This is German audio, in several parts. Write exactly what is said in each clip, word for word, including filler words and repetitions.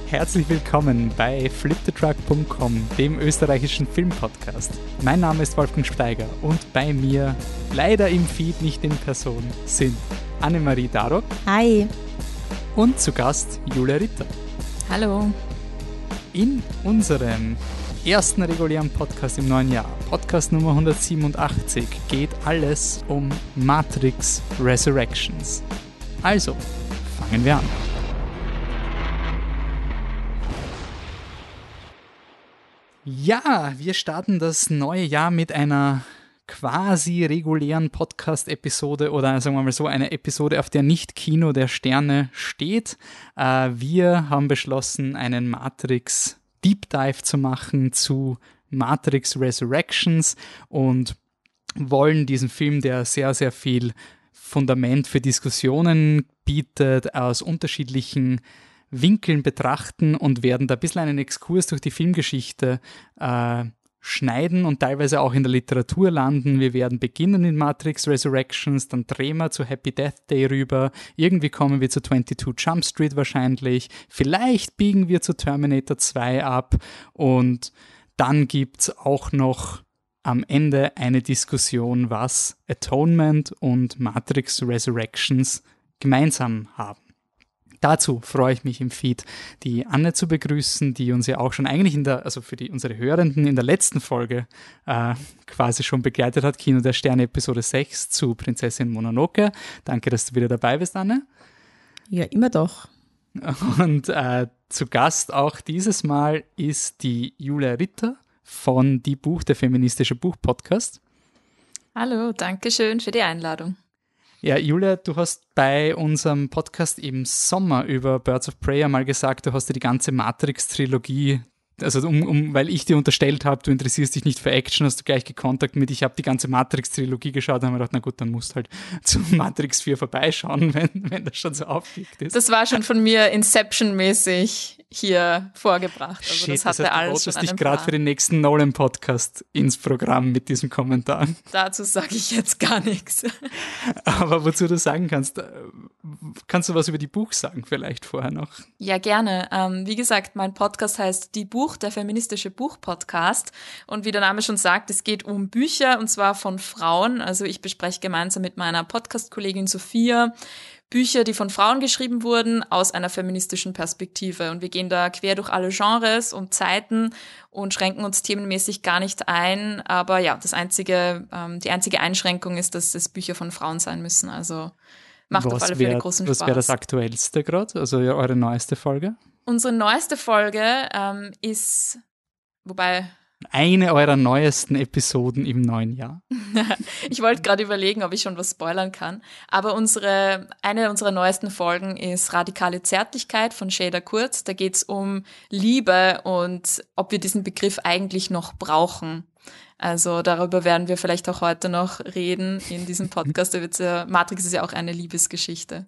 Herzlich willkommen bei flip the truck punkt com, dem österreichischen Filmpodcast. Mein Name ist Wolfgang Steiger und bei mir, leider im Feed nicht in Person, sind Annemarie Darock. Hi. Und zu Gast Julia Ritter. Hallo. In unserem ersten regulären Podcast im neuen Jahr, Podcast Nummer hundertsiebenundachtzig, geht alles um Matrix Resurrections. Also, fangen wir an. Ja, wir starten das neue Jahr mit einer quasi regulären Podcast-Episode oder sagen wir mal so, eine Episode, auf der nicht Kino der Sterne steht. Äh, wir haben beschlossen, einen Matrix Deep Dive zu machen zu Matrix Resurrections und wollen diesen Film, der sehr, sehr viel Fundament für Diskussionen bietet, aus unterschiedlichen Winkeln betrachten und werden da ein bisschen einen Exkurs durch die Filmgeschichte äh, schneiden und teilweise auch in der Literatur landen. Wir werden beginnen in Matrix Resurrections, dann drehen wir zu Happy Death Day rüber, irgendwie kommen wir zu zweiundzwanzig Jump Street wahrscheinlich, vielleicht biegen wir zu Terminator zwei ab und dann gibt es auch noch am Ende eine Diskussion, was Atonement und Matrix Resurrections gemeinsam haben. Dazu freue ich mich im Feed, die Anne zu begrüßen, die uns ja auch schon eigentlich in der, also für die, unsere Hörenden in der letzten Folge äh, quasi schon begleitet hat, Kino der Sterne Episode sechs zu Prinzessin Mononoke. Danke, dass du wieder dabei bist, Anne. Ja, immer doch. Und äh, zu Gast auch dieses Mal ist die Julia Ritter von Die Buch, der feministische Buch-Podcast. Hallo, danke schön für die Einladung. Ja, Julia, du hast bei unserem Podcast im Sommer über Birds of Prey mal gesagt, du hast dir die ganze Matrix-Trilogie, also um, um, weil ich dir unterstellt habe, du interessierst dich nicht für Action, hast du gleich gekontakt mit, ich habe die ganze Matrix-Trilogie geschaut und habe mir gedacht, na gut, dann musst du halt zu Matrix vier vorbeischauen, wenn, wenn das schon so aufliegt ist. Das war schon von mir Inception-mäßig hier vorgebracht. Also Shit, das hatte das heißt, alles du wolltest schon dich einen gerade Plan. für den nächsten Nolan-Podcast ins Programm mit diesem Kommentar. Dazu sage ich jetzt gar nichts. Aber wozu du sagen kannst, kannst du was über die Buch sagen vielleicht vorher noch? Ja, gerne. Ähm, wie gesagt, mein Podcast heißt Die Buch, der feministische Buch-Podcast. Und wie der Name schon sagt, es geht um Bücher und zwar von Frauen. Also ich bespreche gemeinsam mit meiner Podcast-Kollegin Sophia Bücher, die von Frauen geschrieben wurden, aus einer feministischen Perspektive. Und wir gehen da quer durch alle Genres und Zeiten und schränken uns themenmäßig gar nicht ein. Aber ja, das einzige, ähm, die einzige Einschränkung ist, dass es Bücher von Frauen sein müssen. Also macht was auf alle wär, Fälle großen was Spaß. Was wäre das Aktuellste gerade, also eure neueste Folge? Unsere neueste Folge ähm, ist, wobei... Eine eurer neuesten Episoden im neuen Jahr. Ich wollte gerade überlegen, ob ich schon was spoilern kann. Aber unsere eine unserer neuesten Folgen ist Radikale Zärtlichkeit von Shader Kurz. Da geht es um Liebe und ob wir diesen Begriff eigentlich noch brauchen. Also darüber werden wir vielleicht auch heute noch reden in diesem Podcast. Da wird's ja, Matrix ist ja auch eine Liebesgeschichte.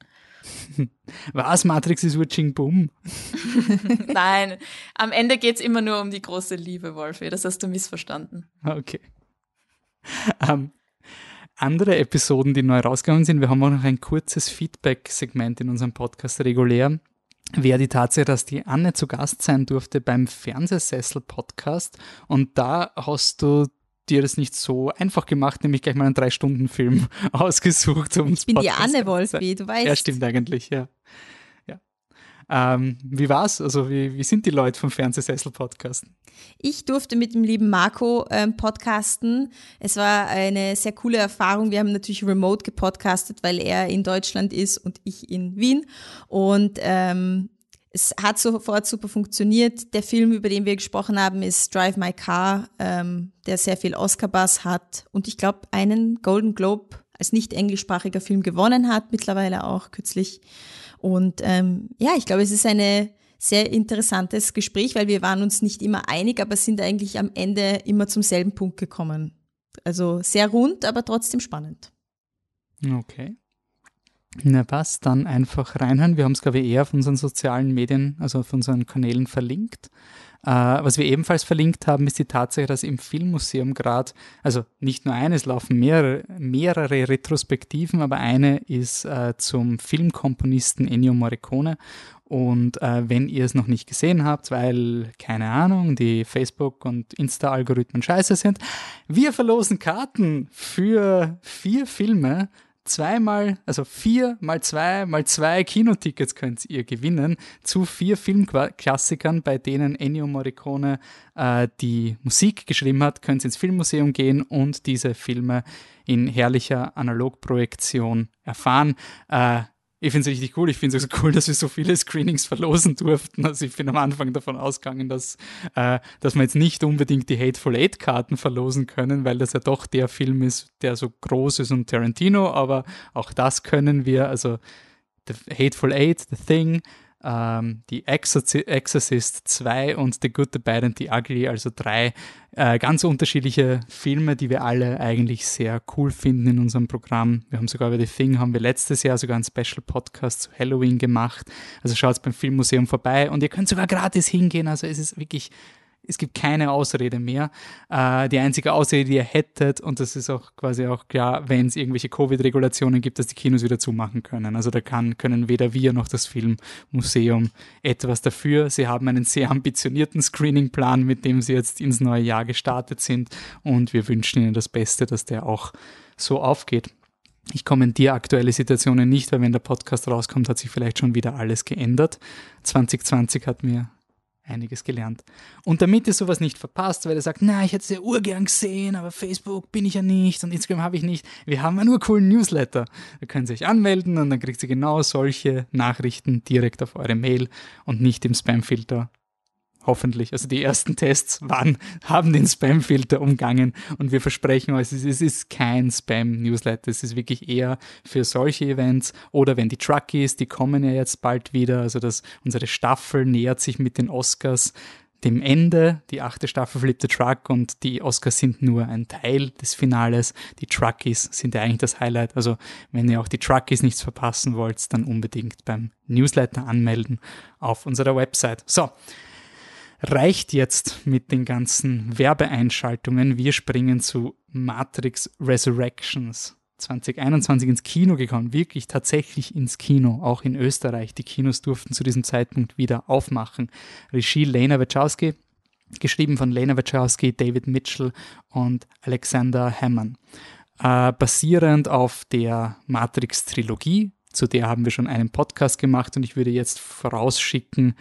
Was? Matrix ist Witching Boom? Nein, am Ende geht's immer nur um die große Liebe, Wolfi. Das hast du missverstanden. Okay. Ähm, andere Episoden, die neu rausgekommen sind, wir haben auch noch ein kurzes Feedback-Segment in unserem Podcast regulär, wäre die Tatsache, dass die Anne zu Gast sein durfte beim Fernsehsessel-Podcast und da hast du dir das nicht so einfach gemacht, nämlich gleich mal einen Drei-Stunden-Film ausgesucht. Um ich bin die Anne, Wolfi, du weißt. Ja, stimmt eigentlich, ja. ja. Ähm, wie war's? Also wie, wie sind die Leute vom Fernsehsessel-Podcast? Ich durfte mit dem lieben Marco ähm, podcasten. Es war eine sehr coole Erfahrung. Wir haben natürlich remote gepodcastet, weil er in Deutschland ist und ich in Wien. Und ähm, es hat sofort super funktioniert. Der Film, über den wir gesprochen haben, ist Drive My Car, ähm, der sehr viel Oscar-Buzz hat und ich glaube, einen Golden Globe als nicht englischsprachiger Film gewonnen hat, mittlerweile auch kürzlich. Und ähm, ja, ich glaube, es ist ein sehr interessantes Gespräch, weil wir waren uns nicht immer einig, aber sind eigentlich am Ende immer zum selben Punkt gekommen. Also sehr rund, aber trotzdem spannend. Okay. Na passt, dann einfach reinhören. Wir haben es, glaube ich, eher auf unseren sozialen Medien, also auf unseren Kanälen verlinkt. Äh, was wir ebenfalls verlinkt haben, ist die Tatsache, dass im Filmmuseum gerade, also nicht nur eines, laufen mehrere, mehrere Retrospektiven, aber eine ist äh, zum Filmkomponisten Ennio Morricone. Und äh, wenn ihr es noch nicht gesehen habt, weil, keine Ahnung, die Facebook- und Insta-Algorithmen scheiße sind, wir verlosen Karten für vier Filme, zweimal, also vier mal zwei mal zwei Kinotickets könnt ihr gewinnen zu vier Filmklassikern, bei denen Ennio Morricone äh, die Musik geschrieben hat. Könnt ihr ins Filmmuseum gehen und diese Filme in herrlicher Analogprojektion erfahren. Äh, Ich finde es richtig cool. Ich finde es auch so cool, dass wir so viele Screenings verlosen durften. Also ich bin am Anfang davon ausgegangen, dass, äh, dass wir jetzt nicht unbedingt die Hateful Eight-Karten verlosen können, weil das ja doch der Film ist, der so groß ist und Tarantino, aber auch das können wir. Also The Hateful Eight, The Thing, ähm, die Exorci- Exorcist zwei und The Good, The Bad and The Ugly, also drei äh, ganz unterschiedliche Filme, die wir alle eigentlich sehr cool finden in unserem Programm. Wir haben sogar über The Thing, haben wir letztes Jahr sogar einen Special-Podcast zu Halloween gemacht. Also schaut beim Filmmuseum vorbei und ihr könnt sogar gratis hingehen. Also es ist wirklich, es gibt keine Ausrede mehr. Äh, die einzige Ausrede, die ihr hättet, und das ist auch quasi auch klar, wenn es irgendwelche Covid-Regulationen gibt, dass die Kinos wieder zumachen können. Also da kann, können weder wir noch das Filmmuseum etwas dafür. Sie haben einen sehr ambitionierten Screening-Plan, mit dem sie jetzt ins neue Jahr gestartet sind, und wir wünschen ihnen das Beste, dass der auch so aufgeht. Ich kommentiere aktuelle Situationen nicht, weil wenn der Podcast rauskommt, hat sich vielleicht schon wieder alles geändert. zwanzig zwanzig hat mir einiges gelernt. Und damit ihr sowas nicht verpasst, weil ihr sagt, na, ich hätte es ja urgern gesehen, aber Facebook bin ich ja nicht und Instagram habe ich nicht. Wir haben einen urcoolen Newsletter. Da könnt ihr euch anmelden und dann kriegt ihr genau solche Nachrichten direkt auf eure Mail und nicht im Spamfilter. Hoffentlich. Also die ersten Tests waren, haben den Spam-Filter umgangen und wir versprechen euch, es ist, es ist kein Spam-Newsletter. Es ist wirklich eher für solche Events oder wenn die Truckies, die kommen ja jetzt bald wieder, also dass unsere Staffel nähert sich mit den Oscars dem Ende. Die achte Staffel Flip the Truck und die Oscars sind nur ein Teil des Finales. Die Truckies sind ja eigentlich das Highlight. Also wenn ihr auch die Truckies nichts verpassen wollt, dann unbedingt beim Newsletter anmelden auf unserer Website. So. Reicht jetzt mit den ganzen Werbeeinschaltungen. Wir springen zu Matrix Resurrections. zwanzig einundzwanzig ins Kino gekommen, wirklich tatsächlich ins Kino, auch in Österreich. Die Kinos durften zu diesem Zeitpunkt wieder aufmachen. Regie Lana Wachowski, geschrieben von Lana Wachowski, David Mitchell und Alexander Hammond. Äh, basierend auf der Matrix-Trilogie, zu der haben wir schon einen Podcast gemacht und ich würde jetzt vorausschicken,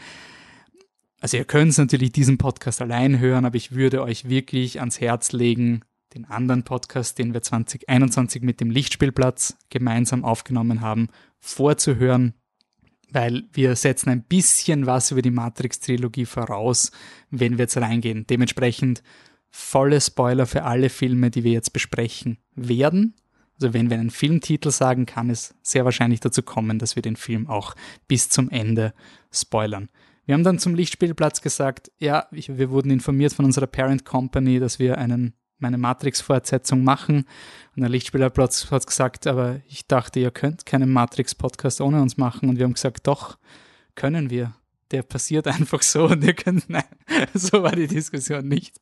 also ihr könnt natürlich diesen Podcast allein hören, aber ich würde euch wirklich ans Herz legen, den anderen Podcast, den wir zwanzig einundzwanzig mit dem Lichtspielplatz gemeinsam aufgenommen haben, vorzuhören, weil wir setzen ein bisschen was über die Matrix-Trilogie voraus, wenn wir jetzt reingehen. Dementsprechend volle Spoiler für alle Filme, die wir jetzt besprechen werden. Also wenn wir einen Filmtitel sagen, kann es sehr wahrscheinlich dazu kommen, dass wir den Film auch bis zum Ende spoilern. Wir haben dann zum Lichtspielplatz gesagt, ja, ich, wir wurden informiert von unserer Parent Company, dass wir einen, eine Matrix-Fortsetzung machen. Und der Lichtspielplatz hat gesagt, aber ich dachte, ihr könnt keinen Matrix-Podcast ohne uns machen. Und wir haben gesagt, doch, können wir. Der passiert einfach so und ihr könnt, nein, so war die Diskussion nicht.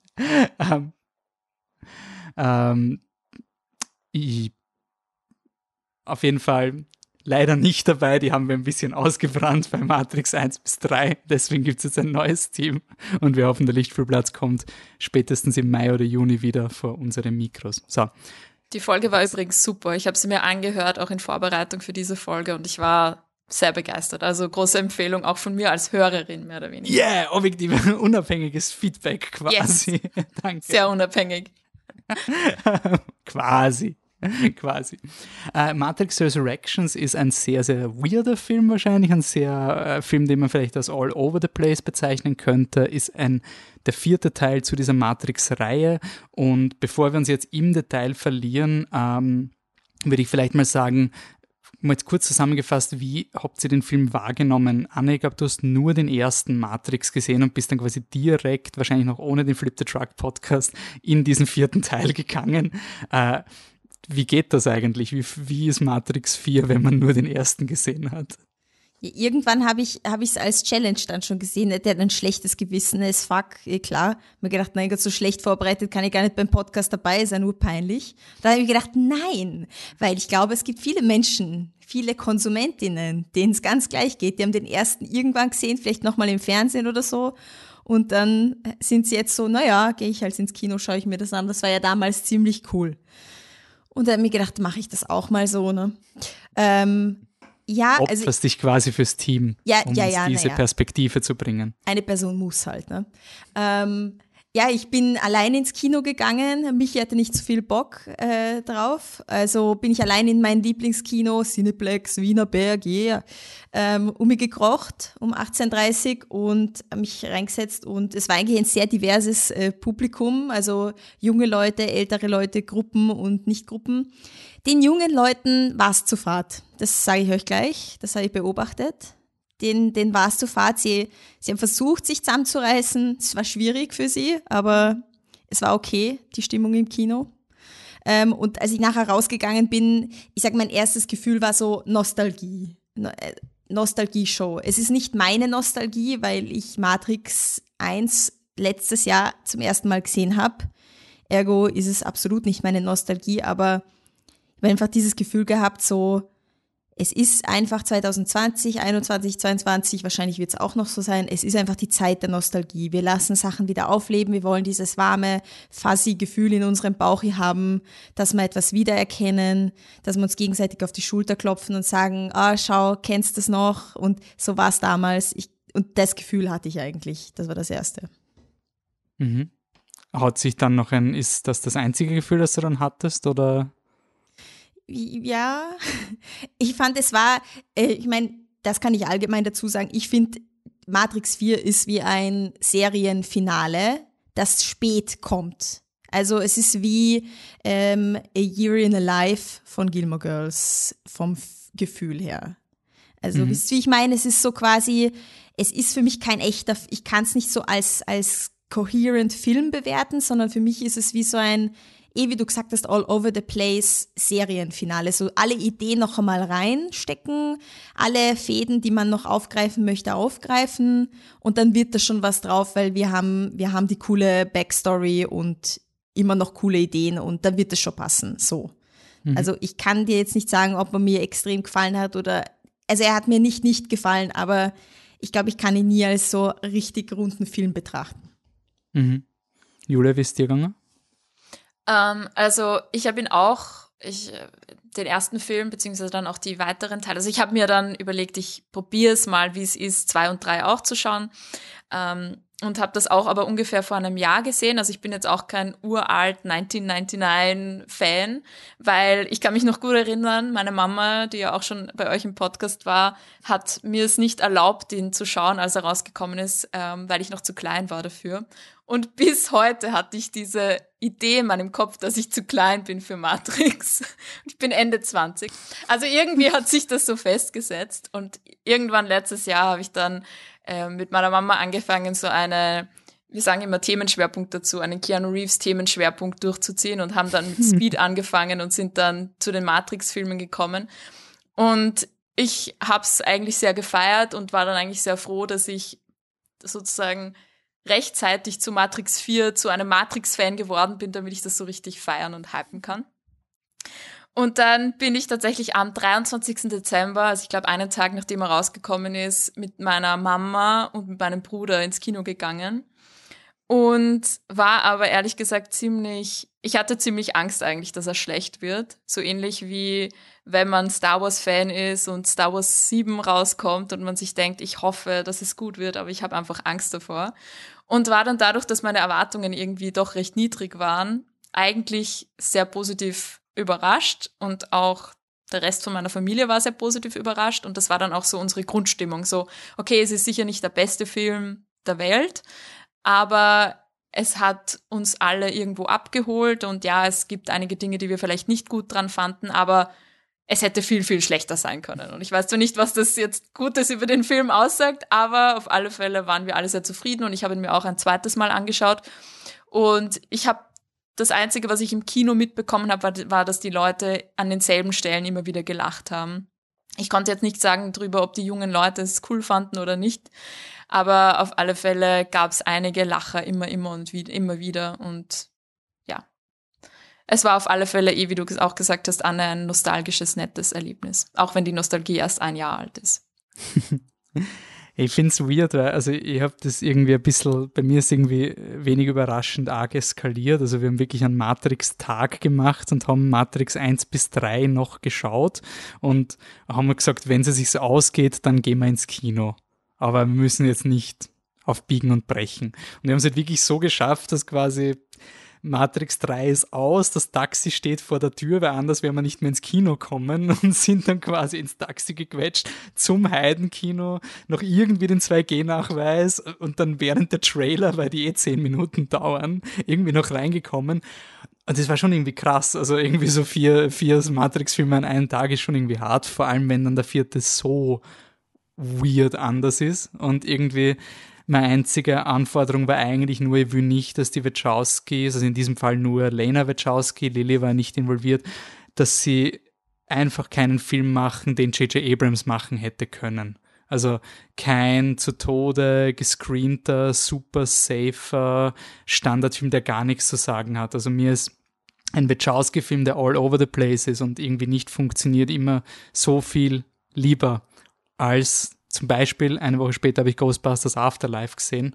ähm, ähm, ich, auf jeden Fall leider nicht dabei, die haben wir ein bisschen ausgebrannt bei Matrix eins bis drei, deswegen gibt es jetzt ein neues Team und wir hoffen, der Lichtspielplatz kommt spätestens im Mai oder Juni wieder vor unsere Mikros. So. Die Folge war übrigens super, ich habe sie mir angehört, auch in Vorbereitung für diese Folge und ich war sehr begeistert, also große Empfehlung auch von mir als Hörerin, mehr oder weniger. Yeah, objektiv, unabhängiges Feedback quasi. Yes. Danke. Sehr unabhängig. Quasi. Quasi. Äh, Matrix Resurrections ist ein sehr, sehr weirder Film wahrscheinlich, ein sehr äh, Film, den man vielleicht als all over the place bezeichnen könnte, ist ein der vierte Teil zu dieser Matrix-Reihe und bevor wir uns jetzt im Detail verlieren, ähm, würde ich vielleicht mal sagen, mal jetzt kurz zusammengefasst, wie habt ihr den Film wahrgenommen? Anne, ich glaube, du hast nur den ersten Matrix gesehen und bist dann quasi direkt, wahrscheinlich noch ohne den Flip the Truck Podcast, in diesen vierten Teil gegangen. Äh, Wie geht das eigentlich? Wie, wie ist Matrix vier, wenn man nur den ersten gesehen hat? Irgendwann habe ich habe ich es als Challenge dann schon gesehen, der hat ein schlechtes Gewissen, ist fuck, eh klar. Mir gedacht, nein Gott, so schlecht vorbereitet kann ich gar nicht beim Podcast dabei sein, nur peinlich. Da habe ich gedacht, nein, weil ich glaube, es gibt viele Menschen, viele Konsumentinnen, denen es ganz gleich geht. Die haben den ersten irgendwann gesehen, vielleicht nochmal im Fernsehen oder so. Und dann sind sie jetzt so, naja, gehe ich halt ins Kino, schaue ich mir das an. Das war ja damals ziemlich cool. Und da habe ich mir gedacht, mache ich das auch mal so, ne? Ähm, Ja, Opferst also, dich quasi fürs Team, ja, um ja, uns ja, diese ja. Perspektive zu bringen. Eine Person muss halt. Ne? Ähm, ja, ich bin allein ins Kino gegangen. Michi hatte nicht so viel Bock äh, drauf. Also bin ich allein in mein Lieblingskino, Cineplex, Wiener Berg, yeah, ähm, um mich gekrocht um achtzehn Uhr dreißig und mich reingesetzt. Und es war eigentlich ein sehr diverses äh, Publikum, also junge Leute, ältere Leute, Gruppen und Nicht-Gruppen. Den jungen Leuten war es zu fad. Das sage ich euch gleich. Das habe ich beobachtet. Den, den war es zu fad. Sie, sie haben versucht, sich zusammenzureißen. Es war schwierig für sie, aber es war okay, die Stimmung im Kino. Ähm, und als ich nachher rausgegangen bin, ich sage, mein erstes Gefühl war so Nostalgie. No, äh, Nostalgie-Show. Es ist nicht meine Nostalgie, weil ich Matrix eins letztes Jahr zum ersten Mal gesehen habe. Ergo ist es absolut nicht meine Nostalgie, aber ich habe einfach dieses Gefühl gehabt, so, es ist einfach zwanzig zwanzig, einundzwanzig, zweiundzwanzig, wahrscheinlich wird es auch noch so sein, es ist einfach die Zeit der Nostalgie. Wir lassen Sachen wieder aufleben, wir wollen dieses warme, fuzzy Gefühl in unserem Bauch hier haben, dass wir etwas wiedererkennen, dass wir uns gegenseitig auf die Schulter klopfen und sagen, ah, schau, kennst du das noch? Und so war es damals. Ich, und das Gefühl hatte ich eigentlich, das war das Erste. Mhm. Hat sich dann noch ein, ist das das einzige Gefühl, das du dann hattest, oder? Ja, ich fand, es war, äh, ich meine, das kann ich allgemein dazu sagen, ich finde, Matrix vier ist wie ein Serienfinale, das spät kommt. Also es ist wie ähm, A Year in a Life von Gilmore Girls vom F- Gefühl her. Also Mhm. wisst ihr, wie ich meine? Es ist so quasi, es ist für mich kein echter, ich kann es nicht so als, als coherent Film bewerten, sondern für mich ist es wie so ein, eh wie du gesagt hast, all over the place Serienfinale. So alle Ideen noch einmal reinstecken, alle Fäden, die man noch aufgreifen möchte, aufgreifen und dann wird da schon was drauf, weil wir haben, wir haben die coole Backstory und immer noch coole Ideen und dann wird es schon passen. So. Mhm. Also ich kann dir jetzt nicht sagen, ob er mir extrem gefallen hat oder, also er hat mir nicht nicht gefallen, aber ich glaube, ich kann ihn nie als so richtig runden Film betrachten. Mhm. Julia, wie ist dir gegangen? Ähm, also ich habe ihn auch, ich, den ersten Film, beziehungsweise dann auch die weiteren Teile, also ich habe mir dann überlegt, ich probiere es mal, wie es ist, zwei und drei auch zu schauen. Ähm, und habe das auch aber ungefähr vor einem Jahr gesehen. Also ich bin jetzt auch kein uralt neunzehnhundertneunundneunzig-Fan, weil ich kann mich noch gut erinnern, meine Mama, die ja auch schon bei euch im Podcast war, hat mir es nicht erlaubt, ihn zu schauen, als er rausgekommen ist, ähm, weil ich noch zu klein war dafür. Und bis heute hatte ich diese Idee in meinem Kopf, dass ich zu klein bin für Matrix. Ich bin Ende zwanzig. Also irgendwie hat sich das so festgesetzt. Und irgendwann letztes Jahr habe ich dann äh, mit meiner Mama angefangen, so eine, wir sagen immer Themenschwerpunkt dazu, einen Keanu Reeves Themenschwerpunkt durchzuziehen und haben dann mit Speed angefangen und sind dann zu den Matrix-Filmen gekommen. Und ich habe es eigentlich sehr gefeiert und war dann eigentlich sehr froh, dass ich sozusagen rechtzeitig zu Matrix vier zu einem Matrix-Fan geworden bin, damit ich das so richtig feiern und hypen kann. Und dann bin ich tatsächlich am dreiundzwanzigsten Dezember, also ich glaube einen Tag nachdem er rausgekommen ist, mit meiner Mama und mit meinem Bruder ins Kino gegangen und war aber ehrlich gesagt ziemlich, ich hatte ziemlich Angst eigentlich, dass er schlecht wird. So ähnlich wie wenn man Star Wars Fan ist und Star Wars sieben rauskommt und man sich denkt, ich hoffe, dass es gut wird, aber ich habe einfach Angst davor. Und war dann dadurch, dass meine Erwartungen irgendwie doch recht niedrig waren, eigentlich sehr positiv überrascht und auch der Rest von meiner Familie war sehr positiv überrascht und das war dann auch so unsere Grundstimmung. So, okay, es ist sicher nicht der beste Film der Welt, aber es hat uns alle irgendwo abgeholt und ja, es gibt einige Dinge, die wir vielleicht nicht gut dran fanden, aber es hätte viel, viel schlechter sein können. Und ich weiß zwar nicht, was das jetzt Gutes über den Film aussagt, aber auf alle Fälle waren wir alle sehr zufrieden und ich habe ihn mir auch ein zweites Mal angeschaut. Und ich habe das Einzige, was ich im Kino mitbekommen habe, war, war, dass die Leute an denselben Stellen immer wieder gelacht haben. Ich konnte jetzt nicht sagen drüber, ob die jungen Leute es cool fanden oder nicht, aber auf alle Fälle gab es einige Lacher immer, immer und wieder, immer wieder und ja. Es war auf alle Fälle, eh wie du auch gesagt hast, Anne, ein nostalgisches, nettes Erlebnis, auch wenn die Nostalgie erst ein Jahr alt ist. Ich finde es weird, weil also ich habe das irgendwie ein bisschen, bei mir ist irgendwie wenig überraschend arg eskaliert. Also wir haben wirklich einen Matrix-Tag gemacht und haben Matrix eins bis drei noch geschaut und haben gesagt, wenn es sich so ausgeht, dann gehen wir ins Kino. Aber wir müssen jetzt nicht auf Biegen und Brechen. Und wir haben es halt wirklich so geschafft, dass quasi Matrix drei ist aus, das Taxi steht vor der Tür, weil anders werden wir nicht mehr ins Kino kommen und sind dann quasi ins Taxi gequetscht zum Heidenkino, noch irgendwie den zwei G Nachweis und dann während der Trailer, weil die eh zehn Minuten dauern, irgendwie noch reingekommen. Und das war schon irgendwie krass, also irgendwie so vier, vier Matrix-Filme an einem Tag ist schon irgendwie hart, vor allem wenn dann der vierte so weird anders ist und irgendwie meine einzige Anforderung war eigentlich nur, ich will nicht, dass die Wachowskis, also in diesem Fall nur Lena Wachowski, Lily war nicht involviert, dass sie einfach keinen Film machen, den J J Abrams machen hätte können. Also kein zu Tode gescreenter, super safer Standardfilm, der gar nichts zu sagen hat. Also mir ist ein Wachowski-Film, der all over the place ist und irgendwie nicht funktioniert, immer so viel lieber als zum Beispiel, eine Woche später habe ich Ghostbusters Afterlife gesehen.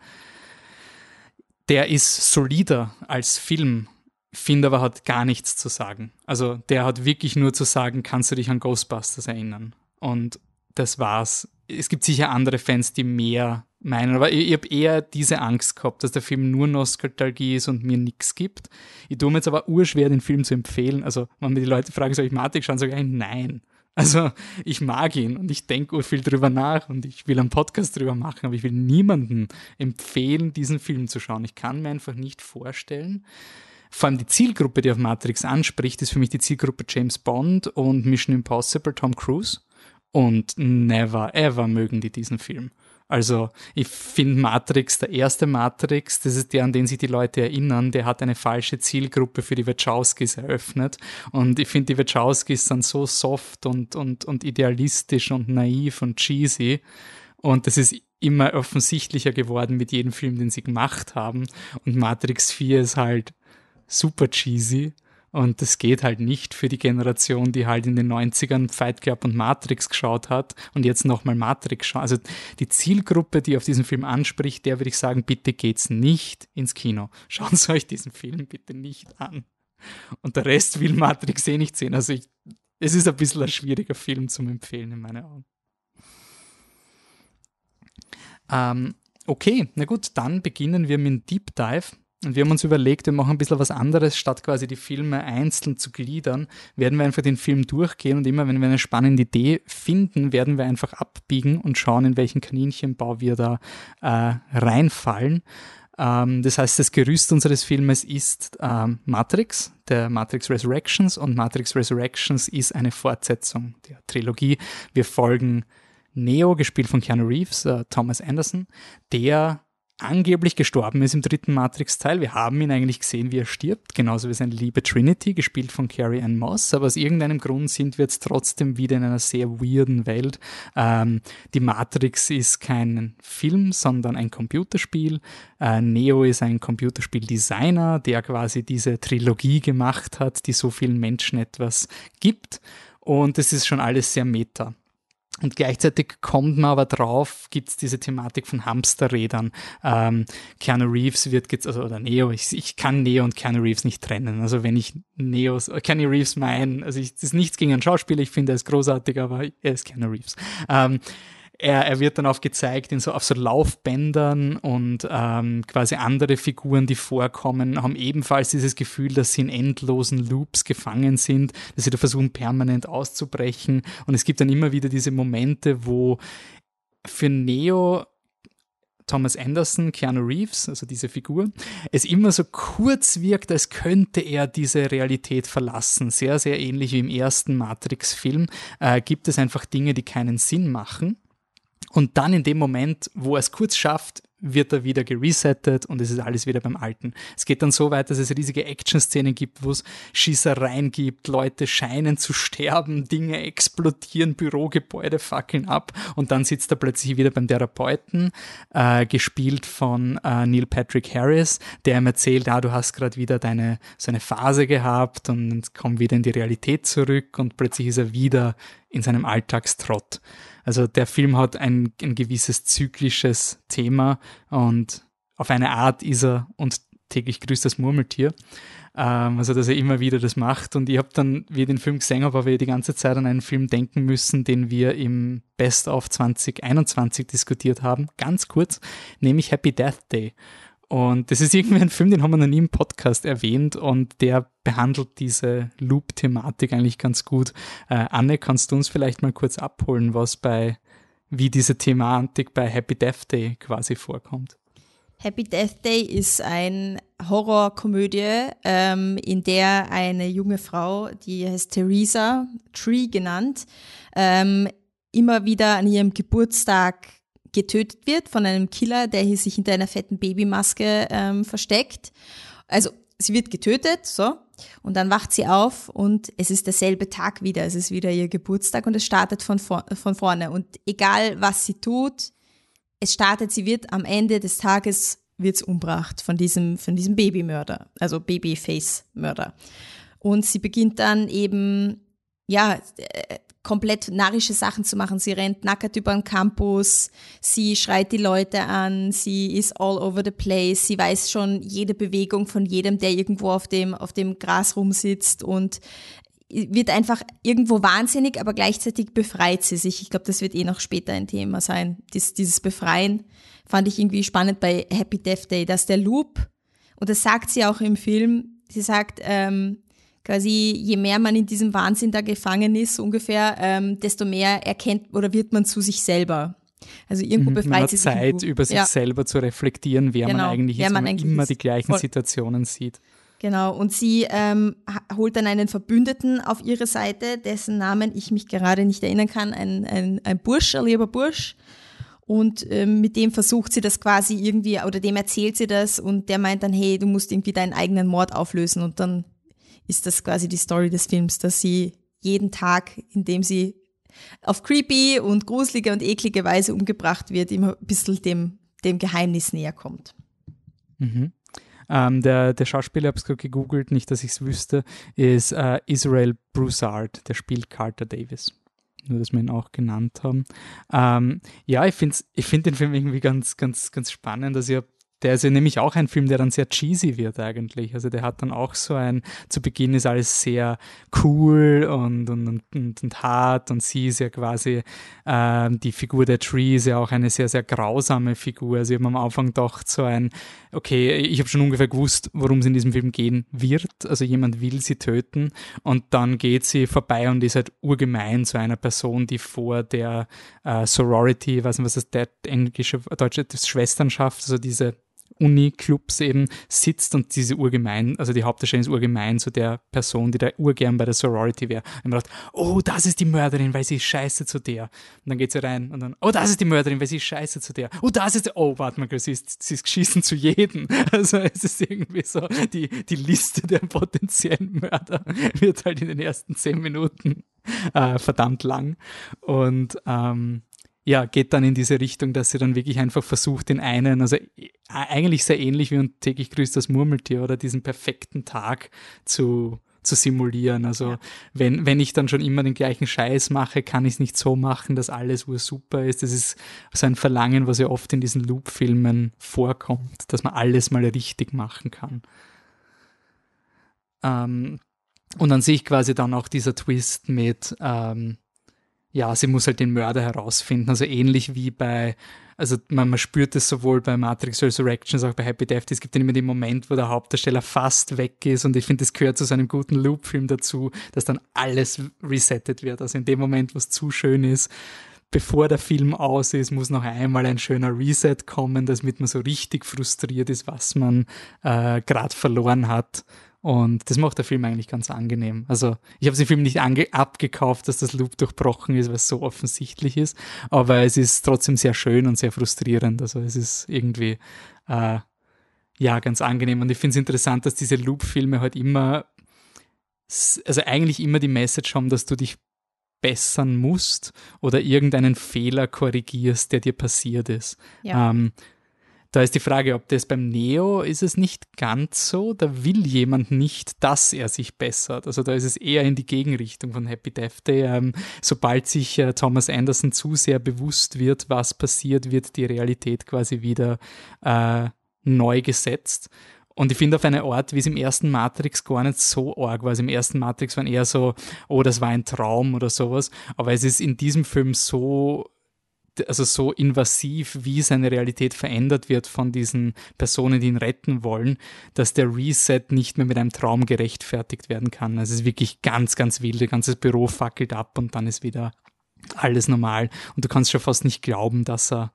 Der ist solider als Film, finde aber hat gar nichts zu sagen. Also der hat wirklich nur zu sagen, kannst du dich an Ghostbusters erinnern? Und das war's. Es gibt sicher andere Fans, die mehr meinen, aber ich, ich habe eher diese Angst gehabt, dass der Film nur Nostalgie ist und mir nichts gibt. Ich tue mir jetzt aber urschwer, den Film zu empfehlen. Also wenn mir die Leute fragen, soll ich Matrix schauen, sage ich nein. Also ich mag ihn und ich denke viel drüber nach und ich will einen Podcast drüber machen, aber ich will niemandem empfehlen, diesen Film zu schauen. Ich kann mir einfach nicht vorstellen, vor allem die Zielgruppe, die auf Matrix anspricht, ist für mich die Zielgruppe James Bond und Mission Impossible, Tom Cruise und never ever mögen die diesen Film. Also ich finde Matrix, der erste Matrix, das ist der, an den sich die Leute erinnern, der hat eine falsche Zielgruppe für die Wachowskis eröffnet und ich finde, die Wachowskis sind so soft und, und, und idealistisch und naiv und cheesy und das ist immer offensichtlicher geworden mit jedem Film, den sie gemacht haben und Matrix vier ist halt super cheesy. Und das geht halt nicht für die Generation, die halt in den neunzigern Fight Club und Matrix geschaut hat und jetzt nochmal Matrix schaut. Also die Zielgruppe, die auf diesen Film anspricht, der würde ich sagen, bitte geht's nicht ins Kino. Schauen Sie euch diesen Film bitte nicht an. Und der Rest will Matrix eh nicht sehen. Also ich, es ist ein bisschen ein schwieriger Film zum Empfehlen in meinen Augen. Ähm, okay, na gut, dann beginnen wir mit dem Deep Dive. Und wir haben uns überlegt, wir machen ein bisschen was anderes, statt quasi die Filme einzeln zu gliedern, werden wir einfach den Film durchgehen und immer, wenn wir eine spannende Idee finden, werden wir einfach abbiegen und schauen, in welchen Kaninchenbau wir da äh, reinfallen. Ähm, das heißt, das Gerüst unseres Filmes ist ähm, Matrix, der Matrix Resurrections und Matrix Resurrections ist eine Fortsetzung der Trilogie. Wir folgen Neo, gespielt von Keanu Reeves, äh, Thomas Anderson, der angeblich gestorben ist im dritten Matrix-Teil. Wir haben ihn eigentlich gesehen, wie er stirbt, genauso wie seine liebe Trinity, gespielt von Carrie-Anne Moss, aber aus irgendeinem Grund sind wir jetzt trotzdem wieder in einer sehr weirden Welt. Ähm, die Matrix ist kein Film, sondern ein Computerspiel. Äh, Neo ist ein Computerspieldesigner, der quasi diese Trilogie gemacht hat, die so vielen Menschen etwas gibt und das ist schon alles sehr meta. Und gleichzeitig kommt man aber drauf, gibt es diese Thematik von Hamsterrädern. Ähm, Keanu Reeves wird, jetzt, also, oder Neo, ich, ich kann Neo und Keanu Reeves nicht trennen. Also wenn ich Neo, Keanu Reeves meine, also ich, das ist nichts gegen einen Schauspieler, ich finde, er ist großartig, aber er ist Keanu Reeves. Ähm, Er, er wird dann auch gezeigt in so, auf so Laufbändern und ähm, quasi andere Figuren, die vorkommen, haben ebenfalls dieses Gefühl, dass sie in endlosen Loops gefangen sind, dass sie da versuchen, permanent auszubrechen. Und es gibt dann immer wieder diese Momente, wo für Neo Thomas Anderson, Keanu Reeves, also diese Figur, es immer so kurz wirkt, als könnte er diese Realität verlassen. Sehr, sehr ähnlich wie im ersten Matrix-Film äh, gibt es einfach Dinge, die keinen Sinn machen. Und dann in dem Moment, wo er es kurz schafft, wird er wieder geresettet und es ist alles wieder beim Alten. Es geht dann so weit, dass es riesige Action-Szenen gibt, wo es Schießereien gibt, Leute scheinen zu sterben, Dinge explodieren, Bürogebäude fackeln ab und dann sitzt er plötzlich wieder beim Therapeuten, äh, gespielt von äh, Neil Patrick Harris, der ihm erzählt, ah, du hast gerade wieder deine so eine Phase gehabt und komm wieder in die Realität zurück und plötzlich ist er wieder in seinem Alltagstrott. Also der Film hat ein, ein gewisses zyklisches Thema und auf eine Art ist er und täglich grüßt das Murmeltier. Ähm, also dass er immer wieder das macht und ich habe dann, wie ich den Film gesehen habe, habe ich die ganze Zeit an einen Film denken müssen, den wir im Best of zwanzig einundzwanzig diskutiert haben, ganz kurz, nämlich Happy Death Day. Und das ist irgendwie ein Film, den haben wir noch nie im Podcast erwähnt und der behandelt diese Loop-Thematik eigentlich ganz gut. Äh, Anne, kannst du uns vielleicht mal kurz abholen, was bei, wie diese Thematik bei Happy Death Day quasi vorkommt? Happy Death Day ist eine Horrorkomödie, ähm, in der eine junge Frau, die heißt Theresa, Tree genannt, ähm, immer wieder an ihrem Geburtstag getötet wird von einem Killer, der hier sich hinter einer fetten Babymaske ähm, versteckt. Also sie wird getötet, so, und dann wacht sie auf und es ist derselbe Tag wieder, es ist wieder ihr Geburtstag und es startet von, vor, von vorne. Und egal, was sie tut, es startet, sie wird am Ende des Tages wird's umgebracht von diesem, von diesem Babymörder, also Babyface-Mörder. Und sie beginnt dann eben, ja, komplett narrische Sachen zu machen. Sie rennt nackert über den Campus, sie schreit die Leute an, sie ist all over the place, sie weiß schon jede Bewegung von jedem, der irgendwo auf dem, auf dem Gras rumsitzt und wird einfach irgendwo wahnsinnig, aber gleichzeitig befreit sie sich. Ich glaube, das wird eh noch später ein Thema sein. Dies, dieses Befreien fand ich irgendwie spannend bei Happy Death Day, dass der Loop, und das sagt sie auch im Film, sie sagt, ähm, quasi, je mehr man in diesem Wahnsinn da gefangen ist, ungefähr, ähm, desto mehr erkennt oder wird man zu sich selber. Also irgendwo befreit man hat sie sich. Zeit, über sich ja. selber zu reflektieren, wer genau, man eigentlich wer ist, man wenn man eigentlich immer ist. die gleichen Voll. Situationen sieht. Genau, und sie ähm, holt dann einen Verbündeten auf ihre Seite, dessen Namen ich mich gerade nicht erinnern kann, ein, ein, ein Bursch, ein lieber Bursch. Und ähm, mit dem versucht sie das quasi irgendwie, oder dem erzählt sie das und der meint dann, hey, du musst irgendwie deinen eigenen Mord auflösen und dann ist das quasi die Story des Films, dass sie jeden Tag, indem sie auf creepy und gruselige und eklige Weise umgebracht wird, immer ein bisschen dem, dem Geheimnis näher kommt. Mhm. Ähm, der, der Schauspieler, ich habe es gerade gegoogelt, nicht, dass ich es wüsste, ist äh, Israel Broussard, der spielt Carter Davis. Nur, dass wir ihn auch genannt haben. Ähm, ja, ich finde ich find den Film irgendwie ganz, ganz, ganz spannend. Also ich habe Der ist ja nämlich auch ein Film, der dann sehr cheesy wird eigentlich. Also der hat dann auch so ein, zu Beginn ist alles sehr cool und, und, und, und hart und sie ist ja quasi, äh, die Figur der Tree ist ja auch eine sehr, sehr grausame Figur. Also ich habe am Anfang gedacht so ein, okay, ich habe schon ungefähr gewusst, worum es in diesem Film gehen wird. Also jemand will sie töten und dann geht sie vorbei und ist halt urgemein zu einer Person, die vor der äh, Sorority, ich weiß nicht, was das der englische, deutsche das Schwesternschaft, also diese Uni-Clubs eben sitzt und diese urgemein, also die Hauptdarstellerin ist urgemein zu der Person, die da urgern bei der Sorority wäre. Und man dachte, oh, das ist die Mörderin, weil sie ist scheiße zu der. Und dann geht sie rein und dann, oh, das ist die Mörderin, weil sie ist scheiße zu der. Oh, das ist, die, oh, warte mal, sie ist, sie ist geschissen zu jedem. Also es ist irgendwie so, die, die Liste der potenziellen Mörder wird halt in den ersten zehn Minuten äh, verdammt lang. Und ähm, ja, geht dann in diese Richtung, dass sie dann wirklich einfach versucht, den einen, also eigentlich sehr ähnlich wie und täglich grüßt das Murmeltier oder diesen perfekten Tag zu, zu simulieren. Also ja. wenn, wenn ich dann schon immer den gleichen Scheiß mache, kann ich es nicht so machen, dass alles ursuper ist. Das ist so ein Verlangen, was ja oft in diesen Loop-Filmen vorkommt, dass man alles mal richtig machen kann. Ähm, und dann sehe ich quasi dann auch dieser Twist mit ähm, ja, sie muss halt den Mörder herausfinden, also ähnlich wie bei, also man, man spürt es sowohl bei Matrix Resurrections als auch bei Happy Death Day. Es gibt dann immer den Moment, wo der Hauptdarsteller fast weg ist und ich finde, das gehört zu so einem guten Loop-Film dazu, dass dann alles resettet wird. Also in dem Moment, wo es zu schön ist, bevor der Film aus ist, muss noch einmal ein schöner Reset kommen, damit man so richtig frustriert ist, was man äh, gerade verloren hat. Und das macht der Film eigentlich ganz angenehm. Also ich habe den Film nicht ange- abgekauft, dass das Loop durchbrochen ist, weil es so offensichtlich ist, aber es ist trotzdem sehr schön und sehr frustrierend. Also es ist irgendwie äh, ja ganz angenehm. Und ich finde es interessant, dass diese Loop-Filme halt immer, also eigentlich immer die Message haben, dass du dich bessern musst oder irgendeinen Fehler korrigierst, der dir passiert ist. Ja. Ähm, Da ist die Frage, ob das beim Neo ist es nicht ganz so, da will jemand nicht, dass er sich bessert. Also da ist es eher in die Gegenrichtung von Happy Death Day. Ähm, sobald sich äh, Thomas Anderson zu sehr bewusst wird, was passiert, wird die Realität quasi wieder äh, neu gesetzt. Und ich finde auf eine Art, wie es im ersten Matrix gar nicht so arg war. Also im ersten Matrix waren eher so, oh, das war ein Traum oder sowas. Aber es ist in diesem Film so also so invasiv, wie seine Realität verändert wird von diesen Personen, die ihn retten wollen, dass der Reset nicht mehr mit einem Traum gerechtfertigt werden kann. Also es ist wirklich ganz, ganz wild. Das ganze Büro fackelt ab und dann ist wieder alles normal. Und du kannst schon fast nicht glauben, dass er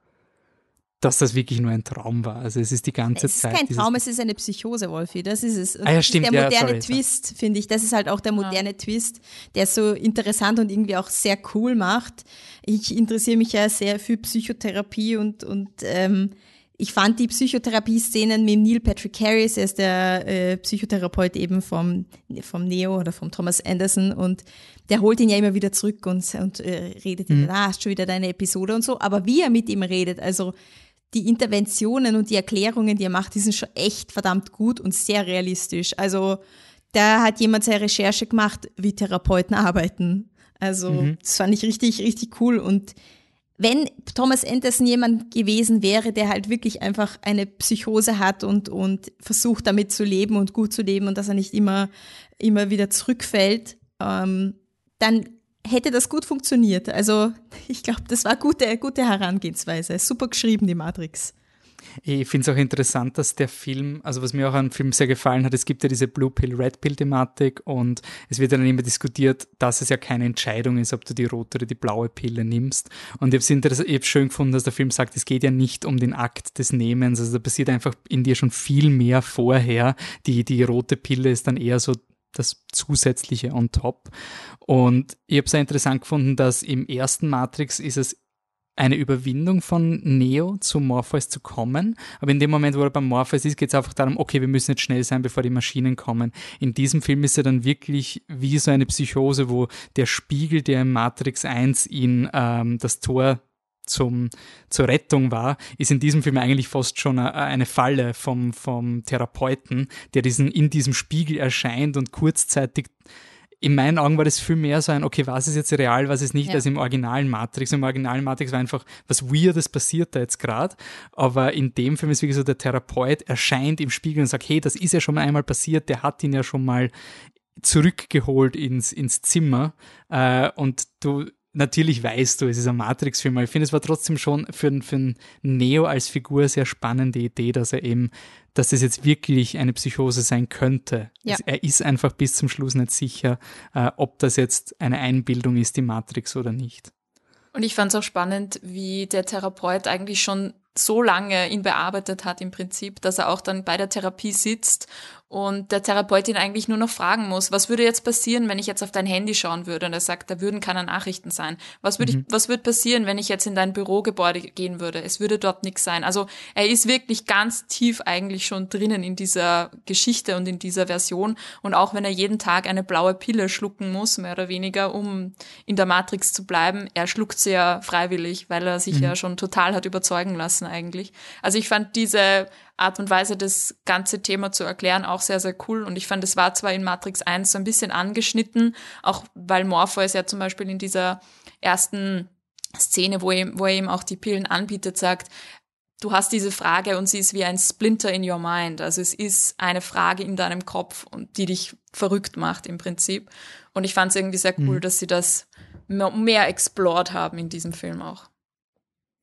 dass das wirklich nur ein Traum war. Also es ist die ganze es ist Zeit. kein Traum, es ist eine Psychose, Wolfi. Das ist es. Und Ah ja, das stimmt. ist der Ja, moderne sorry, Twist, finde ich. Das ist halt auch der moderne ja. Twist, der es so interessant und irgendwie auch sehr cool macht. Ich interessiere mich ja sehr für Psychotherapie und, und ähm, ich fand die Psychotherapie-Szenen mit Neil Patrick Harris, er ist der äh, Psychotherapeut eben vom, vom Neo oder vom Thomas Anderson und der holt ihn ja immer wieder zurück und, und äh, redet mhm. ihm, ah, hast schon wieder deine Episode und so. Aber wie er mit ihm redet, also die Interventionen und die Erklärungen, die er macht, die sind schon echt verdammt gut und sehr realistisch. Also da hat jemand seine Recherche gemacht, wie Therapeuten arbeiten. Also mhm. das fand ich richtig, richtig cool. Und wenn Thomas Anderson jemand gewesen wäre, der halt wirklich einfach eine Psychose hat und, und versucht damit zu leben und gut zu leben und dass er nicht immer, immer wieder zurückfällt, ähm, dann hätte das gut funktioniert. Also ich glaube, das war gute, gute Herangehensweise. Super geschrieben, die Matrix. Ich finde es auch interessant, dass der Film, also was mir auch am Film sehr gefallen hat, es gibt ja diese Blue Pill, Red Pill Thematik und es wird dann immer diskutiert, dass es ja keine Entscheidung ist, ob du die rote oder die blaue Pille nimmst. Und ich habe es hab schön gefunden, dass der Film sagt, es geht ja nicht um den Akt des Nehmens, also da passiert einfach in dir schon viel mehr vorher. Die, die rote Pille ist dann eher so das Zusätzliche on top. Und ich habe es sehr interessant gefunden, dass im ersten Matrix ist es eine Überwindung von Neo zu Morpheus zu kommen, aber in dem Moment, wo er beim Morpheus ist, geht es einfach darum, okay, wir müssen jetzt schnell sein, bevor die Maschinen kommen. In diesem Film ist er dann wirklich wie so eine Psychose, wo der Spiegel, der im Matrix eins ihn ähm, das Tor zum, zur Rettung war, ist in diesem Film eigentlich fast schon eine, eine Falle vom, vom Therapeuten, der diesen, in diesem Spiegel erscheint und kurzzeitig. In meinen Augen war das viel mehr so ein, okay, was ist jetzt real, was ist nicht, ja. als im originalen Matrix. Im originalen Matrix war einfach, was Weirdes passiert da jetzt gerade. Aber in dem Film ist wirklich so, der Therapeut erscheint im Spiegel und sagt, hey, das ist ja schon einmal passiert, der hat ihn ja schon mal zurückgeholt ins, ins Zimmer. Äh, und du, natürlich weißt du, es ist ein Matrix-Film, aber ich finde, es war trotzdem schon für, für einen Neo als Figur eine sehr spannende Idee, dass er eben, dass das jetzt wirklich eine Psychose sein könnte. Ja. Es, er ist einfach bis zum Schluss nicht sicher, äh, ob das jetzt eine Einbildung ist, die Matrix oder nicht. Und ich fand es auch spannend, wie der Therapeut eigentlich schon so lange ihn bearbeitet hat im Prinzip, dass er auch dann bei der Therapie sitzt und der Therapeut ihn eigentlich nur noch fragen muss, was würde jetzt passieren, wenn ich jetzt auf dein Handy schauen würde? Und er sagt, da würden keine Nachrichten sein. Was würde mhm. ich, was würde passieren, wenn ich jetzt in dein Bürogebäude gehen würde? Es würde dort nichts sein. Also er ist wirklich ganz tief eigentlich schon drinnen in dieser Geschichte und in dieser Version. Und auch wenn er jeden Tag eine blaue Pille schlucken muss, mehr oder weniger, um in der Matrix zu bleiben, er schluckt sie ja freiwillig, weil er sich mhm. ja schon total hat überzeugen lassen eigentlich. Also ich fand diese Art und Weise, das ganze Thema zu erklären, auch sehr, sehr cool. Und ich fand, es war zwar in Matrix eins so ein bisschen angeschnitten, auch weil Morpheus ja zum Beispiel in dieser ersten Szene, wo er, ihm, wo er ihm auch die Pillen anbietet, sagt, du hast diese Frage und sie ist wie ein Splinter in your mind. Also es ist eine Frage in deinem Kopf und die dich verrückt macht im Prinzip. Und ich fand es irgendwie sehr cool, mhm. dass sie das mehr explored haben in diesem Film auch.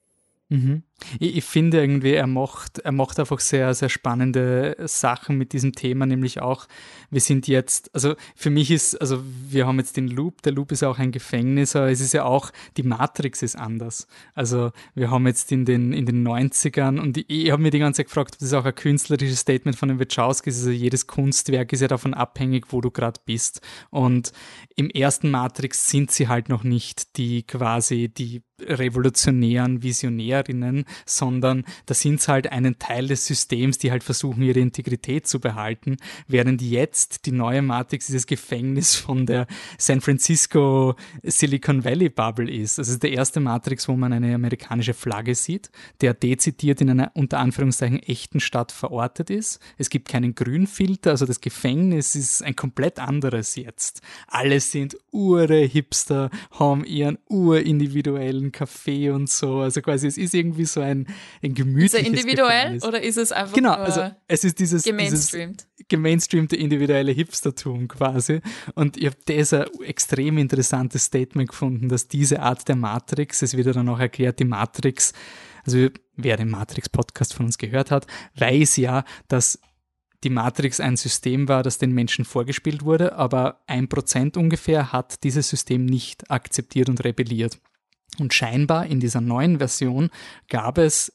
Mhm. Ich, ich finde irgendwie, er macht, er macht einfach sehr, sehr spannende Sachen mit diesem Thema, nämlich auch, wir sind jetzt, also für mich ist, also wir haben jetzt den Loop, der Loop ist auch ein Gefängnis, aber es ist ja auch, die Matrix ist anders. Also wir haben jetzt in den, in den neunzigern und ich, ich habe mir die ganze Zeit gefragt, das ist auch ein künstlerisches Statement von den Wachowskis, also jedes Kunstwerk ist ja davon abhängig, wo du gerade bist. Und im ersten Matrix sind sie halt noch nicht die quasi die revolutionären Visionärinnen, sondern da sind es halt einen Teil des Systems, die halt versuchen, ihre Integrität zu behalten, während jetzt die neue Matrix dieses Gefängnis von der San Francisco Silicon Valley Bubble ist. Das ist der erste Matrix, wo man eine amerikanische Flagge sieht, der dezidiert in einer unter Anführungszeichen echten Stadt verortet ist. Es gibt keinen Grünfilter, also das Gefängnis ist ein komplett anderes jetzt. Alle sind ure Hipster, haben ihren urindividuellen Café und so, also quasi es ist irgendwie so ein, ein gemütliches Ist er individuell Gefängnis. Oder ist es einfach genau, nur also es ist dieses, gemainstreamt? dieses gemainstreamte individuelle Hipstertum quasi und ich habe das ein extrem interessantes Statement gefunden, dass diese Art der Matrix, es wird ja dann auch erklärt, die Matrix, also wer den Matrix-Podcast von uns gehört hat, weiß ja, dass die Matrix ein System war, das den Menschen vorgespielt wurde, aber ein Prozent ungefähr hat dieses System nicht akzeptiert und rebelliert. Und scheinbar in dieser neuen Version gab es,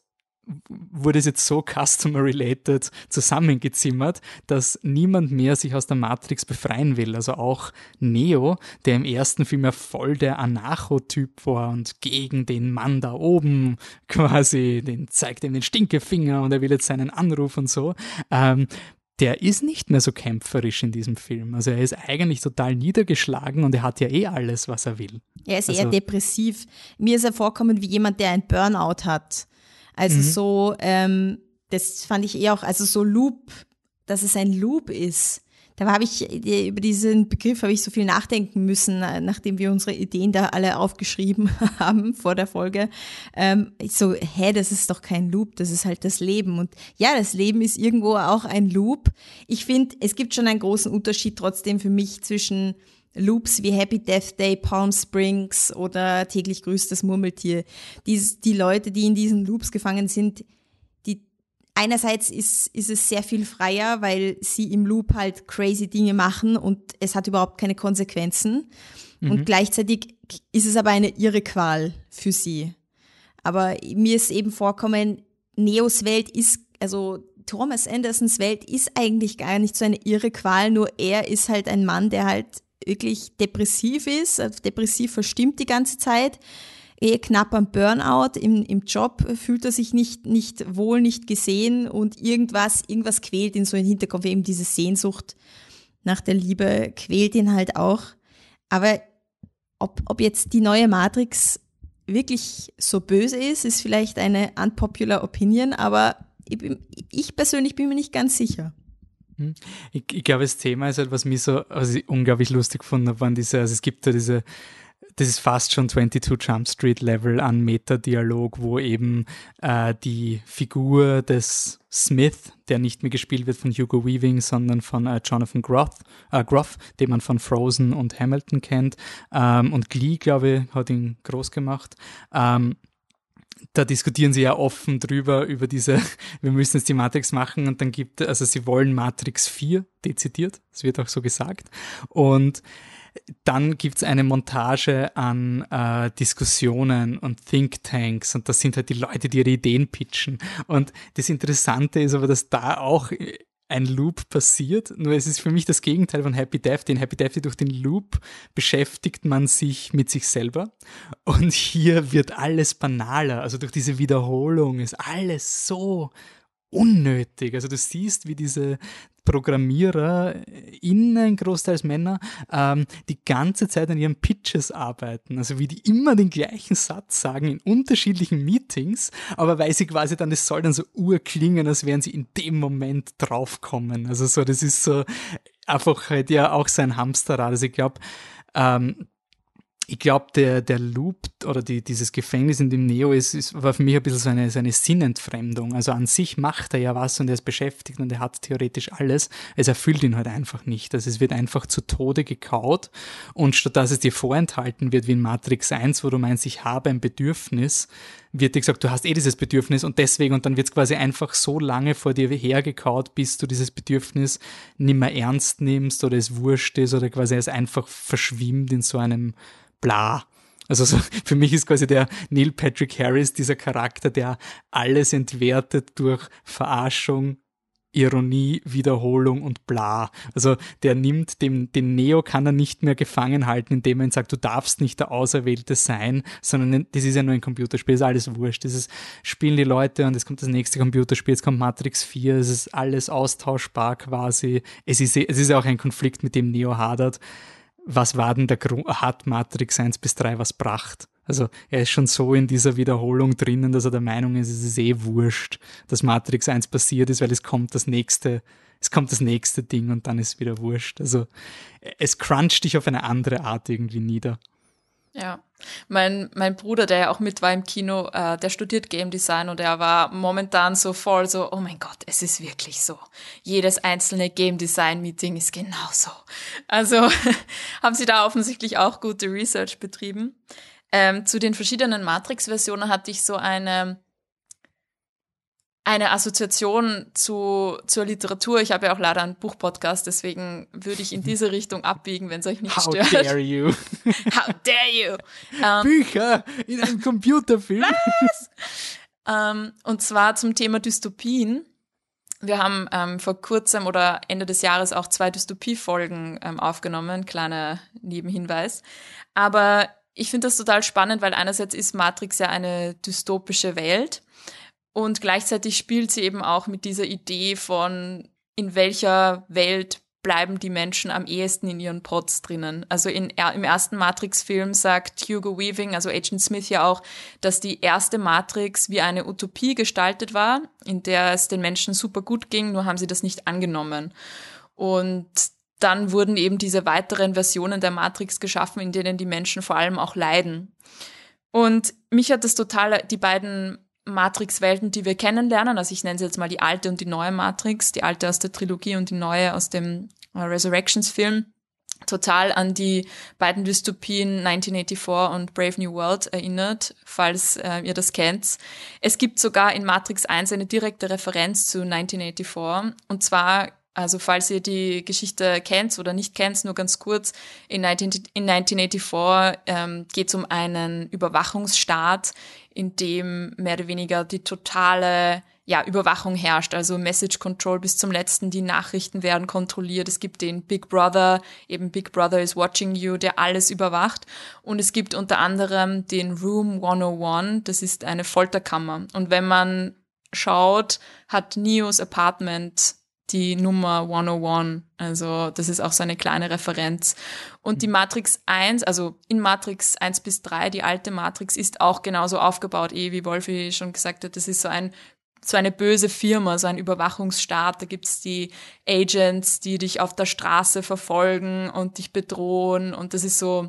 wurde es jetzt so customer-related zusammengezimmert, dass niemand mehr sich aus der Matrix befreien will. Also auch Neo, der im ersten Film ja voll der Anarcho-Typ war und gegen den Mann da oben quasi, den zeigt ihm den Stinkefinger und er will jetzt seinen Anruf und so, ähm, der ist nicht mehr so kämpferisch in diesem Film. Also er ist eigentlich total niedergeschlagen und er hat ja eh alles, was er will. Er ist also, eher depressiv. Mir ist er vorkommen wie jemand, der ein Burnout hat. Also mhm. so, ähm, das fand ich eher auch, also so Loop, dass es ein Loop ist. Da habe ich, über diesen Begriff habe ich so viel nachdenken müssen, nachdem wir unsere Ideen da alle aufgeschrieben haben vor der Folge. Ähm, ich so, hä, das ist doch kein Loop, das ist halt das Leben. Und ja, das Leben ist irgendwo auch ein Loop. Ich finde, es gibt schon einen großen Unterschied trotzdem für mich zwischen Loops wie Happy Death Day, Palm Springs oder täglich grüßt das Murmeltier. Die, die Leute, die in diesen Loops gefangen sind, die einerseits ist, ist es sehr viel freier, weil sie im Loop halt crazy Dinge machen und es hat überhaupt keine Konsequenzen. Mhm. Und gleichzeitig ist es aber eine irre Qual für sie. Aber mir ist eben vorkommen, Neos Welt ist, also Thomas Andersons Welt ist eigentlich gar nicht so eine irre Qual, nur er ist halt ein Mann, der halt wirklich depressiv ist, depressiv verstimmt die ganze Zeit, eh knapp am Burnout, im, im Job fühlt er sich nicht, nicht wohl, nicht gesehen und irgendwas, irgendwas quält ihn so im Hinterkopf, eben diese Sehnsucht nach der Liebe quält ihn halt auch. Aber ob, ob jetzt die neue Matrix wirklich so böse ist, ist vielleicht eine unpopular Opinion, aber ich, ich persönlich bin mir nicht ganz sicher. Ich, ich glaube, das Thema ist halt, was mich so, was ich unglaublich lustig gefunden habe, waren diese, also es gibt da diese, das ist fast schon zweiundzwanzig Jump Street Level an Meta-Dialog, wo eben äh, die Figur des Smith, der nicht mehr gespielt wird von Hugo Weaving, sondern von äh, Jonathan Groff, äh, Groff, den man von Frozen und Hamilton kennt, ähm, und Glee, glaube ich, hat ihn groß gemacht. Ähm, Da diskutieren sie ja offen drüber, über diese, wir müssen jetzt die Matrix machen und dann gibt, also sie wollen Matrix vier, dezidiert, das wird auch so gesagt. Und dann gibt's eine Montage an äh, Diskussionen und Thinktanks und das sind halt die Leute, die ihre Ideen pitchen. Und das Interessante ist aber, dass da auch ein Loop passiert, nur es ist für mich das Gegenteil von Happy Death Day. In Happy Death Day durch den Loop beschäftigt man sich mit sich selber und hier wird alles banaler, also durch diese Wiederholung ist alles so unnötig. Also du siehst, wie diese ProgrammiererInnen, großteils Männer, ähm, die ganze Zeit an ihren Pitches arbeiten. Also wie die immer den gleichen Satz sagen in unterschiedlichen Meetings, aber weil sie quasi dann, es soll dann so urklingen, als wären sie in dem Moment draufkommen. Also so, das ist so einfach halt ja auch so ein Hamsterrad. Also ich glaube, ähm, Ich glaube, der, der Loop oder die, dieses Gefängnis, in dem Neo ist, ist, war für mich ein bisschen so eine, so eine Sinnentfremdung. Also an sich macht er ja was und er ist beschäftigt und er hat theoretisch alles. Es erfüllt ihn halt einfach nicht. Also es wird einfach zu Tode gekaut und statt dass es dir vorenthalten wird, wie in Matrix eins, wo du meinst, ich habe ein Bedürfnis, wird dir gesagt, du hast eh dieses Bedürfnis und deswegen, und dann wird es quasi einfach so lange vor dir hergekaut, bis du dieses Bedürfnis nicht mehr ernst nimmst oder es wurscht ist oder quasi es einfach verschwimmt in so einem Bla. Also so, für mich ist quasi der Neil Patrick Harris dieser Charakter, der alles entwertet durch Verarschung, Ironie, Wiederholung und bla. Also der nimmt dem, den Neo kann er nicht mehr gefangen halten, indem er ihm sagt, du darfst nicht der Auserwählte sein, sondern das ist ja nur ein Computerspiel, ist alles wurscht. Das ist, spielen die Leute und es kommt das nächste Computerspiel, jetzt kommt Matrix vier, es ist alles austauschbar quasi. Es ist, es ist auch ein Konflikt, mit dem Neo hadert. Was war denn der Grund, hat Matrix eins bis drei was bracht? Also er ist schon so in dieser Wiederholung drinnen, dass er der Meinung ist, es ist eh wurscht, dass Matrix eins passiert ist, weil es kommt das nächste, es kommt das nächste Ding und dann ist wieder wurscht. Also es cruncht dich auf eine andere Art irgendwie nieder. Ja, mein, mein Bruder, der ja auch mit war im Kino, äh, der studiert Game Design und er war momentan so voll so, oh mein Gott, es ist wirklich so. Jedes einzelne Game Design Meeting ist genauso. Also haben sie da offensichtlich auch gute Research betrieben. Ähm, zu den verschiedenen Matrix-Versionen hatte ich so eine eine Assoziation zu, zur Literatur. Ich habe ja auch leider einen Buchpodcast, deswegen würde ich in diese Richtung abbiegen, wenn es euch nicht How stört. How dare you? How dare you? Ähm, Bücher in einem Computerfilm. Was? ähm, und zwar zum Thema Dystopien. Wir haben ähm, vor kurzem oder Ende des Jahres auch zwei Dystopie-Folgen ähm, aufgenommen, kleiner Nebenhinweis. Aber ich finde das total spannend, weil einerseits ist Matrix ja eine dystopische Welt und gleichzeitig spielt sie eben auch mit dieser Idee von, in welcher Welt bleiben die Menschen am ehesten in ihren Pods drinnen. Also in, im ersten Matrix-Film sagt Hugo Weaving, also Agent Smith ja auch, dass die erste Matrix wie eine Utopie gestaltet war, in der es den Menschen super gut ging, nur haben sie das nicht angenommen. Und dann wurden eben diese weiteren Versionen der Matrix geschaffen, in denen die Menschen vor allem auch leiden. Und mich hat das total, die beiden Matrix-Welten, die wir kennenlernen, also ich nenne sie jetzt mal die alte und die neue Matrix, die alte aus der Trilogie und die neue aus dem Resurrections-Film, total an die beiden Dystopien neunzehnhundertvierundachtzig und Brave New World erinnert, falls äh, ihr das kennt. Es gibt sogar in Matrix eins eine direkte Referenz zu neunzehnhundertvierundachtzig und zwar, also falls ihr die Geschichte kennt oder nicht kennt, nur ganz kurz, in, in neunzehnhundertvierundachtzig ähm, geht es um einen Überwachungsstaat, in dem mehr oder weniger die totale ja, Überwachung herrscht, also Message Control bis zum Letzten, die Nachrichten werden kontrolliert, es gibt den Big Brother, eben Big Brother is watching you, der alles überwacht und es gibt unter anderem den Room hundertundeins, das ist eine Folterkammer und wenn man schaut, hat Neos Apartment die Nummer hundertundeins, also das ist auch so eine kleine Referenz. Und die Matrix eins, also in Matrix eins bis drei, die alte Matrix, ist auch genauso aufgebaut, eh wie Wolfi schon gesagt hat, das ist so ein so eine böse Firma, so ein Überwachungsstaat, da gibt's die Agents, die dich auf der Straße verfolgen und dich bedrohen und das ist so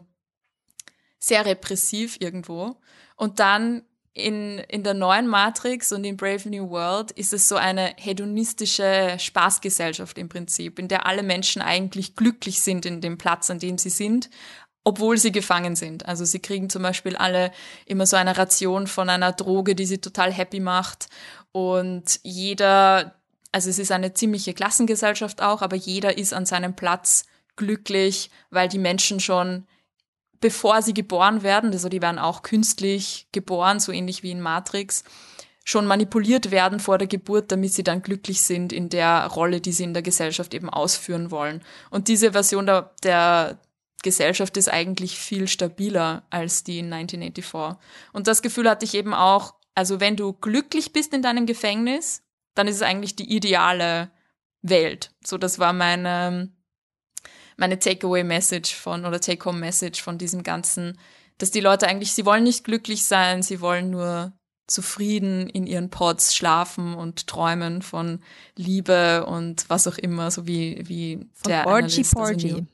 sehr repressiv irgendwo. Und dann In, in der neuen Matrix und in Brave New World ist es so eine hedonistische Spaßgesellschaft im Prinzip, in der alle Menschen eigentlich glücklich sind in dem Platz, an dem sie sind, obwohl sie gefangen sind. Also sie kriegen zum Beispiel alle immer so eine Ration von einer Droge, die sie total happy macht und jeder, also es ist eine ziemliche Klassengesellschaft auch, aber jeder ist an seinem Platz glücklich, weil die Menschen schon bevor sie geboren werden, also die werden auch künstlich geboren, so ähnlich wie in Matrix, schon manipuliert werden vor der Geburt, damit sie dann glücklich sind in der Rolle, die sie in der Gesellschaft eben ausführen wollen. Und diese Version der, der Gesellschaft ist eigentlich viel stabiler als die in neunzehnhundertvierundachtzig. Und das Gefühl hatte ich eben auch, also wenn du glücklich bist in deinem Gefängnis, dann ist es eigentlich die ideale Welt. So, das war meine meine Takeaway-Message von, oder Take-Home-Message von diesem Ganzen, dass die Leute eigentlich, sie wollen nicht glücklich sein, sie wollen nur zufrieden in ihren Pods schlafen und träumen von Liebe und was auch immer, so wie, wie von der Orgy Analyst, Porgy. Also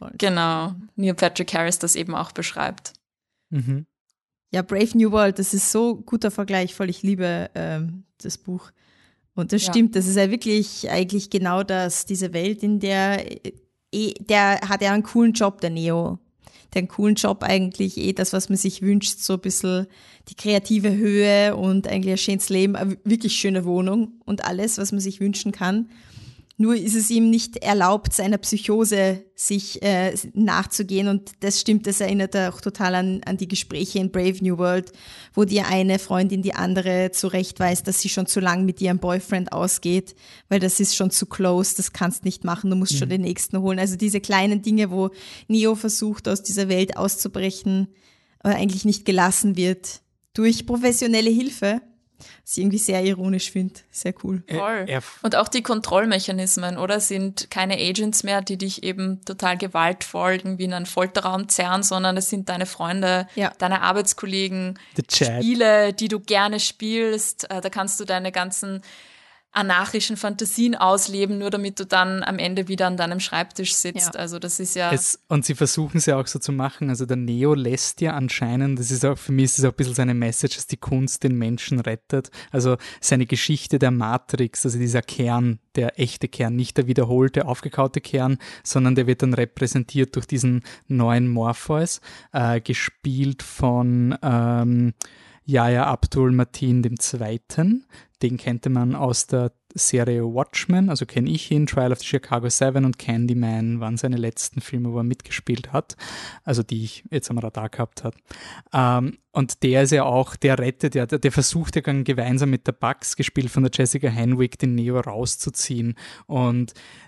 voll. Genau, Neil Patrick Harris das eben auch beschreibt. Mhm. Ja, Brave New World, das ist so ein guter Vergleich, voll. Ich liebe ähm, das Buch. Und das Ja. stimmt, das ist ja wirklich eigentlich genau das, diese Welt, in der, eh, der hat ja einen coolen Job, der Neo. Der hat einen coolen Job eigentlich, eh das, was man sich wünscht, so ein bisschen die kreative Höhe und eigentlich ein schönes Leben, eine wirklich schöne Wohnung und alles, was man sich wünschen kann. Nur ist es ihm nicht erlaubt, seiner Psychose sich äh, nachzugehen. Und das stimmt, das erinnert auch total an, an die Gespräche in Brave New World, wo die eine Freundin die andere zurechtweist, dass sie schon zu lang mit ihrem Boyfriend ausgeht, weil das ist schon zu close, das kannst nicht machen, du musst mhm. schon den nächsten holen. Also diese kleinen Dinge, wo Neo versucht, aus dieser Welt auszubrechen, aber eigentlich nicht gelassen wird durch professionelle Hilfe. Was ich irgendwie sehr ironisch finde. Sehr cool. Voll. Und auch die Kontrollmechanismen, oder? Sind keine Agents mehr, die dich eben total gewaltvoll irgendwie in einen Folterraum zerren, sondern es sind deine Freunde, ja. deine Arbeitskollegen, Spiele, die du gerne spielst. Da kannst du deine ganzen anarchischen Fantasien ausleben, nur damit du dann am Ende wieder an deinem Schreibtisch sitzt. Ja. Also das ist ja... Es, und sie versuchen es ja auch so zu machen. Also der Neo lässt ja anscheinend, das ist auch, für mich ist es auch ein bisschen seine Message, dass die Kunst den Menschen rettet. Also seine Geschichte der Matrix, also dieser Kern, der echte Kern, nicht der wiederholte, aufgekaute Kern, sondern der wird dann repräsentiert durch diesen neuen Morpheus, äh, gespielt von ähm, Yahya Abdul-Mateen der Zweite. Den kannte man aus der Serie Watchmen, also kenne ich ihn, Trial of the Chicago Seven und Candyman waren seine letzten Filme, wo er mitgespielt hat, also die ich jetzt am Radar gehabt habe. Ähm, und der ist ja auch, der rettet ja, der, der versucht ja dann gemeinsam mit der Bugs, gespielt von der Jessica Henwick, den Neo rauszuziehen. Und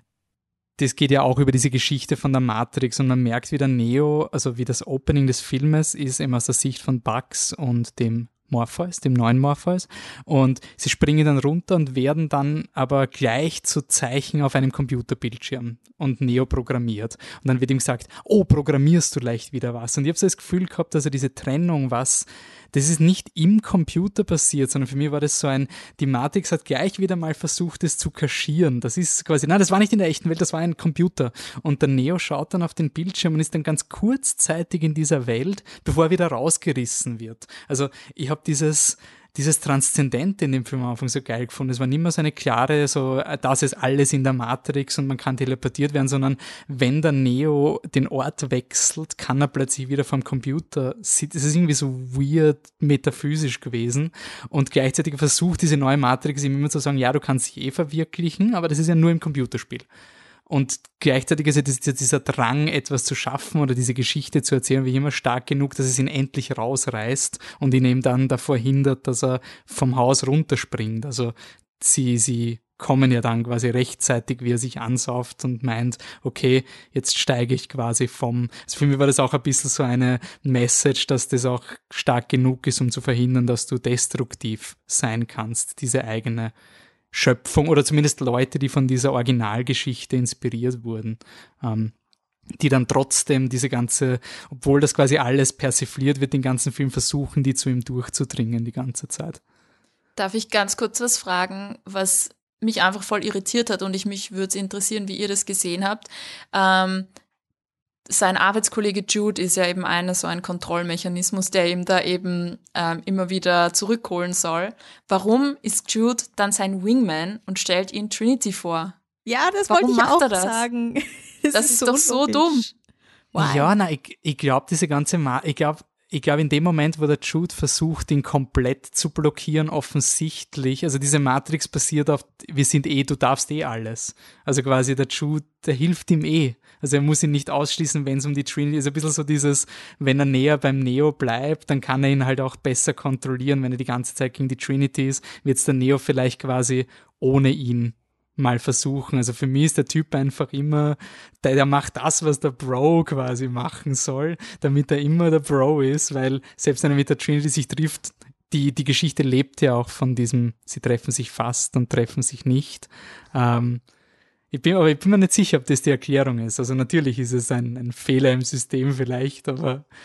das geht ja auch über diese Geschichte von der Matrix und man merkt, wie der Neo, also wie das Opening des Filmes ist, eben aus der Sicht von Bugs und dem Morpheus, dem neuen Morpheus, und sie springen dann runter und werden dann aber gleich zu Zeichen auf einem Computerbildschirm und Neo programmiert. Und dann wird ihm gesagt, oh, programmierst du leicht wieder was? Und ich habe so das Gefühl gehabt, also diese Trennung, was, das ist nicht im Computer passiert, sondern für mich war das so ein, die Matrix hat gleich wieder mal versucht, es zu kaschieren. Das ist quasi, nein, das war nicht in der echten Welt, das war ein Computer. Und der Neo schaut dann auf den Bildschirm und ist dann ganz kurzzeitig in dieser Welt, bevor er wieder rausgerissen wird. Also ich habe dieses, dieses Transzendente in dem Film am Anfang so geil gefunden. Es war nicht mehr so eine klare, so, das ist alles in der Matrix und man kann teleportiert werden, sondern wenn der Neo den Ort wechselt, kann er plötzlich wieder vom Computer sitzen. Es ist irgendwie so weird metaphysisch gewesen und gleichzeitig versucht diese neue Matrix ihm immer zu sagen, ja, du kannst dich eh verwirklichen, aber das ist ja nur im Computerspiel. Und gleichzeitig ist ja dieser Drang, etwas zu schaffen oder diese Geschichte zu erzählen, wie immer stark genug, dass es ihn endlich rausreißt und ihn eben dann davor hindert, dass er vom Haus runterspringt. Also sie, sie kommen ja dann quasi rechtzeitig, wie er sich ansauft und meint, okay, jetzt steige ich quasi vom, also für mich war das auch ein bisschen so eine Message, dass das auch stark genug ist, um zu verhindern, dass du destruktiv sein kannst, diese eigene Schöpfung oder zumindest Leute, die von dieser Originalgeschichte inspiriert wurden, ähm, die dann trotzdem diese ganze, obwohl das quasi alles persifliert wird, den ganzen Film versuchen, die zu ihm durchzudringen die ganze Zeit. Darf ich ganz kurz was fragen, was mich einfach voll irritiert hat und ich mich würde es interessieren, wie ihr das gesehen habt. Ähm, sein Arbeitskollege Jude ist ja eben einer so ein Kontrollmechanismus, der ihm da eben ähm, immer wieder zurückholen soll. Warum ist Jude dann sein Wingman und stellt ihn Trinity vor? Ja, das Warum wollte ich macht auch er das? sagen. Das, das ist, ist so doch so dumm. Why? Ja, na, ich, ich glaube, diese ganze, Ma- ich glaube, ich glaube, in dem Moment, wo der Jude versucht, ihn komplett zu blockieren, offensichtlich, also diese Matrix basiert auf, wir sind eh, du darfst eh alles. Also quasi der Jude, der hilft ihm eh. Also er muss ihn nicht ausschließen, wenn es um die Trinity ist. Ein bisschen so dieses, wenn er näher beim Neo bleibt, dann kann er ihn halt auch besser kontrollieren. Wenn er die ganze Zeit gegen die Trinity ist, wird es der Neo vielleicht quasi ohne ihn mal versuchen. Also für mich ist der Typ einfach immer, der, der macht das, was der Bro quasi machen soll, damit er immer der Bro ist, weil selbst wenn er mit der Trinity sich trifft, die, die Geschichte lebt ja auch von diesem, sie treffen sich fast und treffen sich nicht. Ähm, ich bin, aber ich bin mir nicht sicher, ob das die Erklärung ist. Also natürlich ist es ein, ein Fehler im System vielleicht, aber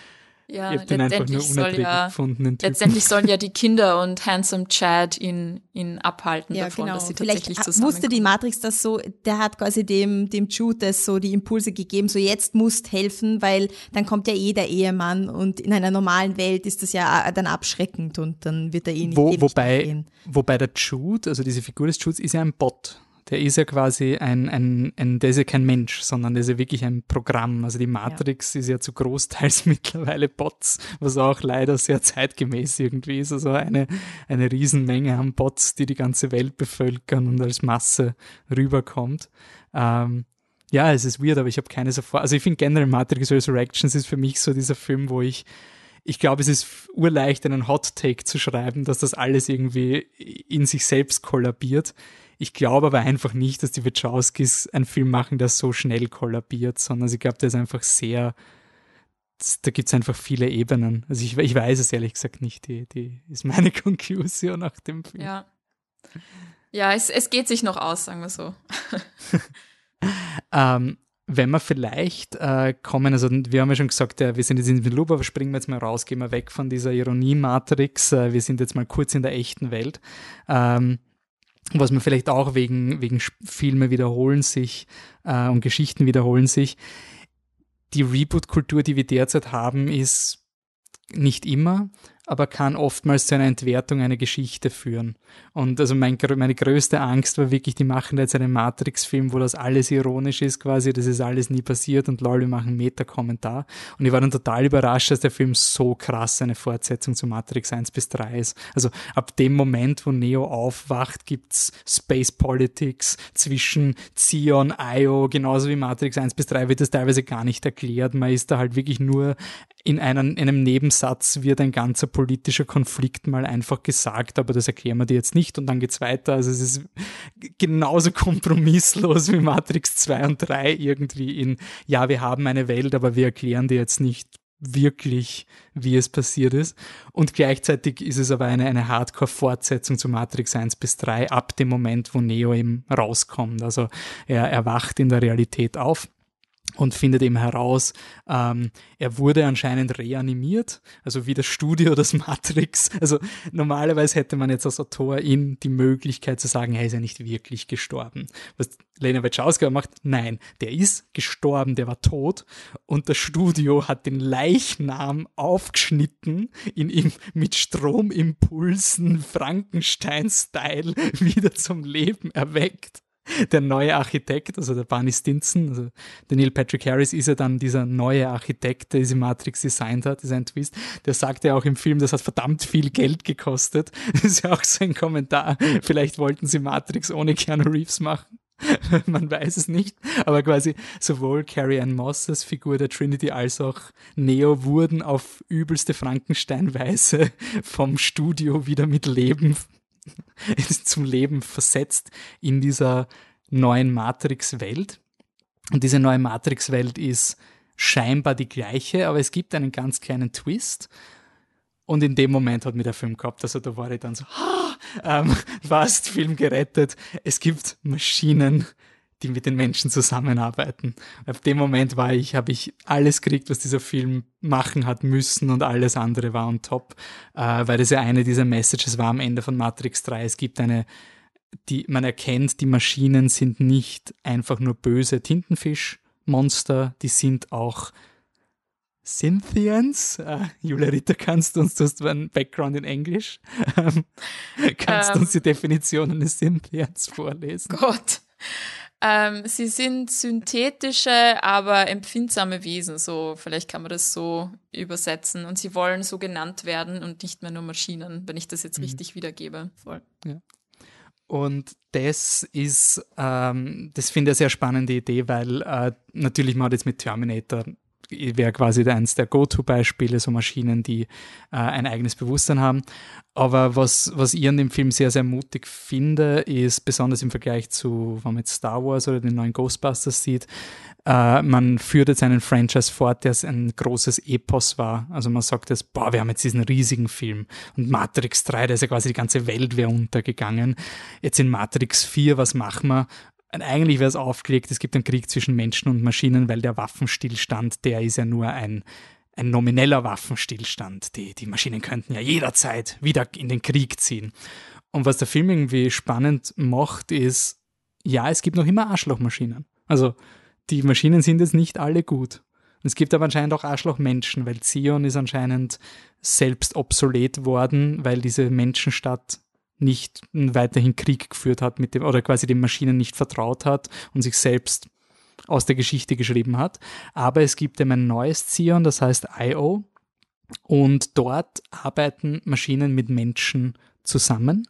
Ja, ich habe den einfach nur unerträglich ja, gefunden. Den Typen. Letztendlich sollen ja die Kinder und Handsome Chad ihn, ihn abhalten ja, davon, genau. dass sie Vielleicht tatsächlich zusammenkommen. musste die Matrix das so, der hat quasi dem, dem Jude das so die Impulse gegeben, so jetzt musst helfen, weil dann kommt ja eh der Ehemann und in einer normalen Welt ist das ja dann abschreckend und dann wird er eh nicht Wo, ewig wobei, nachgehen. wobei der Jude, also diese Figur des Judes, ist ja ein Bot. Der ist ja quasi ein, ein, ein, der ist ja kein Mensch, sondern der ist ja wirklich ein Programm. Also die Matrix ja. ist ja zu großteils mittlerweile Bots, was auch leider sehr zeitgemäß irgendwie ist. Also eine, eine Riesenmenge an Bots, die die ganze Welt bevölkern und als Masse rüberkommt. Ähm, ja, es ist weird, aber ich habe keine so vor. Also ich finde generell Matrix Resurrections ist für mich so dieser Film, wo ich Ich glaube, es ist urleicht, einen Hot-Take zu schreiben, dass das alles irgendwie in sich selbst kollabiert. Ich glaube aber einfach nicht, dass die Wachowskis einen Film machen, der so schnell kollabiert, sondern ich glaube, der ist einfach sehr, da gibt es einfach viele Ebenen. Also ich, ich weiß es ehrlich gesagt nicht, die, die ist meine Conclusion nach dem Film. Ja, ja es, es geht sich noch aus, sagen wir so. ähm, Wenn wir vielleicht äh, kommen, also wir haben ja schon gesagt, äh, wir sind jetzt in den Loop, aber springen wir jetzt mal raus, gehen wir weg von dieser Ironie-Matrix, äh, wir sind jetzt mal kurz in der echten Welt. Ähm, was man vielleicht auch wegen, wegen Filme wiederholen sich äh, und Geschichten wiederholen sich. Die Reboot-Kultur, die wir derzeit haben, ist nicht immer, aber kann oftmals zu einer Entwertung einer Geschichte führen. Und also mein, meine größte Angst war wirklich, die machen jetzt einen Matrix-Film, wo das alles ironisch ist quasi, das ist alles nie passiert und lol, wir machen einen Meta-Kommentar. Und ich war dann total überrascht, dass der Film so krass eine Fortsetzung zu Matrix eins bis drei ist. Also ab dem Moment, wo Neo aufwacht, gibt's Space Politics zwischen Zion, Io, genauso wie Matrix eins bis drei wird das teilweise gar nicht erklärt. Man ist da halt wirklich nur in einem, in einem Nebensatz wird ein ganzer politischer Konflikt mal einfach gesagt, aber das erklären wir dir jetzt nicht und dann geht's weiter. Also es ist genauso kompromisslos wie Matrix zwei und drei irgendwie in, ja, wir haben eine Welt, aber wir erklären dir jetzt nicht wirklich, wie es passiert ist. Und gleichzeitig ist es aber eine, eine Hardcore-Fortsetzung zu Matrix eins bis drei ab dem Moment, wo Neo eben rauskommt. Also er erwacht in der Realität auf und findet eben heraus, ähm, er wurde anscheinend reanimiert, also wie das Studio, das Matrix. Also normalerweise hätte man jetzt als Autor ihm die Möglichkeit zu sagen, er ist ja nicht wirklich gestorben. Was Lena Wachowski macht, nein, der ist gestorben, der war tot und das Studio hat den Leichnam aufgeschnitten, in ihm mit Stromimpulsen Frankenstein-Style wieder zum Leben erweckt. Der neue Architekt, also der Barney Stinson, also der Neil Patrick Harris ist ja dann dieser neue Architekt, der diese Matrix designt hat, ist ein Twist. Der sagt ja auch im Film, das hat verdammt viel Geld gekostet. Das ist ja auch so ein Kommentar. Vielleicht wollten sie Matrix ohne Keanu Reeves machen. Man weiß es nicht, aber quasi sowohl Carrie-Anne Moss Figur der Trinity als auch Neo wurden auf übelste Frankenstein-Weise vom Studio wieder mit Leben zum Leben versetzt in dieser neuen Matrix-Welt. Und diese neue Matrix-Welt ist scheinbar die gleiche, aber es gibt einen ganz kleinen Twist. Und in dem Moment hat mir der Film gehabt, also da war ich dann so, ah, ähm, fast Film gerettet. Es gibt Maschinen, die mit den Menschen zusammenarbeiten. Ab dem Moment war ich, habe ich alles gekriegt, was dieser Film machen hat müssen und alles andere war on top, äh, weil das ja eine dieser Messages war am Ende von Matrix drei. Es gibt eine, die, man erkennt, die Maschinen sind nicht einfach nur böse Tintenfischmonster, die sind auch Synthians. Uh, Julia Ritter, kannst du uns, du hast einen Background in Englisch, ähm, kannst du ähm, uns die Definition eines Synthians vorlesen? Gott. Ähm, sie sind synthetische, aber empfindsame Wesen, so vielleicht kann man das so übersetzen. Und sie wollen so genannt werden und nicht mehr nur Maschinen, wenn ich das jetzt mhm. richtig wiedergebe. Voll. Ja. Und das ist, ähm, das finde ich eine sehr spannende Idee, weil äh, natürlich man hat jetzt mit Terminator wäre quasi eins der Go-To-Beispiele, so Maschinen, die äh, ein eigenes Bewusstsein haben. Aber was, was ich an dem Film sehr, sehr mutig finde, ist besonders im Vergleich zu, wenn man jetzt Star Wars oder den neuen Ghostbusters sieht, äh, man führt jetzt einen Franchise fort, der ein großes Epos war. Also man sagt jetzt, boah, wir haben jetzt diesen riesigen Film. Und Matrix drei, da ist ja quasi die ganze Welt wäre untergegangen. Jetzt in Matrix vier, was machen wir? Und eigentlich wäre es aufgelegt, es gibt einen Krieg zwischen Menschen und Maschinen, weil der Waffenstillstand, der ist ja nur ein, ein nomineller Waffenstillstand. Die, die Maschinen könnten ja jederzeit wieder in den Krieg ziehen. Und was der Film irgendwie spannend macht, ist, ja, es gibt noch immer Arschlochmaschinen. Also die Maschinen sind jetzt nicht alle gut. Es gibt aber anscheinend auch Arschlochmenschen, weil Zion ist anscheinend selbst obsolet worden, weil diese Menschenstadt nicht weiterhin Krieg geführt hat mit dem, oder quasi den Maschinen nicht vertraut hat und sich selbst aus der Geschichte geschrieben hat. Aber es gibt eben ein neues Zion, das heißt I O, und dort arbeiten Maschinen mit Menschen zusammen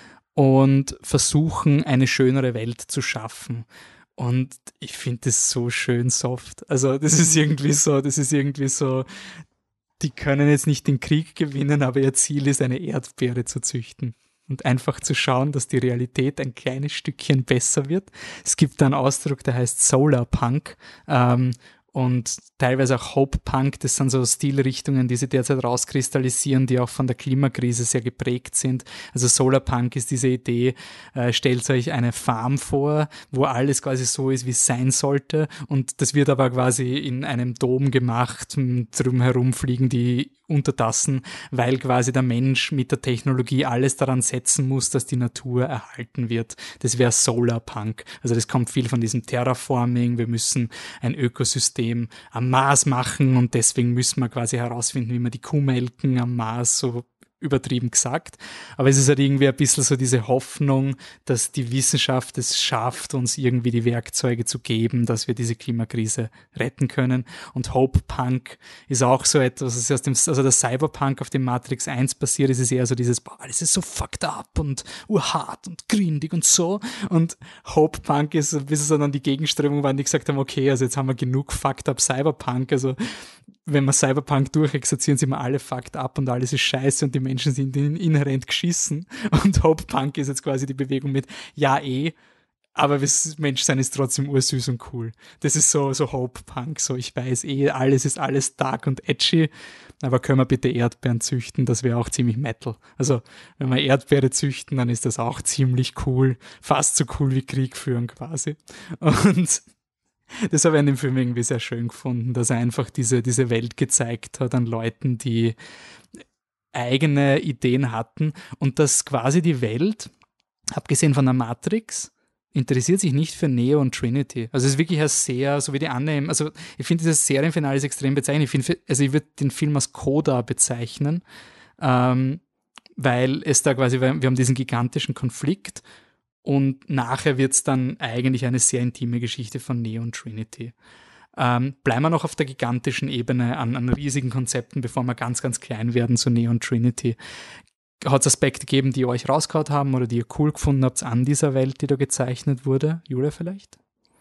und versuchen, eine schönere Welt zu schaffen. Und ich finde das so schön soft. Also das ist irgendwie so, das ist irgendwie so, die können jetzt nicht den Krieg gewinnen, aber ihr Ziel ist, eine Erdbeere zu züchten. Und einfach zu schauen, dass die Realität ein kleines Stückchen besser wird. Es gibt da einen Ausdruck, der heißt Solarpunk. Ähm, und teilweise auch Hope Punk, das sind so Stilrichtungen, die sich derzeit rauskristallisieren, die auch von der Klimakrise sehr geprägt sind. Also Solarpunk ist diese Idee, äh, stellt euch eine Farm vor, wo alles quasi so ist, wie es sein sollte, und das wird aber quasi in einem Dom gemacht, drumherum fliegen die Untertassen, weil quasi der Mensch mit der Technologie alles daran setzen muss, dass die Natur erhalten wird. Das wäre Solarpunk. Also das kommt viel von diesem Terraforming, wir müssen ein Ökosystem am Mars machen und deswegen müssen wir quasi herausfinden, wie wir die Kuh melken am Mars, so übertrieben gesagt. Aber es ist halt irgendwie ein bisschen so diese Hoffnung, dass die Wissenschaft es schafft, uns irgendwie die Werkzeuge zu geben, dass wir diese Klimakrise retten können. Und Hope Punk ist auch so etwas, das ist aus dem, also der Cyberpunk, auf dem Matrix eins basiert, ist es eher so dieses, boah, das ist so fucked up und urhart und grindig und so. Und Hope Punk ist ein bisschen so dann die Gegenströmung, waren die gesagt haben, okay, also jetzt haben wir genug fucked up Cyberpunk, also wenn wir Cyberpunk durchexerzieren, sind wir alle fucked up und alles ist scheiße und die Menschen sind inhärent geschissen. Und Hope Punk ist jetzt quasi die Bewegung mit, ja eh, aber das Menschsein ist trotzdem ursüß und cool. Das ist so, so Hope Punk, so ich weiß eh, alles ist alles dark und edgy, aber können wir bitte Erdbeeren züchten, das wäre auch ziemlich Metal. Also wenn wir Erdbeere züchten, dann ist das auch ziemlich cool, fast so cool wie Krieg führen quasi. Und das habe ich in dem Film irgendwie sehr schön gefunden, dass er einfach diese, diese Welt gezeigt hat an Leuten, die eigene Ideen hatten und dass quasi die Welt, abgesehen von der Matrix, interessiert sich nicht für Neo und Trinity. Also es ist wirklich ein sehr, so wie die annehmen, also ich finde dieses Serienfinale ist extrem bezeichnend. Ich finde, also ich würde den Film als Coda bezeichnen, ähm, weil es da quasi, wir haben diesen gigantischen Konflikt und nachher wird es dann eigentlich eine sehr intime Geschichte von Neo und Trinity. Ähm, bleiben wir noch auf der gigantischen Ebene an, an riesigen Konzepten, bevor wir ganz, ganz klein werden zu Neo und Trinity. Hat es Aspekte gegeben, die euch rausgehauen haben oder die ihr cool gefunden habt an dieser Welt, die da gezeichnet wurde? Julia vielleicht?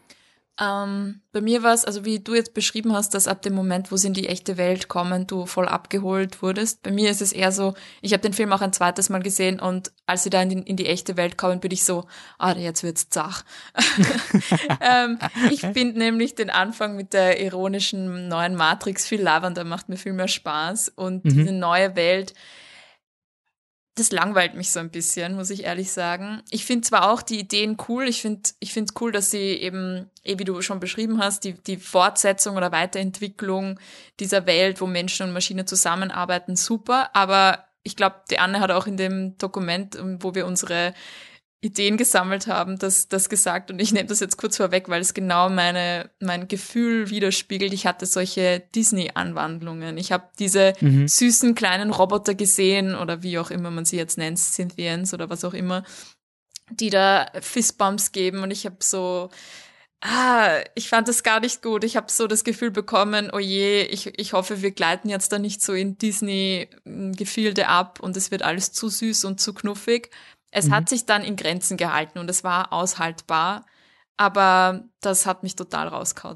Ähm, bei mir war es, also wie du jetzt beschrieben hast, dass ab dem Moment, wo sie in die echte Welt kommen, du voll abgeholt wurdest. Bei mir ist es eher so, ich habe den Film auch ein zweites Mal gesehen und als sie da in die, in die echte Welt kommen, bin ich so, ah, jetzt wird's zach. ähm, ich finde nämlich den Anfang mit der ironischen neuen Matrix viel lavender, macht mir viel mehr Spaß und mhm. diese neue Welt, das langweilt mich so ein bisschen, muss ich ehrlich sagen. Ich finde zwar auch die Ideen cool, ich finde ich finde es cool, dass sie eben, eh wie du schon beschrieben hast, die, die Fortsetzung oder Weiterentwicklung dieser Welt, wo Menschen und Maschine zusammenarbeiten, super, aber ich glaube, die Anne hat auch in dem Dokument, wo wir unsere Ideen gesammelt haben, das, das gesagt und ich nehme das jetzt kurz vorweg, weil es genau meine, mein Gefühl widerspiegelt. Ich hatte solche Disney-Anwandlungen. Ich habe diese mhm. süßen kleinen Roboter gesehen oder wie auch immer man sie jetzt nennt, Synthians oder was auch immer, die da Fistbumps geben und ich habe so, ah, ich fand das gar nicht gut. Ich habe so das Gefühl bekommen, oh je, ich, ich hoffe, wir gleiten jetzt da nicht so in Disney-Gefilde ab und es wird alles zu süß und zu knuffig. Es mhm. hat sich dann in Grenzen gehalten und es war aushaltbar, aber das hat mich total rausgehauen.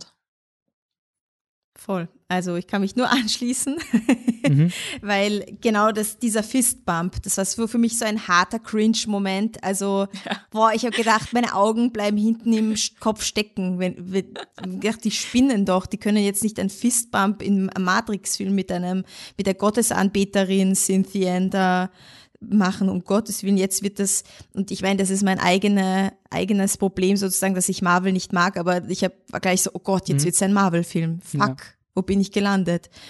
Voll. Also ich kann mich nur anschließen, mhm. weil genau das, dieser Fistbump, das war so für mich so ein harter Cringe-Moment. Also ja. boah, ich habe gedacht, meine Augen bleiben hinten im Kopf stecken. Wenn, wenn, ich dachte, die spinnen doch, die können jetzt nicht einen Fistbump im Matrix-Film mit einem, mit der Gottesanbeterin Cynthian da machen, um Gottes Willen, jetzt wird das, und ich meine, das ist mein eigene, eigenes Problem sozusagen, dass ich Marvel nicht mag, aber ich hab, war gleich so, oh Gott, jetzt mhm. wird's ein Marvel-Film, fuck, ja. wo bin ich gelandet?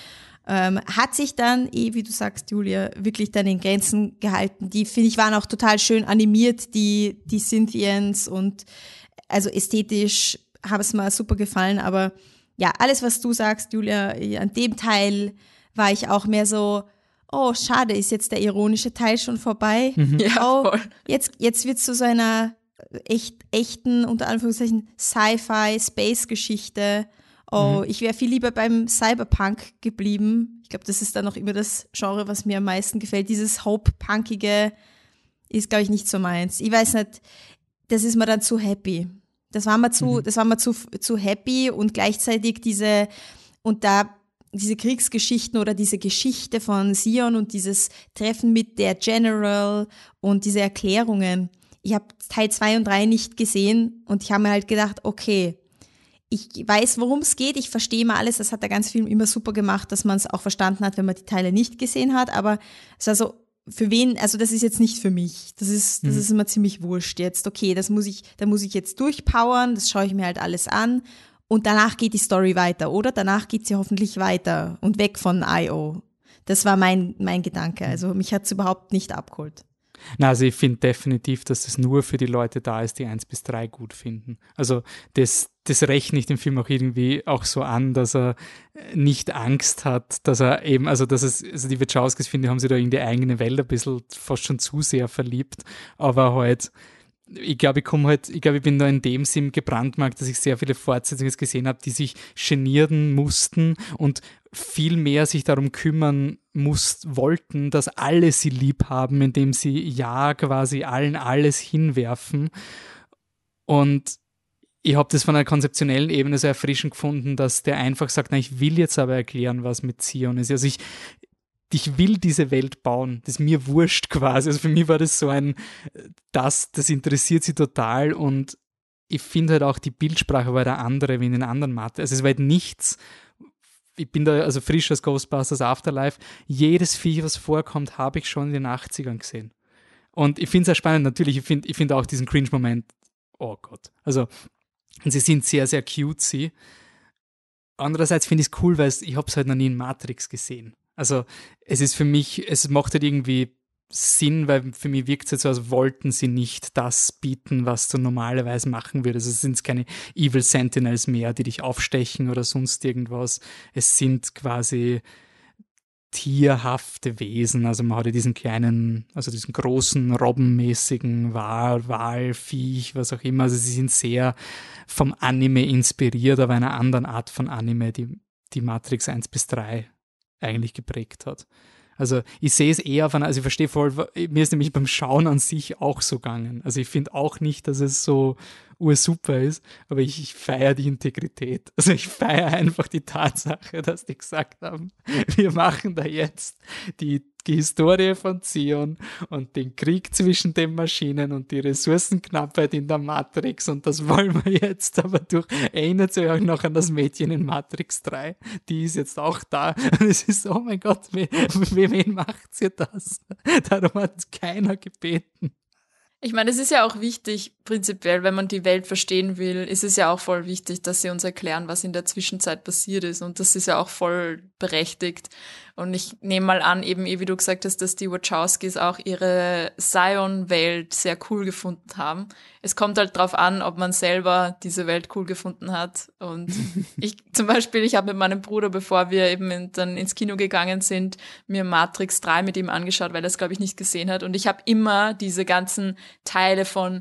Ähm, hat sich dann, eh, wie du sagst, Julia, wirklich dann in Grenzen gehalten. Die, finde ich, waren auch total schön animiert, die, die Synthians und also ästhetisch habe es mir super gefallen, aber ja, alles, was du sagst, Julia, an dem Teil war ich auch mehr so, oh, schade, ist jetzt der ironische Teil schon vorbei. Mhm. Ja, oh, voll. jetzt, jetzt wird es zu so einer echt, echten, unter Anführungszeichen, Sci-Fi-Space-Geschichte. Oh, mhm. Ich wäre viel lieber beim Cyberpunk geblieben. Ich glaube, das ist dann noch immer das Genre, was mir am meisten gefällt. Dieses Hope-Punkige ist, glaube ich, nicht so meins. Ich weiß nicht, das ist mir dann zu happy. Das war mir zu, mhm. das war mir zu, zu happy und gleichzeitig diese, und da diese Kriegsgeschichten oder diese Geschichte von Sion und dieses Treffen mit der General und diese Erklärungen. Ich habe Teil zwei und drei nicht gesehen und ich habe mir halt gedacht, okay, ich weiß, worum es geht, ich verstehe mal alles, das hat der ganze Film immer super gemacht, dass man es auch verstanden hat, wenn man die Teile nicht gesehen hat, aber es war so, für wen, also das ist jetzt nicht für mich, das ist, das mhm. ist immer ziemlich wurscht jetzt, okay, das muss ich, da muss ich jetzt durchpowern, das schaue ich mir halt alles an und danach geht die Story weiter, oder? Danach geht sie hoffentlich weiter und weg von I O. Das war mein, mein Gedanke, also mich hat es überhaupt nicht abgeholt. Na, also ich finde definitiv, dass das nur für die Leute da ist, die eins bis drei gut finden. Also das, das rechne ich dem Film auch irgendwie auch so an, dass er nicht Angst hat, dass er eben, also dass es, also die Wachowskis, finde ich, haben sich da in die eigene Welt ein bisschen fast schon zu sehr verliebt, aber halt, ich glaube, ich komme halt, ich glaube, ich bin da in dem Sinn gebrandmarkt, dass ich sehr viele Fortsetzungen gesehen habe, die sich genieren mussten und viel mehr sich darum kümmern muss, wollten, dass alle sie lieb haben, indem sie ja quasi allen alles hinwerfen. Und ich habe das von einer konzeptionellen Ebene so erfrischend gefunden, dass der einfach sagt, na, ich will jetzt aber erklären, was mit Sion ist. Also ich ich will diese Welt bauen, das ist mir wurscht quasi. Also für mich war das so ein, das, das interessiert sie total und ich finde halt auch, die Bildsprache war eine andere wie in den anderen Matrix. Also es war halt nichts, ich bin da also frisch als Ghostbusters Afterlife, jedes Viech, was vorkommt, habe ich schon in den achtzigern gesehen. Und ich finde es sehr spannend, natürlich, ich finde ich find auch diesen Cringe-Moment, oh Gott, also und sie sind sehr, sehr cutesy. Andererseits finde ich es cool, weil ich habe es halt noch nie in Matrix gesehen. Also es ist für mich, es macht halt irgendwie Sinn, weil für mich wirkt es jetzt so, als wollten sie nicht das bieten, was du normalerweise machen würdest. Also es sind keine Evil Sentinels mehr, die dich aufstechen oder sonst irgendwas. Es sind quasi tierhafte Wesen. Also man hat ja diesen kleinen, also diesen großen robbenmäßigen Wal, Walviech, was auch immer. Also sie sind sehr vom Anime inspiriert, aber einer anderen Art von Anime, die, die Matrix eins bis drei eigentlich geprägt hat. Also ich sehe es eher auf einer, also ich verstehe voll, mir ist nämlich beim Schauen an sich auch so gegangen. Also ich finde auch nicht, dass es so ursuper ist, aber ich, ich feiere die Integrität. Also ich feiere einfach die Tatsache, dass die gesagt haben, wir machen da jetzt die, die Historie von Zion und den Krieg zwischen den Maschinen und die Ressourcenknappheit in der Matrix und das wollen wir jetzt aber durch. Erinnert sich auch noch an das Mädchen in Matrix drei, die ist jetzt auch da und es ist, oh mein Gott, wen, wen macht sie das? Darum hat keiner gebeten. Ich meine, es ist ja auch wichtig, prinzipiell, wenn man die Welt verstehen will, ist es ja auch voll wichtig, dass sie uns erklären, was in der Zwischenzeit passiert ist. Und das ist ja auch voll berechtigt. Und ich nehme mal an, eben wie du gesagt hast, dass die Wachowskis auch ihre Sion-Welt sehr cool gefunden haben. Es kommt halt drauf an, ob man selber diese Welt cool gefunden hat. Und ich zum Beispiel, ich habe mit meinem Bruder, bevor wir eben in, dann ins Kino gegangen sind, mir Matrix drei mit ihm angeschaut, weil er es, glaube ich, nicht gesehen hat. Und ich habe immer diese ganzen Teile von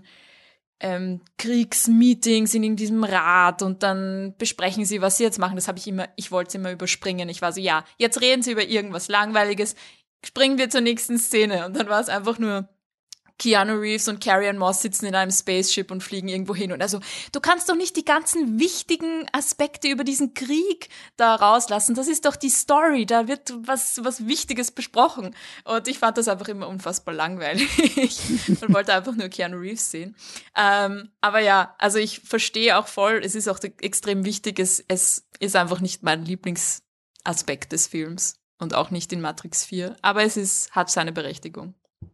ähm, Kriegsmeetings in diesem Rat und dann besprechen sie, was sie jetzt machen. Das habe ich immer, ich wollte es immer überspringen. Ich war so, ja, jetzt reden sie über irgendwas Langweiliges, springen wir zur nächsten Szene. Und dann war es einfach nur Keanu Reeves und Carrie-Anne Moss sitzen in einem Spaceship und fliegen irgendwo hin. Und also, du kannst doch nicht die ganzen wichtigen Aspekte über diesen Krieg da rauslassen. Das ist doch die Story. Da wird was, was Wichtiges besprochen. Und ich fand das einfach immer unfassbar langweilig und wollte einfach nur Keanu Reeves sehen. Ähm, aber ja, also ich verstehe auch voll, es ist auch extrem wichtig, es, es ist einfach nicht mein Lieblingsaspekt des Films und auch nicht in Matrix vier. Aber es ist, hat seine Berechtigung.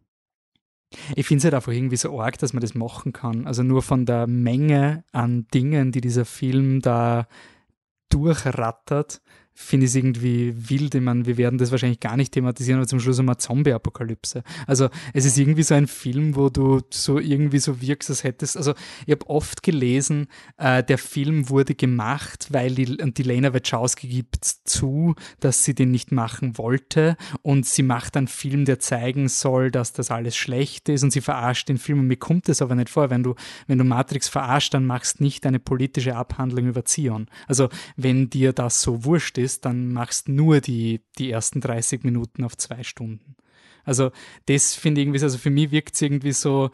Ich finde es halt einfach irgendwie so arg, dass man das machen kann. Also nur von der Menge an Dingen, die dieser Film da durchrattert, finde ich es irgendwie wild. Ich meine, wir werden das wahrscheinlich gar nicht thematisieren, aber zum Schluss einmal Zombie-Apokalypse. Also es ist irgendwie so ein Film, wo du so irgendwie so wirkst, als hättest, also ich habe oft gelesen, äh, der Film wurde gemacht, weil die, und die Lana Wachowski gibt zu, dass sie den nicht machen wollte und sie macht einen Film, der zeigen soll, dass das alles schlecht ist und sie verarscht den Film und mir kommt das aber nicht vor, wenn du, wenn du Matrix verarscht, dann machst nicht eine politische Abhandlung über Zion. Also wenn dir das so wurscht ist, dann machst nur die, die ersten dreißig Minuten auf zwei Stunden. Also das finde ich irgendwie, also für mich wirkt es irgendwie so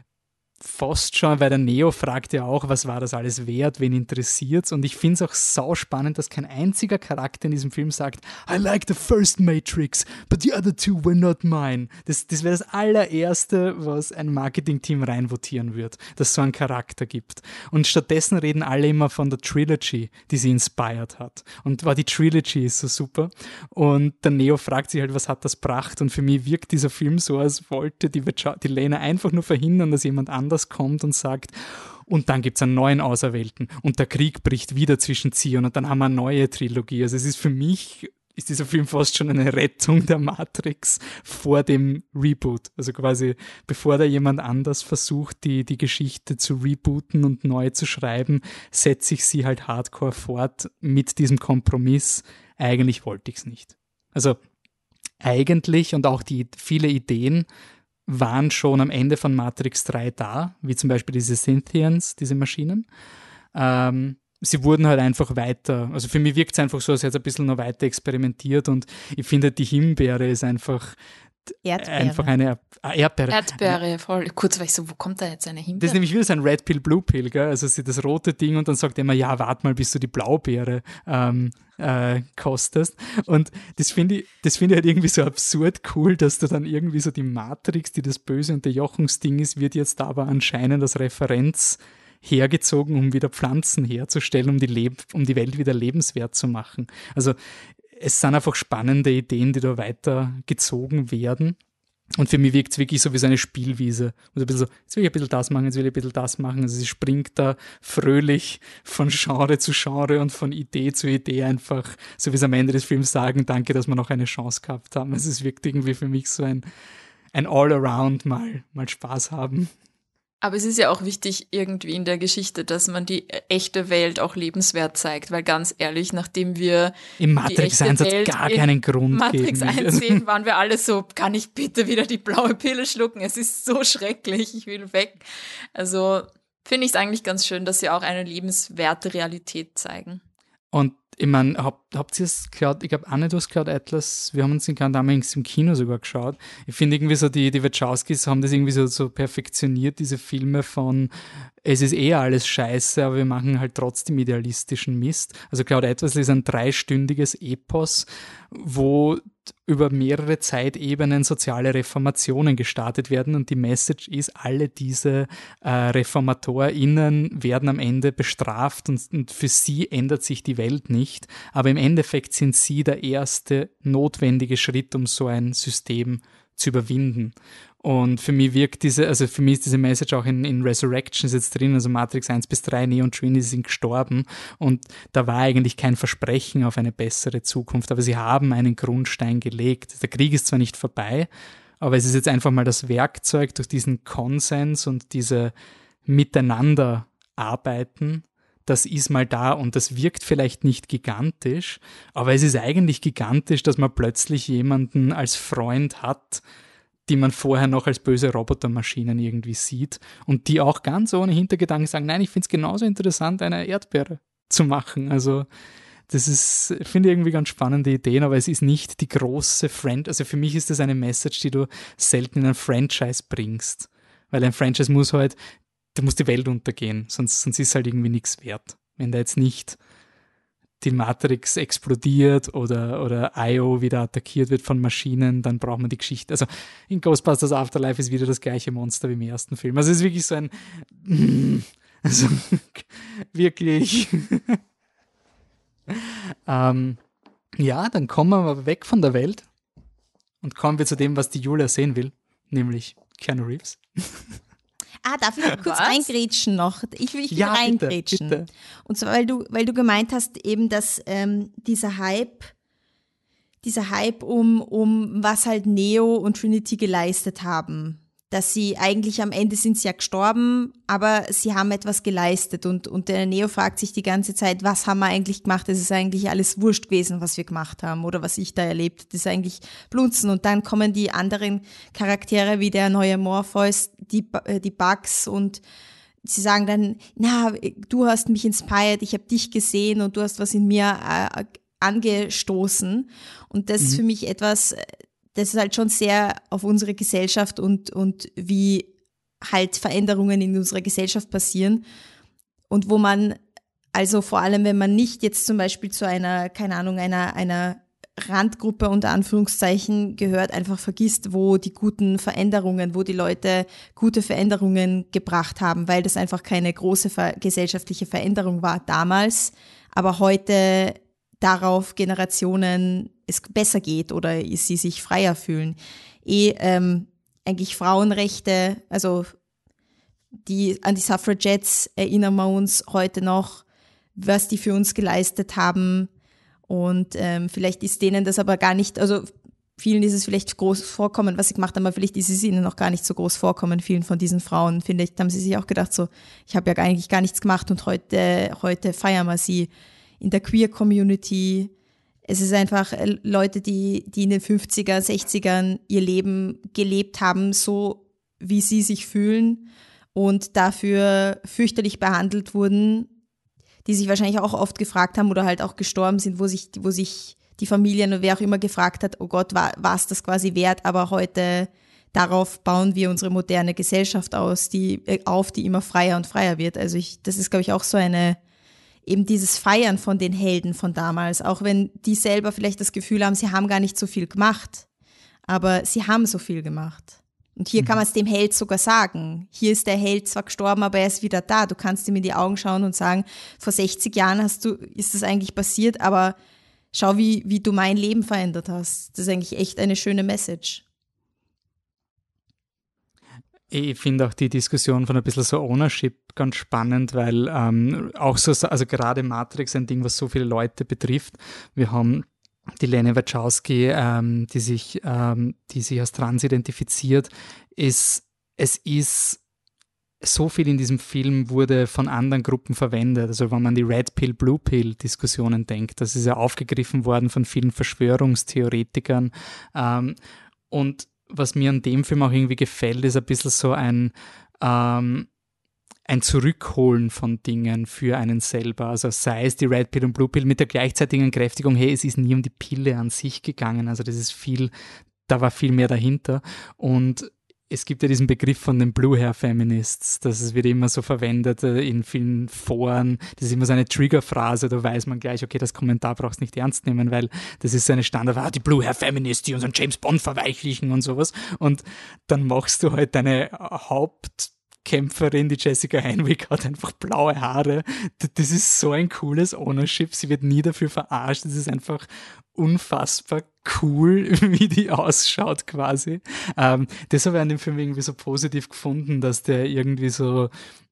fast schon, weil der Neo fragt ja auch, was war das alles wert, wen interessiert's? Und ich finde es auch sau spannend, dass kein einziger Charakter in diesem Film sagt, I like the first Matrix, but the other two were not mine. Das, das wäre das allererste, was ein Marketingteam reinvotieren wird, dass es so einen Charakter gibt. Und stattdessen reden alle immer von der Trilogy, die sie inspired hat. Und war die Trilogy ist so super. Und der Neo fragt sich halt, was hat das gebracht? Und für mich wirkt dieser Film so, als wollte die, die Lena einfach nur verhindern, dass jemand anders kommt und sagt, und dann gibt es einen neuen Auserwählten und der Krieg bricht wieder zwischen Zion und dann haben wir eine neue Trilogie. Also es ist für mich, ist dieser Film fast schon eine Rettung der Matrix vor dem Reboot. Also quasi, bevor da jemand anders versucht, die, die Geschichte zu rebooten und neu zu schreiben, setze ich sie halt hardcore fort mit diesem Kompromiss. Eigentlich wollte ich es nicht. Also eigentlich und auch die viele Ideen waren schon am Ende von Matrix drei da, wie zum Beispiel diese Synthians, diese Maschinen. Ähm, sie wurden halt einfach weiter, also für mich wirkt es einfach so, als hätte es ein bisschen noch weiter experimentiert und ich finde, die Himbeere ist einfach Erdbeere. Einfach eine ah, Erdbeere. Erdbeere, voll. Kurz war ich so, wo kommt da jetzt eine Himbeere? Das ist nämlich wieder so ein Red Pill, Blue Pill, gell? Also sie das rote Ding und dann sagt er immer, ja, warte mal, bis du die Blaubeere ähm, äh, kostest. Und das finde ich, das finde ich halt irgendwie so absurd cool, dass du dann irgendwie so die Matrix, die das böse Unterjochungsding ist, wird jetzt aber anscheinend als Referenz hergezogen, um wieder Pflanzen herzustellen, um die, Leb- um die Welt wieder lebenswert zu machen. Also es sind einfach spannende Ideen, die da weitergezogen werden. Und für mich wirkt es wirklich so wie so eine Spielwiese. Also ein bisschen so, jetzt will ich ein bisschen das machen, jetzt will ich ein bisschen das machen. Also sie springt da fröhlich von Genre zu Genre und von Idee zu Idee einfach, so wie sie am Ende des Films sagen, danke, dass wir noch eine Chance gehabt haben. Also es wirkt irgendwie für mich so ein, ein All-Around mal, mal Spaß haben. Aber es ist ja auch wichtig irgendwie in der Geschichte, dass man die echte Welt auch lebenswert zeigt, weil ganz ehrlich, nachdem wir im Matrix eins hat es gar keinen Grund Matrix gegeben. eins sehen, waren wir alle so, kann ich bitte wieder die blaue Pille schlucken? Es ist so schrecklich, ich will weg. Also finde ich es eigentlich ganz schön, dass sie auch eine lebenswerte Realität zeigen. Und ich meine, habt, habt ihr es geschaut? Ich glaube auch nicht, du hast geschaut, Atlas. Wir haben uns den damals im Kino sogar geschaut. Ich finde irgendwie so, die, die Wachowskis haben das irgendwie so, so perfektioniert, diese Filme von, es ist eh alles scheiße, aber wir machen halt trotzdem idealistischen Mist. Also Cloud Atlas ist ein dreistündiges Epos, wo über mehrere Zeitebenen soziale Reformationen gestartet werden und die Message ist, alle diese äh, ReformatorInnen werden am Ende bestraft und, und für sie ändert sich die Welt nicht, aber im Endeffekt sind sie der erste notwendige Schritt, um so ein System zu überwinden. Und für mich wirkt diese, also für mich ist diese Message auch in, in Resurrections jetzt drin, also Matrix eins bis drei, Neo und Trinity sind gestorben und da war eigentlich kein Versprechen auf eine bessere Zukunft, aber sie haben einen Grundstein gelegt. Der Krieg ist zwar nicht vorbei, aber es ist jetzt einfach mal das Werkzeug durch diesen Konsens und diese Miteinanderarbeiten, das ist mal da und das wirkt vielleicht nicht gigantisch, aber es ist eigentlich gigantisch, dass man plötzlich jemanden als Freund hat, die man vorher noch als böse Robotermaschinen irgendwie sieht und die auch ganz ohne Hintergedanken sagen, nein, ich finde es genauso interessant, eine Erdbeere zu machen. Also das ist, finde ich irgendwie ganz spannende Ideen, aber es ist nicht die große Friend, also für mich ist das eine Message, die du selten in ein Franchise bringst, weil ein Franchise muss halt, da muss die Welt untergehen, sonst, sonst ist halt irgendwie nichts wert. Wenn da jetzt nicht die Matrix explodiert oder, oder I O wieder attackiert wird von Maschinen, dann braucht man die Geschichte. Also in Ghostbusters Afterlife ist wieder das gleiche Monster wie im ersten Film. Also es ist wirklich so ein also wirklich ähm, ja, dann kommen wir aber weg von der Welt und kommen wir zu dem, was die Julia sehen will, nämlich Keanu Reeves. Ah, darf ich kurz Was? reingrätschen noch? Ich will, ich will Ja, bitte, reingrätschen. bitte. Und zwar, weil du, weil du gemeint hast, eben, dass ähm, dieser Hype, dieser Hype um, um was halt Neo und Trinity geleistet haben, dass sie eigentlich am Ende sind sie ja gestorben, aber sie haben etwas geleistet und, und der Neo fragt sich die ganze Zeit, was haben wir eigentlich gemacht? Es ist eigentlich alles wurscht gewesen, was wir gemacht haben oder was ich da erlebt habe. Das ist eigentlich Blunzen. Und dann kommen die anderen Charaktere wie der neue Morpheus, die, die Bugs und sie sagen dann, na, du hast mich inspired, ich habe dich gesehen und du hast was in mir äh, angestoßen. Und das mhm. ist für mich etwas, das ist halt schon sehr auf unsere Gesellschaft und, und wie halt Veränderungen in unserer Gesellschaft passieren. Und wo man, also vor allem, wenn man nicht jetzt zum Beispiel zu einer, keine Ahnung, einer, einer Randgruppe unter Anführungszeichen gehört, einfach vergisst, wo die guten Veränderungen, wo die Leute gute Veränderungen gebracht haben, weil das einfach keine große ver- gesellschaftliche Veränderung war damals, aber heute darauf Generationen es besser geht oder sie sich freier fühlen. Eh, ähm, eigentlich Frauenrechte, also die, an die Suffragettes erinnern wir uns heute noch, was die für uns geleistet haben. Und ähm, vielleicht ist denen das aber gar nicht, also vielen ist es vielleicht groß vorkommen, was sie gemacht haben, aber vielleicht ist es ihnen noch gar nicht so groß vorkommen, vielen von diesen Frauen. Vielleicht haben sie sich auch gedacht, so, ich habe ja eigentlich gar nichts gemacht und heute, heute feiern wir sie. In der Queer-Community, es ist einfach Leute, die, die in den fünfziger, sechzigern ihr Leben gelebt haben, so wie sie sich fühlen und dafür fürchterlich behandelt wurden, die sich wahrscheinlich auch oft gefragt haben oder halt auch gestorben sind, wo sich, wo sich die Familien oder wer auch immer gefragt hat, oh Gott, war, war es das quasi wert, aber heute darauf bauen wir unsere moderne Gesellschaft aus, die, äh, auf, die immer freier und freier wird. Also ich, das ist, glaube ich, auch so eine, eben dieses Feiern von den Helden von damals, auch wenn die selber vielleicht das Gefühl haben, sie haben gar nicht so viel gemacht, aber sie haben so viel gemacht. Und hier mhm. kann man es dem Held sogar sagen. Hier ist der Held zwar gestorben, aber er ist wieder da. Du kannst ihm in die Augen schauen und sagen, vor sechzig Jahren hast du, ist das eigentlich passiert, aber schau, wie, wie du mein Leben verändert hast. Das ist eigentlich echt eine schöne Message. Ich finde auch die Diskussion von ein bisschen so Ownership ganz spannend, weil ähm, auch so, also gerade Matrix ein Ding, was so viele Leute betrifft. Wir haben die Lene Wachowski, ähm, die sich, ähm, die sich als trans identifiziert, ist, es ist so viel in diesem Film wurde von anderen Gruppen verwendet. Also wenn man die Red Pill, Blue Pill Diskussionen denkt, das ist ja aufgegriffen worden von vielen Verschwörungstheoretikern. Ähm, und was mir an dem Film auch irgendwie gefällt, ist ein bisschen so ein, ähm, ein Zurückholen von Dingen für einen selber. Also sei es die Red Pill und Blue Pill mit der gleichzeitigen Kräftigung, hey, es ist nie um die Pille an sich gegangen. Also das ist viel, da war viel mehr dahinter. Und es gibt ja diesen Begriff von den Blue Hair Feminists, das wird immer so verwendet in vielen Foren, das ist immer so eine Triggerphrase, da weiß man gleich, okay, das Kommentar brauchst du nicht ernst nehmen, weil das ist so eine Standard, ah, die Blue Hair Feminists, die unseren James Bond verweichlichen und sowas, und dann machst du halt deine Hauptkämpferin, die Jessica Henwick, hat einfach blaue Haare, das ist so ein cooles Ownership, sie wird nie dafür verarscht, das ist einfach unfassbar cool, wie die ausschaut quasi. Ähm, das habe ich an dem Film irgendwie so positiv gefunden, dass der irgendwie so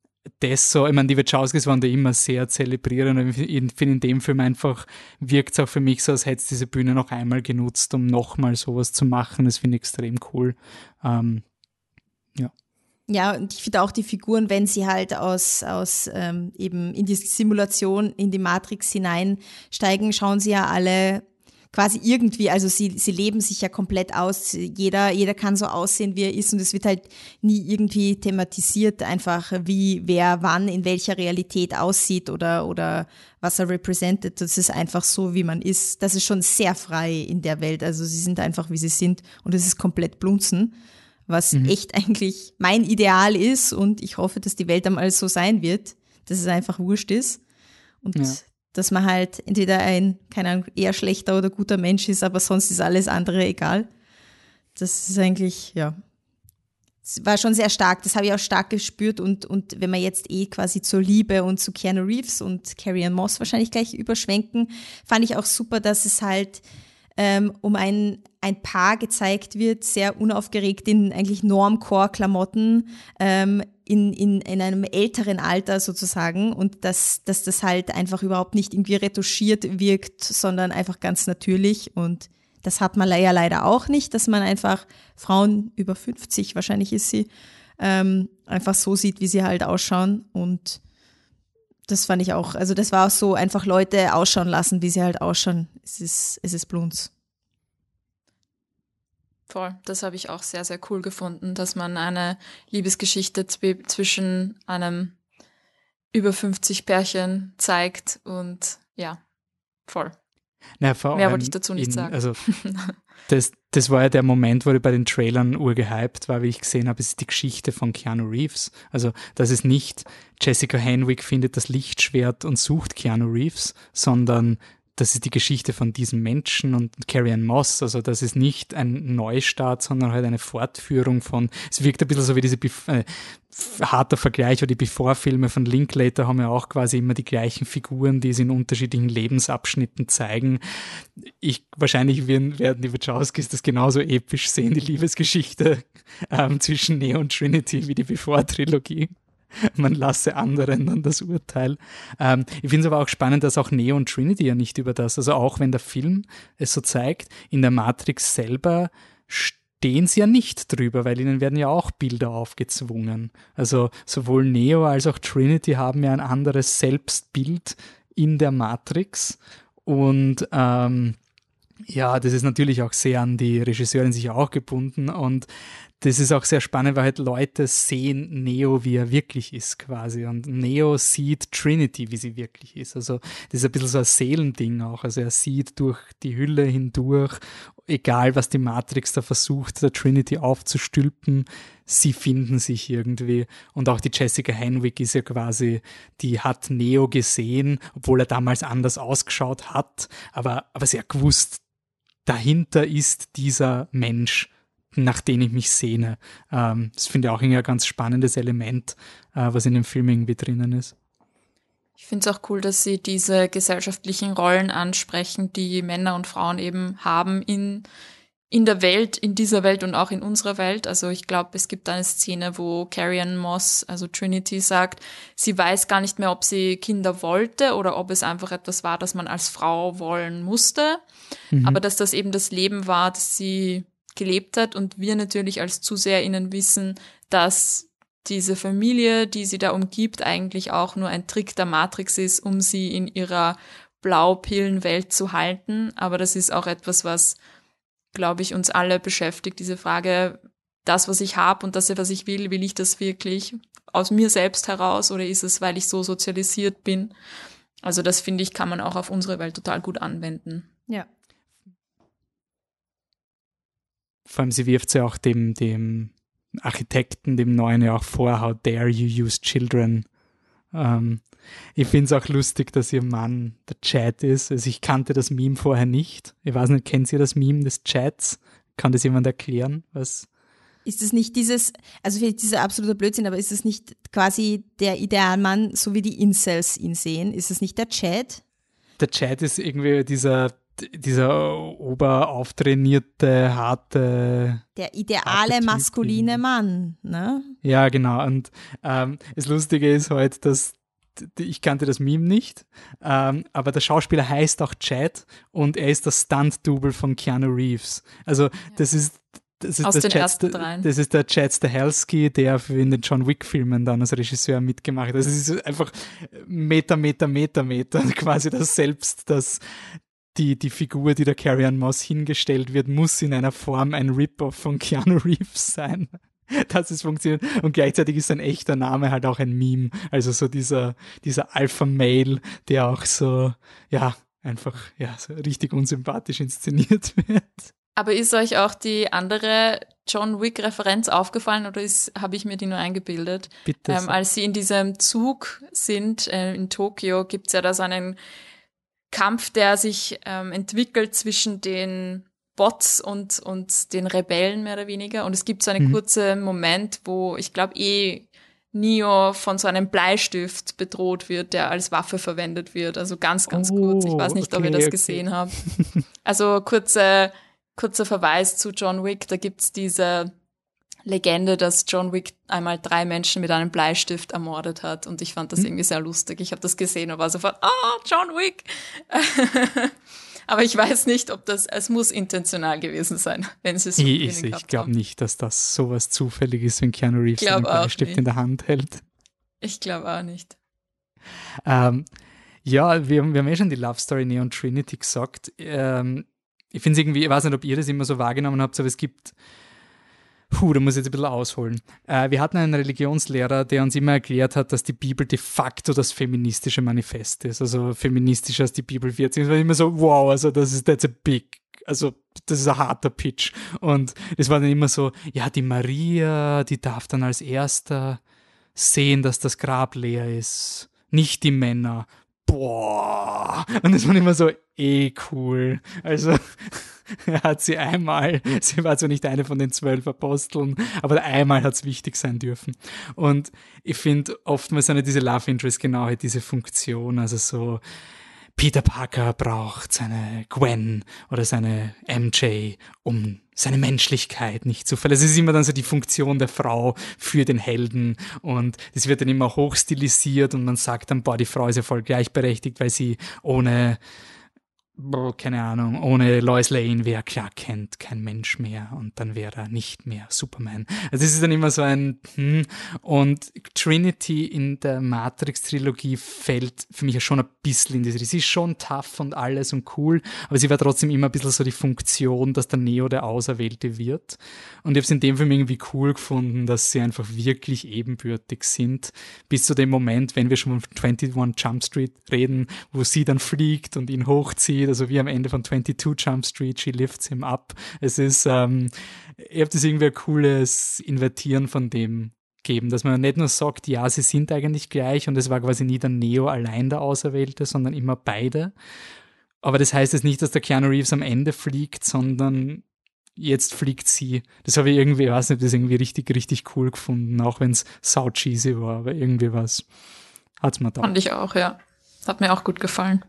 das so, ich meine, die Wachowskis waren da immer sehr zelebrieren und ich finde, in dem Film einfach wirkt es auch für mich so, als hätte es diese Bühne noch einmal genutzt, um nochmal sowas zu machen. Das finde ich extrem cool. Ähm, ja. Ja, und ich finde auch die Figuren, wenn sie halt aus, aus ähm, eben in die Simulation, in die Matrix hineinsteigen, schauen sie ja alle quasi irgendwie, also sie, sie leben sich ja komplett aus. Jeder, jeder kann so aussehen, wie er ist, und es wird halt nie irgendwie thematisiert, einfach wie wer wann in welcher Realität aussieht oder, oder was er represented. Das ist einfach so, wie man ist. Das ist schon sehr frei in der Welt. Also sie sind einfach, wie sie sind, und es ist komplett Blunzen, was mhm. echt eigentlich mein Ideal ist, und ich hoffe, dass die Welt einmal so sein wird, dass es einfach wurscht ist. Und ja. dass man halt entweder ein, keine Ahnung, eher schlechter oder guter Mensch ist, aber sonst ist alles andere egal. Das ist eigentlich, ja, es war schon sehr stark, das habe ich auch stark gespürt, und, und wenn wir jetzt eh quasi zur Liebe und zu Keanu Reeves und Carrie-Anne Moss wahrscheinlich gleich überschwenken, fand ich auch super, dass es halt ähm, um ein, ein Paar gezeigt wird, sehr unaufgeregt in eigentlich Normcore-Klamotten, ähm, in, in, in einem älteren Alter sozusagen und dass, dass das halt einfach überhaupt nicht irgendwie retuschiert wirkt, sondern einfach ganz natürlich und das hat man ja leider auch nicht, dass man einfach Frauen über fünfzig, wahrscheinlich ist sie, ähm, einfach so sieht, wie sie halt ausschauen und das fand ich auch, also das war auch so, einfach Leute ausschauen lassen, wie sie halt ausschauen. Es ist, es ist Blunz. Voll, das habe ich auch sehr, sehr cool gefunden, dass man eine Liebesgeschichte zw- zwischen einem über fünfzig Pärchen zeigt und ja, voll. Na, vor Mehr allem wollte ich dazu nicht in, sagen. Also das, das war ja der Moment, wo ich bei den Trailern urgehypt war, wie ich gesehen habe, es ist die Geschichte von Keanu Reeves. Also das ist nicht Jessica Henwick findet das Lichtschwert und sucht Keanu Reeves, sondern das ist die Geschichte von diesem Menschen und Carrie-Anne Moss. Also das ist nicht ein Neustart, sondern halt eine Fortführung von, es wirkt ein bisschen so wie diese Bef- äh, harter Vergleich, weil die Before-Filme von Linklater haben ja auch quasi immer die gleichen Figuren, die sie in unterschiedlichen Lebensabschnitten zeigen. Ich, wahrscheinlich werden, werden die Wachowskis das genauso episch sehen, die Liebesgeschichte ähm, zwischen Neo und Trinity wie die Before-Trilogie. Man lasse anderen dann das Urteil. Ähm, ich finde es aber auch spannend, dass auch Neo und Trinity ja nicht über das, also auch wenn der Film es so zeigt, in der Matrix selber stehen sie ja nicht drüber, weil ihnen werden ja auch Bilder aufgezwungen. Also sowohl Neo als auch Trinity haben ja ein anderes Selbstbild in der Matrix und ähm, ja, das ist natürlich auch sehr an die Regisseurin sich auch gebunden und das ist auch sehr spannend, weil halt Leute sehen Neo, wie er wirklich ist quasi und Neo sieht Trinity, wie sie wirklich ist. Also das ist ein bisschen so ein Seelending auch. Also er sieht durch die Hülle hindurch, egal was die Matrix da versucht, der Trinity aufzustülpen, sie finden sich irgendwie. Und auch die Jessica Henwick ist ja quasi, die hat Neo gesehen, obwohl er damals anders ausgeschaut hat, aber, aber sie hat gewusst, dahinter ist dieser Mensch, nach dem ich mich sehne. Ähm, das finde ich auch ein ganz spannendes Element, äh, was in dem Film irgendwie drinnen ist. Ich finde es auch cool, dass sie diese gesellschaftlichen Rollen ansprechen, die Männer und Frauen eben haben in, in der Welt, in dieser Welt und auch in unserer Welt. Also ich glaube, es gibt eine Szene, wo Carrie-Anne Moss, also Trinity, sagt, sie weiß gar nicht mehr, ob sie Kinder wollte oder ob es einfach etwas war, das man als Frau wollen musste. Mhm. Aber dass das eben das Leben war, das sie gelebt hat und wir natürlich als ZuseherInnen wissen, dass diese Familie, die sie da umgibt, eigentlich auch nur ein Trick der Matrix ist, um sie in ihrer Blaupillenwelt zu halten. Aber das ist auch etwas, was, glaube ich, uns alle beschäftigt, diese Frage, das, was ich habe und das, was ich will, will ich das wirklich aus mir selbst heraus oder ist es, weil ich so sozialisiert bin? Also das, finde ich, kann man auch auf unsere Welt total gut anwenden. Ja. Vor allem, sie wirft sie auch dem, dem Architekten, dem Neuen ja auch vor, how dare you use children. Ähm, ich finde es auch lustig, dass ihr Mann der Chat ist. Also ich kannte das Meme vorher nicht. Ich weiß nicht, kennt ihr das Meme des Chats? Kann das jemand erklären? Was? Ist es nicht dieses, also vielleicht dieser absolute Blödsinn, aber ist es nicht quasi der Idealmann, so wie die Incels ihn sehen? Ist es nicht der Chat? Der Chat ist irgendwie dieser dieser oberauftrainierte, harte... Der ideale harte maskuline Mann, ne? Ja, genau. Und ähm, das Lustige ist halt, dass ich kannte das Meme nicht, ähm, aber der Schauspieler heißt auch Chad und er ist das Stunt-Double von Keanu Reeves. Also das ist Das ist, Aus das den Chad, ersten dreien. Das ist der Chad Stahelski, der für in den John Wick-Filmen dann als Regisseur mitgemacht hat. Das ist einfach Meter, Meter, Meter, Meter. Quasi das selbst, das die, die Figur, die der Carrie-Anne Moss hingestellt wird, muss in einer Form ein Rip-Off von Keanu Reeves sein. Das ist funktioniert. Und gleichzeitig ist sein echter Name halt auch ein Meme. Also so dieser, dieser Alpha-Male, der auch so, ja, einfach, ja, so richtig unsympathisch inszeniert wird. Aber ist euch auch die andere John Wick-Referenz aufgefallen oder habe ich mir die nur eingebildet? Bitte. Ähm, als sie in diesem Zug sind, äh, in Tokio, gibt's ja da so einen Kampf, der sich ähm, entwickelt zwischen den Bots und, und den Rebellen mehr oder weniger. Und es gibt so einen mhm. kurzen Moment, wo ich glaube eh Neo von so einem Bleistift bedroht wird, der als Waffe verwendet wird. Also ganz, ganz Oh, kurz. Ich weiß nicht, okay, ob ihr das okay. gesehen habt. Also kurze, kurzer Verweis zu John Wick. Da gibt's diese Legende, dass John Wick einmal drei Menschen mit einem Bleistift ermordet hat. Und ich fand das Hm. irgendwie sehr lustig. Ich habe das gesehen und war sofort, ah, John Wick! Aber ich weiß nicht, ob das, es muss intentional gewesen sein, wenn sie es so Ich, drinnen ich, ich gehabt glaube haben. nicht, dass das sowas zufällig ist, wenn Keanu Reeves Glaub einen auch Bleistift nicht. in der Hand hält. Ich glaube auch nicht. Ähm, ja, wir, haben- wir haben eh schon die Love Story Neon Trinity gesagt. Ähm, ich finde es irgendwie, ich weiß nicht, ob ihr das immer so wahrgenommen habt, aber es gibt, puh, da muss ich jetzt ein bisschen ausholen. Äh, wir hatten einen Religionslehrer, der uns immer erklärt hat, dass die Bibel de facto das feministische Manifest ist. Also feministischer als die Bibel wird. Es war immer so, wow, also das ist, that's a big, also das ist ein harter Pitch. Und es war dann immer so, ja, die Maria, die darf dann als erster sehen, dass das Grab leer ist. Nicht die Männer. Boah. Und das war immer so, eh cool. Also er hat sie einmal, sie war zwar nicht eine von den zwölf Aposteln, aber einmal hat es wichtig sein dürfen. Und ich finde, oftmals sind ja diese Love Interest genau halt diese Funktion, also so Peter Parker braucht seine Gwen oder seine M J, um seine Menschlichkeit nicht zu verlieren. Also es ist immer dann so die Funktion der Frau für den Helden und das wird dann immer hochstilisiert und man sagt dann, boah, die Frau ist ja voll gleichberechtigt, weil sie ohne, boah, keine Ahnung, ohne Lois Lane wäre Clark Kent kein Mensch mehr und dann wäre er nicht mehr Superman. Also es ist dann immer so ein hm. Und Trinity in der Matrix-Trilogie fällt für mich ja schon ein bisschen in diese, sie ist schon tough und alles und cool, aber sie war trotzdem immer ein bisschen so die Funktion, dass der Neo der Auserwählte wird. Und ich habe es in dem Film irgendwie cool gefunden, dass sie einfach wirklich ebenbürtig sind, bis zu dem Moment, wenn wir schon von einundzwanzig Jump Street reden, wo sie dann fliegt und ihn hochzieht, also wie am Ende von zweiundzwanzig Jump Street, she lifts him up. Es ist, ähm, ich habe das irgendwie ein cooles Invertieren von dem geben, dass man nicht nur sagt, ja, sie sind eigentlich gleich und es war quasi nie der Neo allein der Auserwählte, sondern immer beide. Aber das heißt jetzt nicht, dass der Keanu Reeves am Ende fliegt, sondern jetzt fliegt sie. Das habe ich irgendwie, ich weiß nicht, das irgendwie richtig, richtig cool gefunden, auch wenn es sau cheesy war, aber irgendwie was hat's mir da. Fand ich auch, ja. Hat mir auch gut gefallen.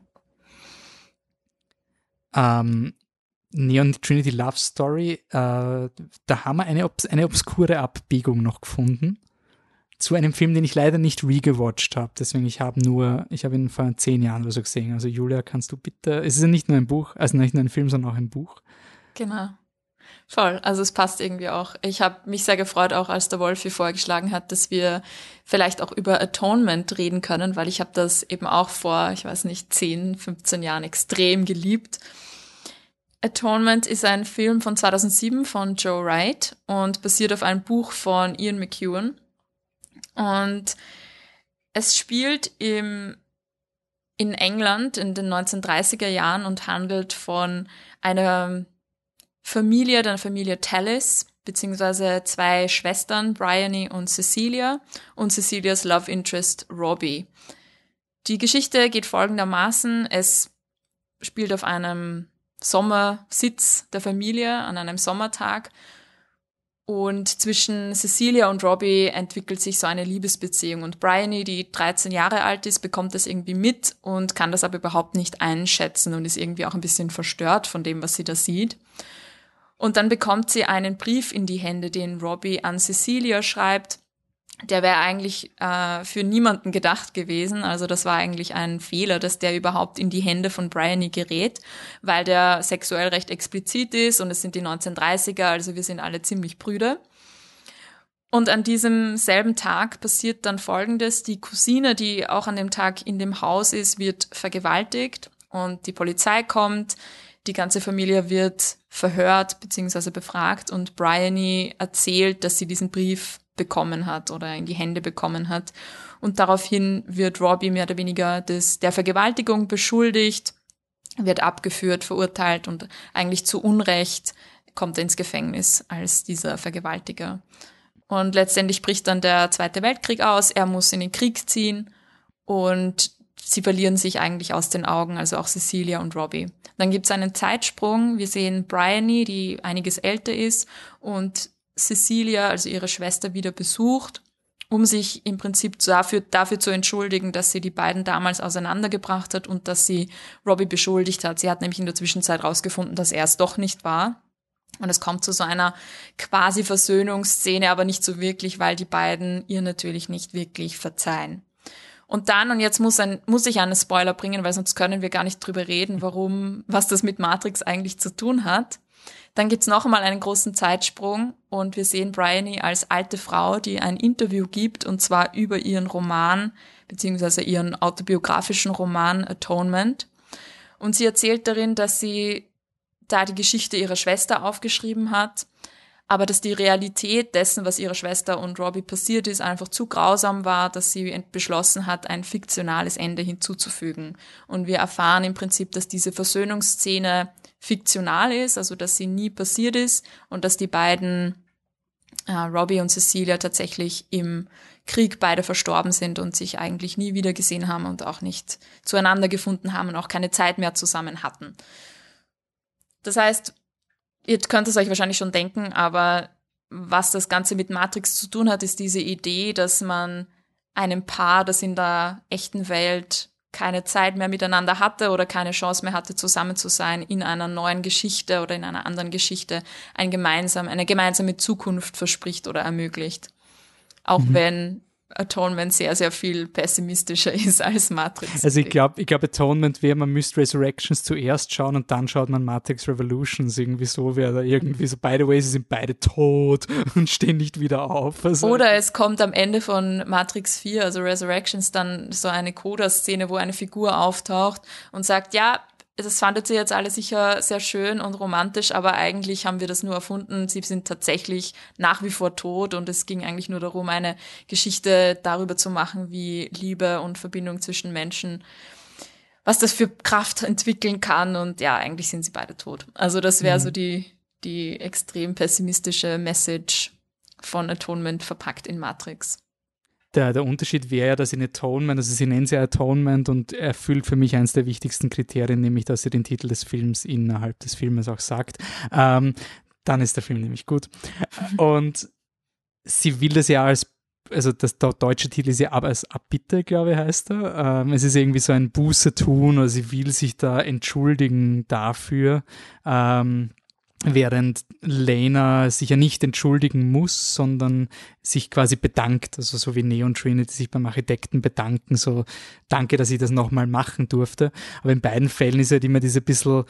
Ähm, Neon Trinity Love Story, äh, da haben wir eine, obs- eine obskure Abbiegung noch gefunden zu einem Film, den ich leider nicht regewatcht habe. Deswegen, ich habe nur, ich habe ihn vor zehn Jahren oder so gesehen. Also Julia, kannst du bitte, es ist ja nicht nur ein Buch, also nicht nur ein Film, sondern auch ein Buch. Genau. Voll, also es passt irgendwie auch. Ich habe mich sehr gefreut, auch als der Wolfi vorgeschlagen hat, dass wir vielleicht auch über Atonement reden können, weil ich habe das eben auch vor, ich weiß nicht, zehn, fünfzehn Jahren extrem geliebt. Atonement ist ein Film von zweitausendsieben von Joe Wright und basiert auf einem Buch von Ian McEwan. Und es spielt im, in England in den neunzehnhundertdreißiger Jahren und handelt von einer Familie, der Familie Tallis, beziehungsweise zwei Schwestern, Bryony und Cecilia, und Cecilias Love Interest Robbie. Die Geschichte geht folgendermaßen: Es spielt auf einem Sommersitz der Familie an einem Sommertag und zwischen Cecilia und Robbie entwickelt sich so eine Liebesbeziehung und Bryony, die dreizehn Jahre alt ist, bekommt das irgendwie mit und kann das aber überhaupt nicht einschätzen und ist irgendwie auch ein bisschen verstört von dem, was sie da sieht. Und dann bekommt sie einen Brief in die Hände, den Robbie an Cecilia schreibt. Der wäre eigentlich äh, für niemanden gedacht gewesen. Also das war eigentlich ein Fehler, dass der überhaupt in die Hände von Bryony gerät, weil der sexuell recht explizit ist und es sind die neunzehnhundertdreißiger, also wir sind alle ziemlich prüde. Und an diesem selben Tag passiert dann Folgendes: Die Cousine, die auch an dem Tag in dem Haus ist, wird vergewaltigt und die Polizei kommt. Die ganze Familie wird verhört bzw. befragt und Bryony erzählt, dass sie diesen Brief bekommen hat oder in die Hände bekommen hat. Und daraufhin wird Robbie mehr oder weniger des, der Vergewaltigung beschuldigt, wird abgeführt, verurteilt und eigentlich zu Unrecht kommt er ins Gefängnis als dieser Vergewaltiger. Und letztendlich bricht dann der Zweite Weltkrieg aus, er muss in den Krieg ziehen und sie verlieren sich eigentlich aus den Augen, also auch Cecilia und Robbie. Dann gibt's einen Zeitsprung. Wir sehen Bryony, die einiges älter ist, und Cecilia, also ihre Schwester, wieder besucht. um sich im Prinzip dafür, dafür zu entschuldigen, dass sie die beiden damals auseinandergebracht hat und dass sie Robbie beschuldigt hat. Sie hat nämlich in der Zwischenzeit rausgefunden, dass er es doch nicht war. Und es kommt zu so einer quasi Versöhnungsszene, aber nicht so wirklich, weil die beiden ihr natürlich nicht wirklich verzeihen. Und dann, und jetzt muss, ein, muss ich einen Spoiler bringen, weil sonst können wir gar nicht drüber reden, warum, was das mit Matrix eigentlich zu tun hat. Dann gibt's noch einmal einen großen Zeitsprung und wir sehen Bryony als alte Frau, die ein Interview gibt, und zwar über ihren Roman, beziehungsweise ihren autobiografischen Roman Atonement. Und sie erzählt darin, dass sie da die Geschichte ihrer Schwester aufgeschrieben hat, aber dass die Realität dessen, was ihrer Schwester und Robbie passiert ist, einfach zu grausam war, dass sie beschlossen hat, ein fiktionales Ende hinzuzufügen. Und wir erfahren im Prinzip, dass diese Versöhnungsszene fiktional ist, also dass sie nie passiert ist und dass die beiden, äh, Robbie und Cecilia, tatsächlich im Krieg beide verstorben sind und sich eigentlich nie wieder gesehen haben und auch nicht zueinander gefunden haben und auch keine Zeit mehr zusammen hatten. Das heißt, ihr könnt es euch wahrscheinlich schon denken, aber was das Ganze mit Matrix zu tun hat, ist diese Idee, dass man einem Paar, das in der echten Welt keine Zeit mehr miteinander hatte oder keine Chance mehr hatte, zusammen zu sein, in einer neuen Geschichte oder in einer anderen Geschichte ein gemeinsam, eine gemeinsame Zukunft verspricht oder ermöglicht. Auch mhm. wenn Atonement sehr, sehr viel pessimistischer ist als Matrix. Also ich glaube, ich glaube Atonement wäre, man müsste Resurrections zuerst schauen und dann schaut man Matrix Revolutions. Irgendwie so wäre da irgendwie so, by the way, sie sind beide tot und stehen nicht wieder auf. Also oder es kommt am Ende von Matrix vier, also Resurrections, dann so eine Coda-Szene, wo eine Figur auftaucht und sagt, ja, das fandet ihr jetzt alle sicher sehr schön und romantisch, aber eigentlich haben wir das nur erfunden. Sie sind tatsächlich nach wie vor tot und es ging eigentlich nur darum, eine Geschichte darüber zu machen, wie Liebe und Verbindung zwischen Menschen, was das für Kraft entwickeln kann, und ja, eigentlich sind sie beide tot. Also das wäre mhm. so die, die extrem pessimistische Message von Atonement verpackt in Matrix. Der, der Unterschied wäre ja, dass in Atonement, also sie nennen sie Atonement und erfüllt für mich eines der wichtigsten Kriterien, nämlich, dass sie den Titel des Films innerhalb des Filmes auch sagt. Ähm, dann ist der Film nämlich gut. Und sie will das ja als, also das, der deutsche Titel ist ja als Abbitte, glaube ich, heißt er. Ähm, es ist irgendwie so ein Buße tun, oder sie will sich da entschuldigen dafür. Ähm, Während Lena sich ja nicht entschuldigen muss, sondern sich quasi bedankt, also so wie Neo und Trinity sich beim Architekten bedanken, so danke, dass ich das nochmal machen durfte. Aber in beiden Fällen ist halt immer diese bisschen,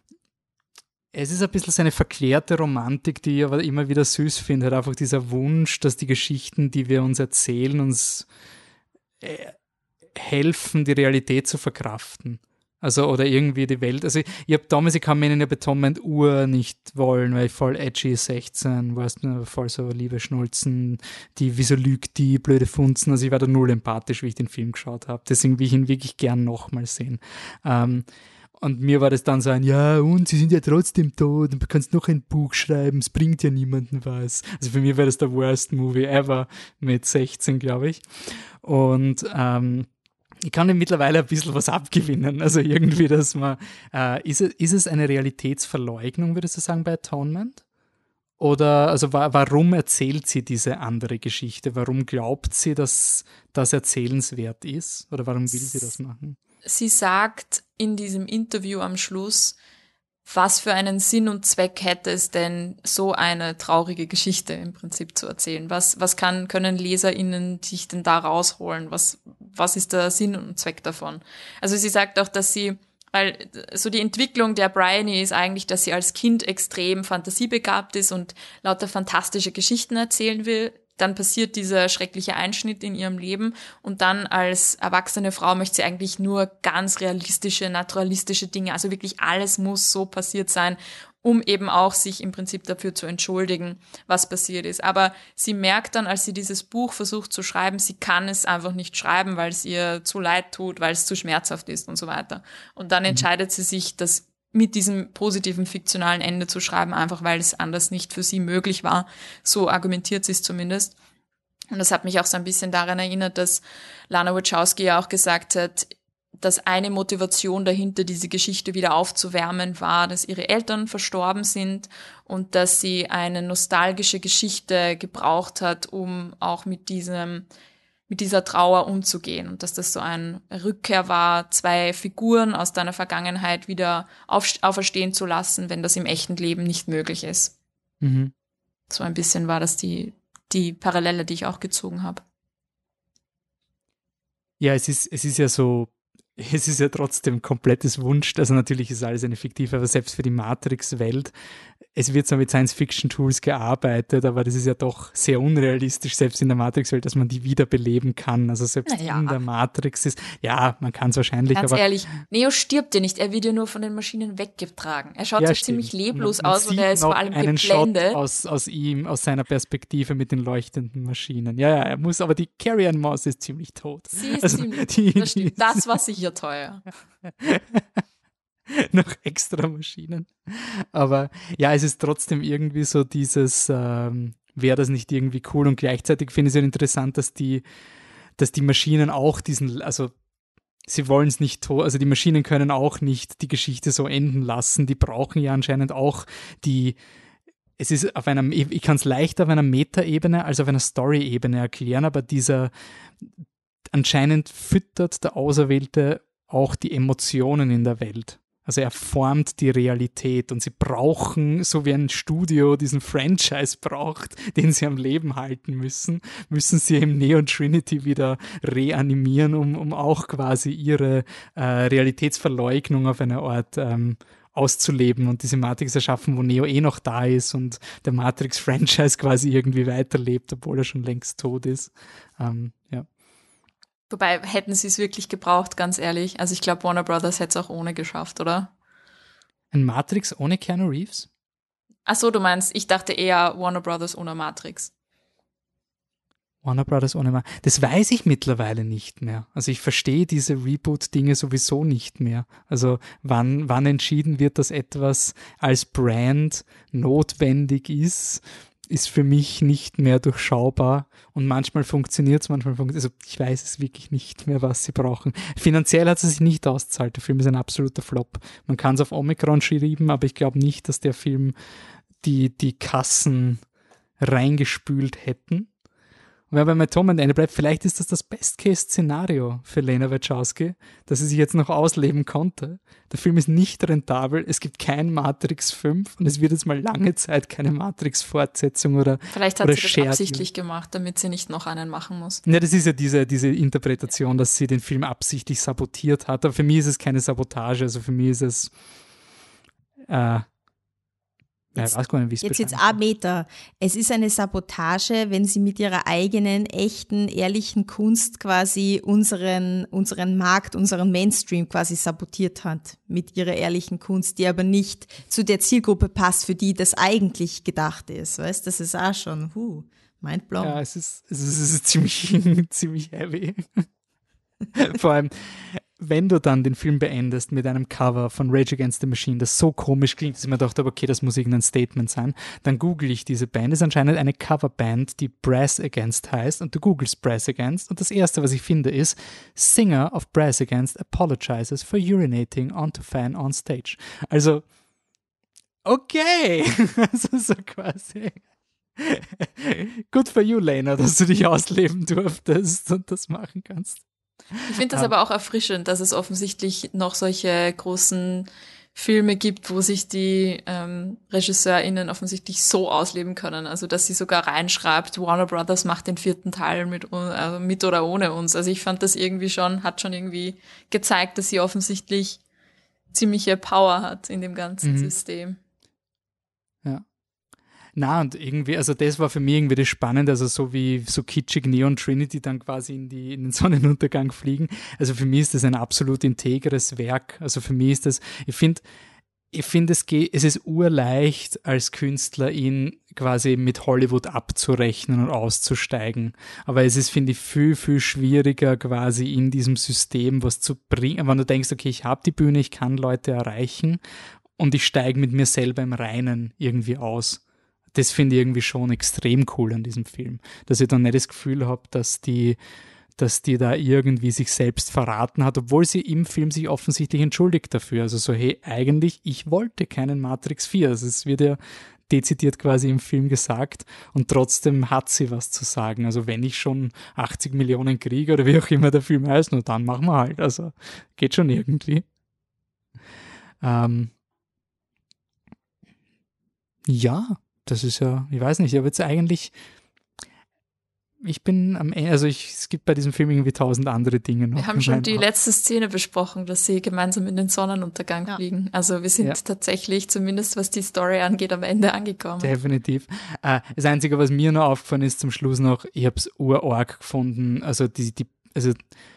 es ist ein bisschen so eine verklärte Romantik, die ich aber immer wieder süß finde, halt einfach dieser Wunsch, dass die Geschichten, die wir uns erzählen, uns äh, helfen, die Realität zu verkraften. Also, oder irgendwie die Welt. Also, ich, ich habe damals, ich kann mir in der Atonement-Uhr nicht wollen, weil ich voll edgy sechzehn, weißt du, voll so liebe Schnulzen, die, wieso lügt die, blöde Funzen. Also, ich war da null empathisch, wie ich den Film geschaut habe. Deswegen will ich ihn wirklich gern nochmal sehen. Ähm, und mir war das dann so ein, ja, und sie sind ja trotzdem tot und du kannst noch ein Buch schreiben, es bringt ja niemandem was. Also, für mich war das der worst Movie ever mit sechzehn, glaube ich. Und, ähm, ich kann ihm mittlerweile ein bisschen was abgewinnen. Also irgendwie, dass man, äh, ist, es, ist es eine Realitätsverleugnung, würdest du sagen, bei Atonement? Oder, also wa- warum erzählt sie diese andere Geschichte? Warum glaubt sie, dass das erzählenswert ist? Oder warum will sie das machen? Sie sagt in diesem Interview am Schluss, was für einen Sinn und Zweck hätte es denn, so eine traurige Geschichte im Prinzip zu erzählen? Was, was kann, können LeserInnen sich denn da rausholen? Was, was ist der Sinn und Zweck davon? Also sie sagt auch, dass sie, weil so die Entwicklung der Bryony ist eigentlich, dass sie als Kind extrem fantasiebegabt ist und lauter fantastische Geschichten erzählen will. Dann passiert dieser schreckliche Einschnitt in ihrem Leben und dann als erwachsene Frau möchte sie eigentlich nur ganz realistische, naturalistische Dinge, also wirklich alles muss so passiert sein, um eben auch sich im Prinzip dafür zu entschuldigen, was passiert ist. Aber sie merkt dann, als sie dieses Buch versucht zu schreiben, sie kann es einfach nicht schreiben, weil es ihr zu leid tut, weil es zu schmerzhaft ist und so weiter. Und dann mhm. entscheidet sie sich, das mit diesem positiven fiktionalen Ende zu schreiben, einfach weil es anders nicht für sie möglich war. So argumentiert sie es zumindest. Und das hat mich auch so ein bisschen daran erinnert, dass Lana Wachowski ja auch gesagt hat, dass eine Motivation dahinter, diese Geschichte wieder aufzuwärmen, war, dass ihre Eltern verstorben sind und dass sie eine nostalgische Geschichte gebraucht hat, um auch mit diesem, mit dieser Trauer umzugehen und dass das so eine Rückkehr war, zwei Figuren aus deiner Vergangenheit wieder auf, auferstehen zu lassen, wenn das im echten Leben nicht möglich ist. Mhm. So ein bisschen war das die, die Parallele, die ich auch gezogen habe. Ja, es ist, es ist ja so, es ist ja trotzdem komplettes Wunsch, also natürlich ist alles eine fiktive, aber selbst für die Matrix-Welt, es wird zwar mit Science-Fiction-Tools gearbeitet, aber das ist ja doch sehr unrealistisch, selbst in der Matrix-Welt, dass man die wiederbeleben kann. Also selbst naja. in der Matrix ist, ja, man kann es wahrscheinlich, Ganz aber... ehrlich, Neo stirbt ja nicht, er wird ja nur von den Maschinen weggetragen. Er schaut ja, so stimmt. ziemlich leblos man, man aus und er ist vor allem einen geblendet. Shot aus, aus ihm, aus seiner Perspektive mit den leuchtenden Maschinen. Ja, ja, er muss, aber die Carrion Moss ist ziemlich tot. Sie ist also, ziemlich die, tot, das stimmt. Das war sicher teuer. noch extra Maschinen. Aber ja, es ist trotzdem irgendwie so dieses, ähm, wäre das nicht irgendwie cool, und gleichzeitig finde ich es ja interessant, dass die, dass die Maschinen auch diesen, also sie wollen es nicht, to- also die Maschinen können auch nicht die Geschichte so enden lassen, die brauchen ja anscheinend auch die, es ist auf einer, ich kann es leichter auf einer Meta-Ebene als auf einer Story-Ebene erklären, aber dieser, anscheinend füttert der Auserwählte auch die Emotionen in der Welt. Also er formt die Realität und sie brauchen, so wie ein Studio diesen Franchise braucht, den sie am Leben halten müssen, müssen sie eben Neo und Trinity wieder reanimieren, um, um auch quasi ihre äh, Realitätsverleugnung auf eine Art ähm, auszuleben und diese Matrix erschaffen, wo Neo eh noch da ist und der Matrix-Franchise quasi irgendwie weiterlebt, obwohl er schon längst tot ist. Ähm, ja. Wobei, hätten sie es wirklich gebraucht, ganz ehrlich. Also ich glaube, Warner Brothers hätte es auch ohne geschafft, oder? Ein Matrix ohne Keanu Reeves? Ach so, du meinst, ich dachte eher Warner Brothers ohne Matrix. Warner Brothers ohne Matrix. Das weiß ich mittlerweile nicht mehr. Also ich verstehe diese Reboot-Dinge sowieso nicht mehr. Also wann, wann entschieden wird, dass etwas als Brand notwendig ist, ist für mich nicht mehr durchschaubar, und manchmal funktioniert es, manchmal funktioniert es. Also ich weiß es wirklich nicht mehr, was sie brauchen. Finanziell hat es sich nicht ausgezahlt. Der Film ist ein absoluter Flop. Man kann es auf Omikron schieben, aber ich glaube nicht, dass der Film die, die Kassen reingespült hätten. Und wenn man bei Tom am Ende bleibt, vielleicht ist das das Best-Case-Szenario für Lena Wachowski, dass sie sich jetzt noch ausleben konnte. Der Film ist nicht rentabel, es gibt kein Matrix fünf und es wird jetzt mal lange Zeit keine Matrix-Fortsetzung oder Vielleicht hat oder sie das Shared absichtlich gemacht, damit sie nicht noch einen machen muss. Ja, das ist ja diese, diese Interpretation, dass sie den Film absichtlich sabotiert hat. Aber für mich ist es keine Sabotage, also für mich ist es äh, Jetzt, ja, weiß gar nicht, wie es jetzt jetzt ein Meter. Es ist eine Sabotage, wenn sie mit ihrer eigenen, echten, ehrlichen Kunst quasi unseren, unseren Markt, unseren Mainstream quasi sabotiert hat. Mit ihrer ehrlichen Kunst, die aber nicht zu der Zielgruppe passt, für die das eigentlich gedacht ist. Weißt, das ist auch schon, huh, mindblown. Ja, es ist, es ist, es ist ziemlich, ziemlich heavy. Vor allem, wenn du dann den Film beendest mit einem Cover von Rage Against the Machine, das so komisch klingt, dass ich mir dachte, okay, das muss irgendein Statement sein, dann google ich diese Band. Das ist anscheinend eine Coverband, die Brass Against heißt, und du googelst Brass Against und das erste, was ich finde, ist Singer of Brass Against apologizes for urinating onto fan on stage. Also, okay, also so quasi. Good for you, Lena, dass du dich ausleben durftest und das machen kannst. Ich finde das aber auch erfrischend, dass es offensichtlich noch solche großen Filme gibt, wo sich die ähm, RegisseurInnen offensichtlich so ausleben können. Also, dass sie sogar reinschreibt, Warner Brothers macht den vierten Teil mit, also mit oder ohne uns. Also, ich fand das irgendwie schon, hat schon irgendwie gezeigt, dass sie offensichtlich ziemliche Power hat in dem ganzen mhm. System. Ja. Na, und irgendwie, also das war für mich irgendwie das Spannende, also so wie so kitschig Neo und Trinity dann quasi in, die, in den Sonnenuntergang fliegen. Also für mich ist das ein absolut integres Werk. Also für mich ist das, ich finde, ich finde, es geht, es ist urleicht als Künstler, ihn quasi mit Hollywood abzurechnen und auszusteigen. Aber es ist, finde ich, viel, viel schwieriger, quasi in diesem System was zu bringen. Wenn du denkst, okay, ich habe die Bühne, ich kann Leute erreichen und ich steige mit mir selber im Reinen irgendwie aus. Das finde ich irgendwie schon extrem cool an diesem Film. Dass ich dann nicht das Gefühl habe, dass die, dass die da irgendwie sich selbst verraten hat, obwohl sie im Film sich offensichtlich entschuldigt dafür. Also so, hey, eigentlich, ich wollte keinen Matrix vier. Also es wird ja dezidiert quasi im Film gesagt und trotzdem hat sie was zu sagen. Also wenn ich schon achtzig Millionen kriege oder wie auch immer der Film heißt, nur dann machen wir halt. Also geht schon irgendwie. Ähm, ja, das ist ja, ich weiß nicht, ich habe jetzt eigentlich ich bin am Ende, also ich, es gibt bei diesem Film irgendwie tausend andere Dinge noch. Wir haben schon die letzte Szene besprochen, dass sie gemeinsam in den Sonnenuntergang ja. fliegen. Also wir sind ja. tatsächlich, zumindest was die Story angeht, am Ende angekommen. Definitiv. Äh, das Einzige, was mir noch aufgefallen ist zum Schluss noch, ich habe es urarg gefunden, also die, die, also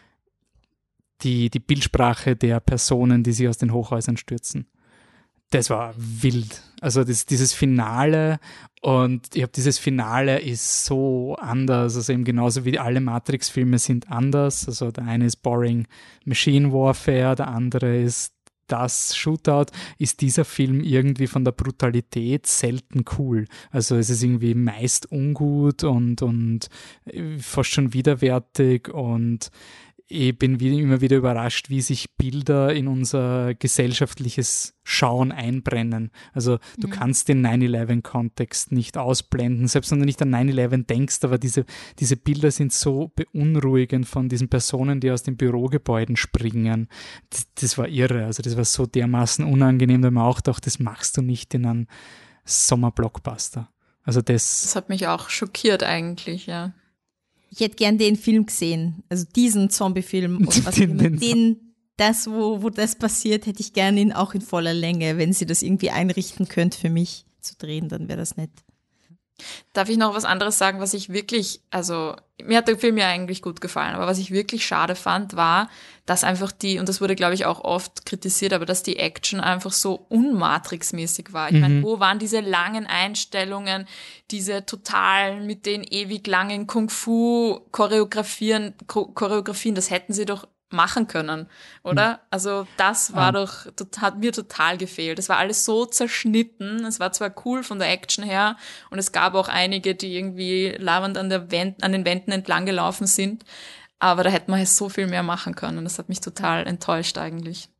die, die Bildsprache der Personen, die sich aus den Hochhäusern stürzen. Das war wild. Also das, dieses Finale und ich habe dieses Finale ist so anders, also eben genauso wie alle Matrix-Filme sind anders. Also der eine ist Boring Machine Warfare, der andere ist das Shootout, ist dieser Film irgendwie von der Brutalität selten cool. Also es ist irgendwie meist ungut und, und fast schon widerwärtig und ich bin wieder, immer wieder überrascht, wie sich Bilder in unser gesellschaftliches Schauen einbrennen. Also du mhm. kannst den nine eleven-Kontext nicht ausblenden, selbst wenn du nicht an nine eleven denkst, aber diese, diese Bilder sind so beunruhigend von diesen Personen, die aus den Bürogebäuden springen. Das, das war irre, also das war so dermaßen unangenehm, da man auch dachte, das machst du nicht in einem Sommerblockbuster. Also das... Das hat mich auch schockiert eigentlich, ja. Ich hätte gern den Film gesehen, also diesen Zombie-Film und was den, den, den, das, wo, wo das passiert, hätte ich gerne ihn auch in voller Länge. Wenn sie das irgendwie einrichten könnt für mich zu drehen, dann wäre das nett. Darf ich noch was anderes sagen, was ich wirklich, also mir hat der Film ja eigentlich gut gefallen, aber was ich wirklich schade fand, war, dass einfach die, und das wurde glaube ich auch oft kritisiert, aber dass die Action einfach so unmatrixmäßig war. Ich mhm. meine, wo waren diese langen Einstellungen, diese totalen mit den ewig langen Kung-Fu-Choreografien, Choreografien, das hätten sie doch machen können, oder? Mhm. Also das war ja. doch, das hat mir total gefehlt. Es war alles so zerschnitten. Es war zwar cool von der Action her und es gab auch einige, die irgendwie labernd an der Wand, an den Wänden entlang gelaufen sind, aber da hätte man so viel mehr machen können. Das hat mich total enttäuscht eigentlich.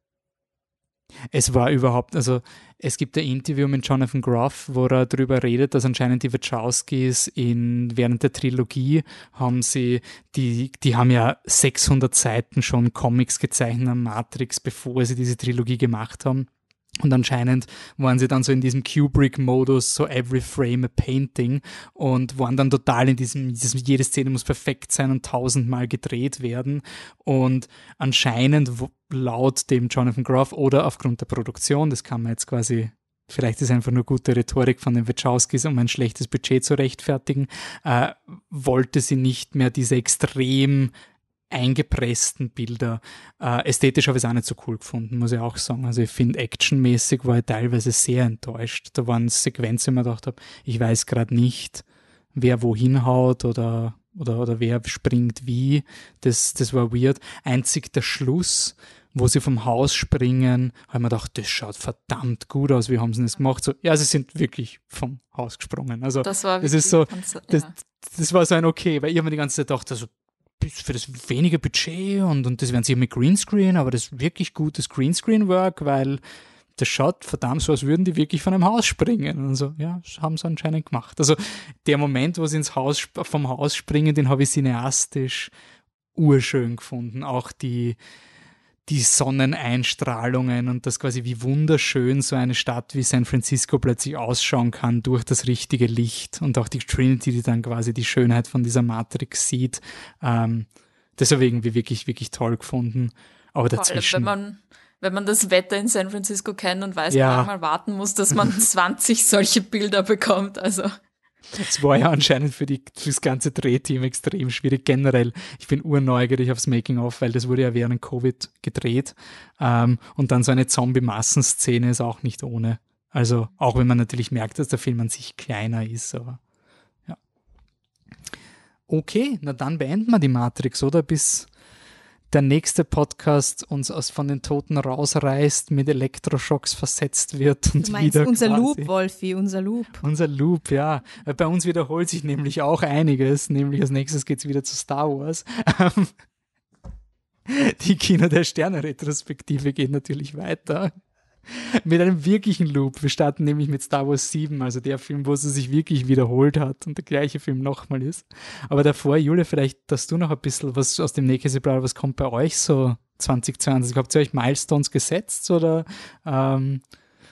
Es war überhaupt, also es gibt ein Interview mit Jonathan Groff, wo er darüber redet, dass anscheinend die Wachowskis in, während der Trilogie haben sie, die, die haben ja sechshundert Seiten schon Comics gezeichnet an Matrix, bevor sie diese Trilogie gemacht haben. Und anscheinend waren sie dann so in diesem Kubrick-Modus, so every frame a painting und waren dann total in diesem, diesem, jede Szene muss perfekt sein und tausendmal gedreht werden. Und anscheinend laut dem Jonathan Groff oder aufgrund der Produktion, das kann man jetzt quasi, vielleicht ist einfach nur gute Rhetorik von den Wachowskis, um ein schlechtes Budget zu rechtfertigen, äh, wollte sie nicht mehr diese extrem eingepressten Bilder. Äh, ästhetisch habe ich es auch nicht so cool gefunden, muss ich auch sagen. Also ich finde, actionmäßig war ich teilweise sehr enttäuscht. Da waren Sequenzen, wo ich gedacht habe, ich weiß gerade nicht, wer wohin haut oder, oder, oder wer springt wie. Das, das war weird. Einzig der Schluss, wo sie vom Haus springen, habe ich mir gedacht, das schaut verdammt gut aus. Wie haben sie das gemacht? So, ja, sie sind wirklich vom Haus gesprungen. Also das war das ist so, ja. das, das war so ein okay, weil ich habe mir die ganze Zeit gedacht, also für das wenige Budget und, und das werden sie mit Greenscreen, aber das ist wirklich gutes Greenscreen-Work, weil das schaut verdammt so, als würden die wirklich von einem Haus springen. Und so, ja, das haben sie anscheinend gemacht. Also der Moment, wo sie ins Haus, vom Haus springen, den habe ich cineastisch urschön gefunden. Auch die, die Sonneneinstrahlungen und das quasi, wie wunderschön so eine Stadt wie San Francisco plötzlich ausschauen kann durch das richtige Licht und auch die Trinity, die dann quasi die Schönheit von dieser Matrix sieht. Ähm, das habe ich irgendwie wirklich, wirklich toll gefunden. Aber dazwischen... Wenn man, wenn man das Wetter in San Francisco kennt und weiß, ja. wie lange man warten muss, dass man zwanzig solche Bilder bekommt, also... Es war ja anscheinend für, die, für das ganze Drehteam extrem schwierig. Generell, ich bin urneugierig aufs Making-of, weil das wurde ja während Covid gedreht. Ähm, und dann so eine Zombie-Massenszene ist auch nicht ohne. Also auch wenn man natürlich merkt, dass der Film an sich kleiner ist. Aber ja. Okay, na dann beenden wir die Matrix, oder? Bis, der nächste Podcast uns aus von den Toten rausreißt, mit Elektroschocks versetzt wird und Du meinst wieder unser quasi, Loop, Wolfi, unser Loop. Unser Loop, ja. Weil bei uns wiederholt sich nämlich auch einiges, nämlich als nächstes geht es wieder zu Star Wars. Die Kino der Sterne-Retrospektive geht natürlich weiter. Mit einem wirklichen Loop. Wir starten nämlich mit Star Wars sieben, also der Film, wo es sich wirklich wiederholt hat und der gleiche Film nochmal ist. Aber davor, Julia, vielleicht, dass du noch ein bisschen was aus dem Nähkästchen plaudern, was kommt bei euch so zwanzig zwanzig? Habt ihr euch Milestones gesetzt oder ähm,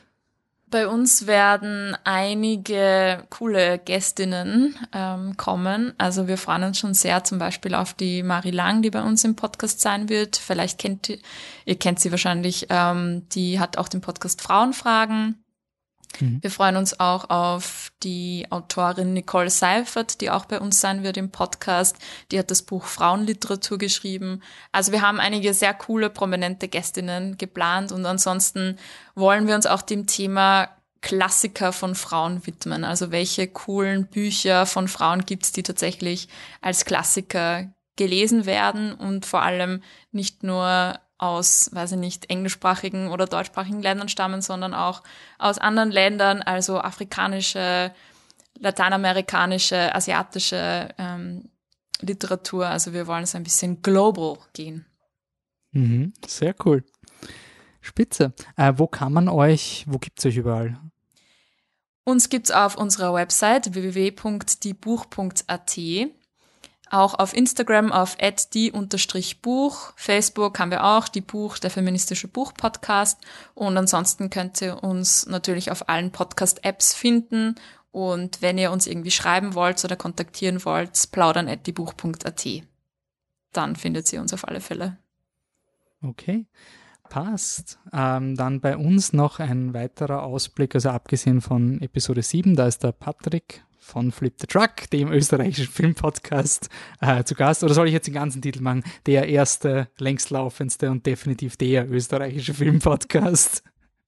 Bei uns werden einige coole Gästinnen ähm, kommen. Also wir freuen uns schon sehr zum Beispiel auf die Marie Lang, die bei uns im Podcast sein wird. Vielleicht kennt ihr, ihr kennt sie wahrscheinlich, ähm, die hat auch den Podcast Frauenfragen. Mhm. Wir freuen uns auch auf die Autorin Nicole Seifert, die auch bei uns sein wird im Podcast. Die hat das Buch Frauenliteratur geschrieben. Also wir haben einige sehr coole, prominente Gästinnen geplant und ansonsten wollen wir uns auch dem Thema Klassiker von Frauen widmen. Also welche coolen Bücher von Frauen gibt es, die tatsächlich als Klassiker gelesen werden und vor allem nicht nur aus, weiß ich nicht, englischsprachigen oder deutschsprachigen Ländern stammen, sondern auch aus anderen Ländern, also afrikanische, lateinamerikanische, asiatische ähm, Literatur. Also wir wollen es ein bisschen global gehen. Mhm, sehr cool. Spitze. Äh, wo kann man euch, wo gibt es euch überall? Uns gibt es auf unserer Website w w w punkt die buch punkt a t. Auch auf Instagram auf at die unterstrich Buch. Facebook haben wir auch die Buch, der feministische Buch-Podcast. Und ansonsten könnt ihr uns natürlich auf allen Podcast-Apps finden. Und wenn ihr uns irgendwie schreiben wollt oder kontaktieren wollt, plaudern at die buch punkt a t. Dann findet ihr uns auf alle Fälle. Okay, passt. Ähm, dann bei uns noch ein weiterer Ausblick, also abgesehen von Episode sieben, da ist der Patrick von Flip the Truck, dem österreichischen Filmpodcast, äh, zu Gast. Oder soll ich jetzt den ganzen Titel machen? Der erste, längstlaufendste und definitiv der österreichische Filmpodcast.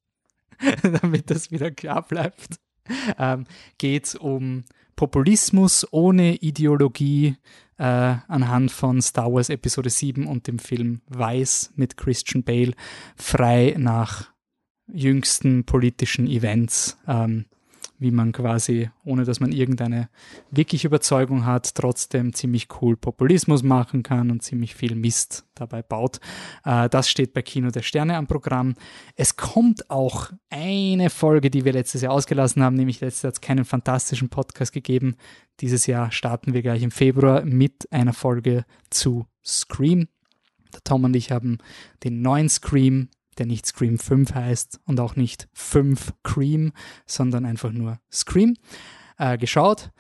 Damit das wieder klar bleibt. Ähm, geht es um Populismus ohne Ideologie äh, anhand von Star Wars Episode sieben und dem Film Vice mit Christian Bale, frei nach jüngsten politischen Events, ähm, wie man quasi, ohne dass man irgendeine wirkliche Überzeugung hat, trotzdem ziemlich cool Populismus machen kann und ziemlich viel Mist dabei baut. Äh, das steht bei Kino der Sterne am Programm. Es kommt auch eine Folge, die wir letztes Jahr ausgelassen haben, nämlich letztes Jahr hat es keinen fantastischen Podcast gegeben. Dieses Jahr starten wir gleich im Februar mit einer Folge zu Scream. Der Tom und ich haben den neuen Scream, der nicht Scream fünf heißt und auch nicht fünf Cream, sondern einfach nur Scream, äh, geschaut.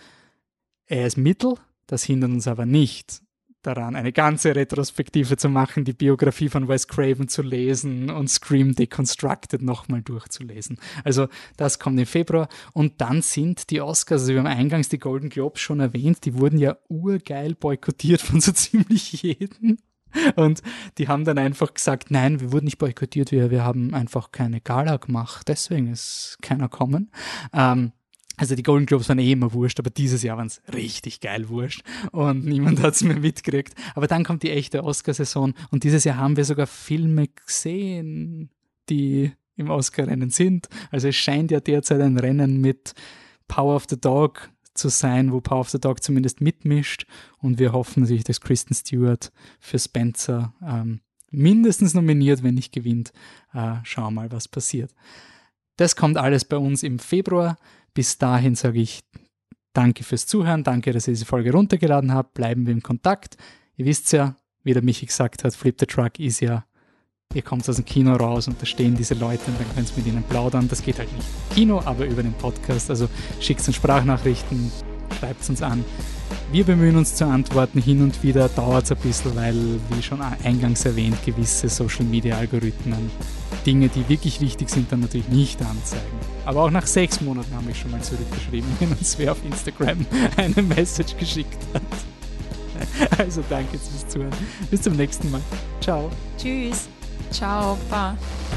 Er ist mittel, das hindert uns aber nicht daran, eine ganze Retrospektive zu machen, die Biografie von Wes Craven zu lesen und Scream Deconstructed nochmal durchzulesen. Also das kommt im Februar und dann sind die Oscars, also wir haben eingangs die Golden Globes schon erwähnt, die wurden ja urgeil boykottiert von so ziemlich jedem. Und die haben dann einfach gesagt, nein, wir wurden nicht boykottiert, wir, wir haben einfach keine Gala gemacht, deswegen ist keiner kommen. Ähm, also die Golden Globes waren eh immer wurscht, aber dieses Jahr waren es richtig geil wurscht und niemand hat es mehr mitgekriegt. Aber dann kommt die echte Oscar-Saison und dieses Jahr haben wir sogar Filme gesehen, die im Oscar-Rennen sind. Also es scheint ja derzeit ein Rennen mit Power of the Dog zu sein, wo Power of the Dog zumindest mitmischt und wir hoffen natürlich, dass Kristen Stewart für Spencer ähm, mindestens nominiert, wenn nicht gewinnt. Äh, schauen wir mal, was passiert. Das kommt alles bei uns im Februar. Bis dahin sage ich danke fürs Zuhören, danke, dass ihr diese Folge runtergeladen habt, bleiben wir im Kontakt. Ihr wisst ja, wie der Michi gesagt hat, Flip the Truck ist ja, ihr kommt aus dem Kino raus und da stehen diese Leute und dann könnt ihr mit ihnen plaudern. Das geht halt nicht im Kino, aber über den Podcast. Also schickt uns Sprachnachrichten, schreibt es uns an. Wir bemühen uns zu antworten. Hin und wieder dauert es ein bisschen, weil, wie schon eingangs erwähnt, gewisse Social-Media-Algorithmen Dinge, die wirklich wichtig sind, dann natürlich nicht anzeigen. Aber auch nach sechs Monaten haben wir schon mal zurückgeschrieben, wenn uns wer auf Instagram eine Message geschickt hat. Also danke fürs Zuhören. Bis zum nächsten Mal. Ciao. Tschüss. Ciao, Baba.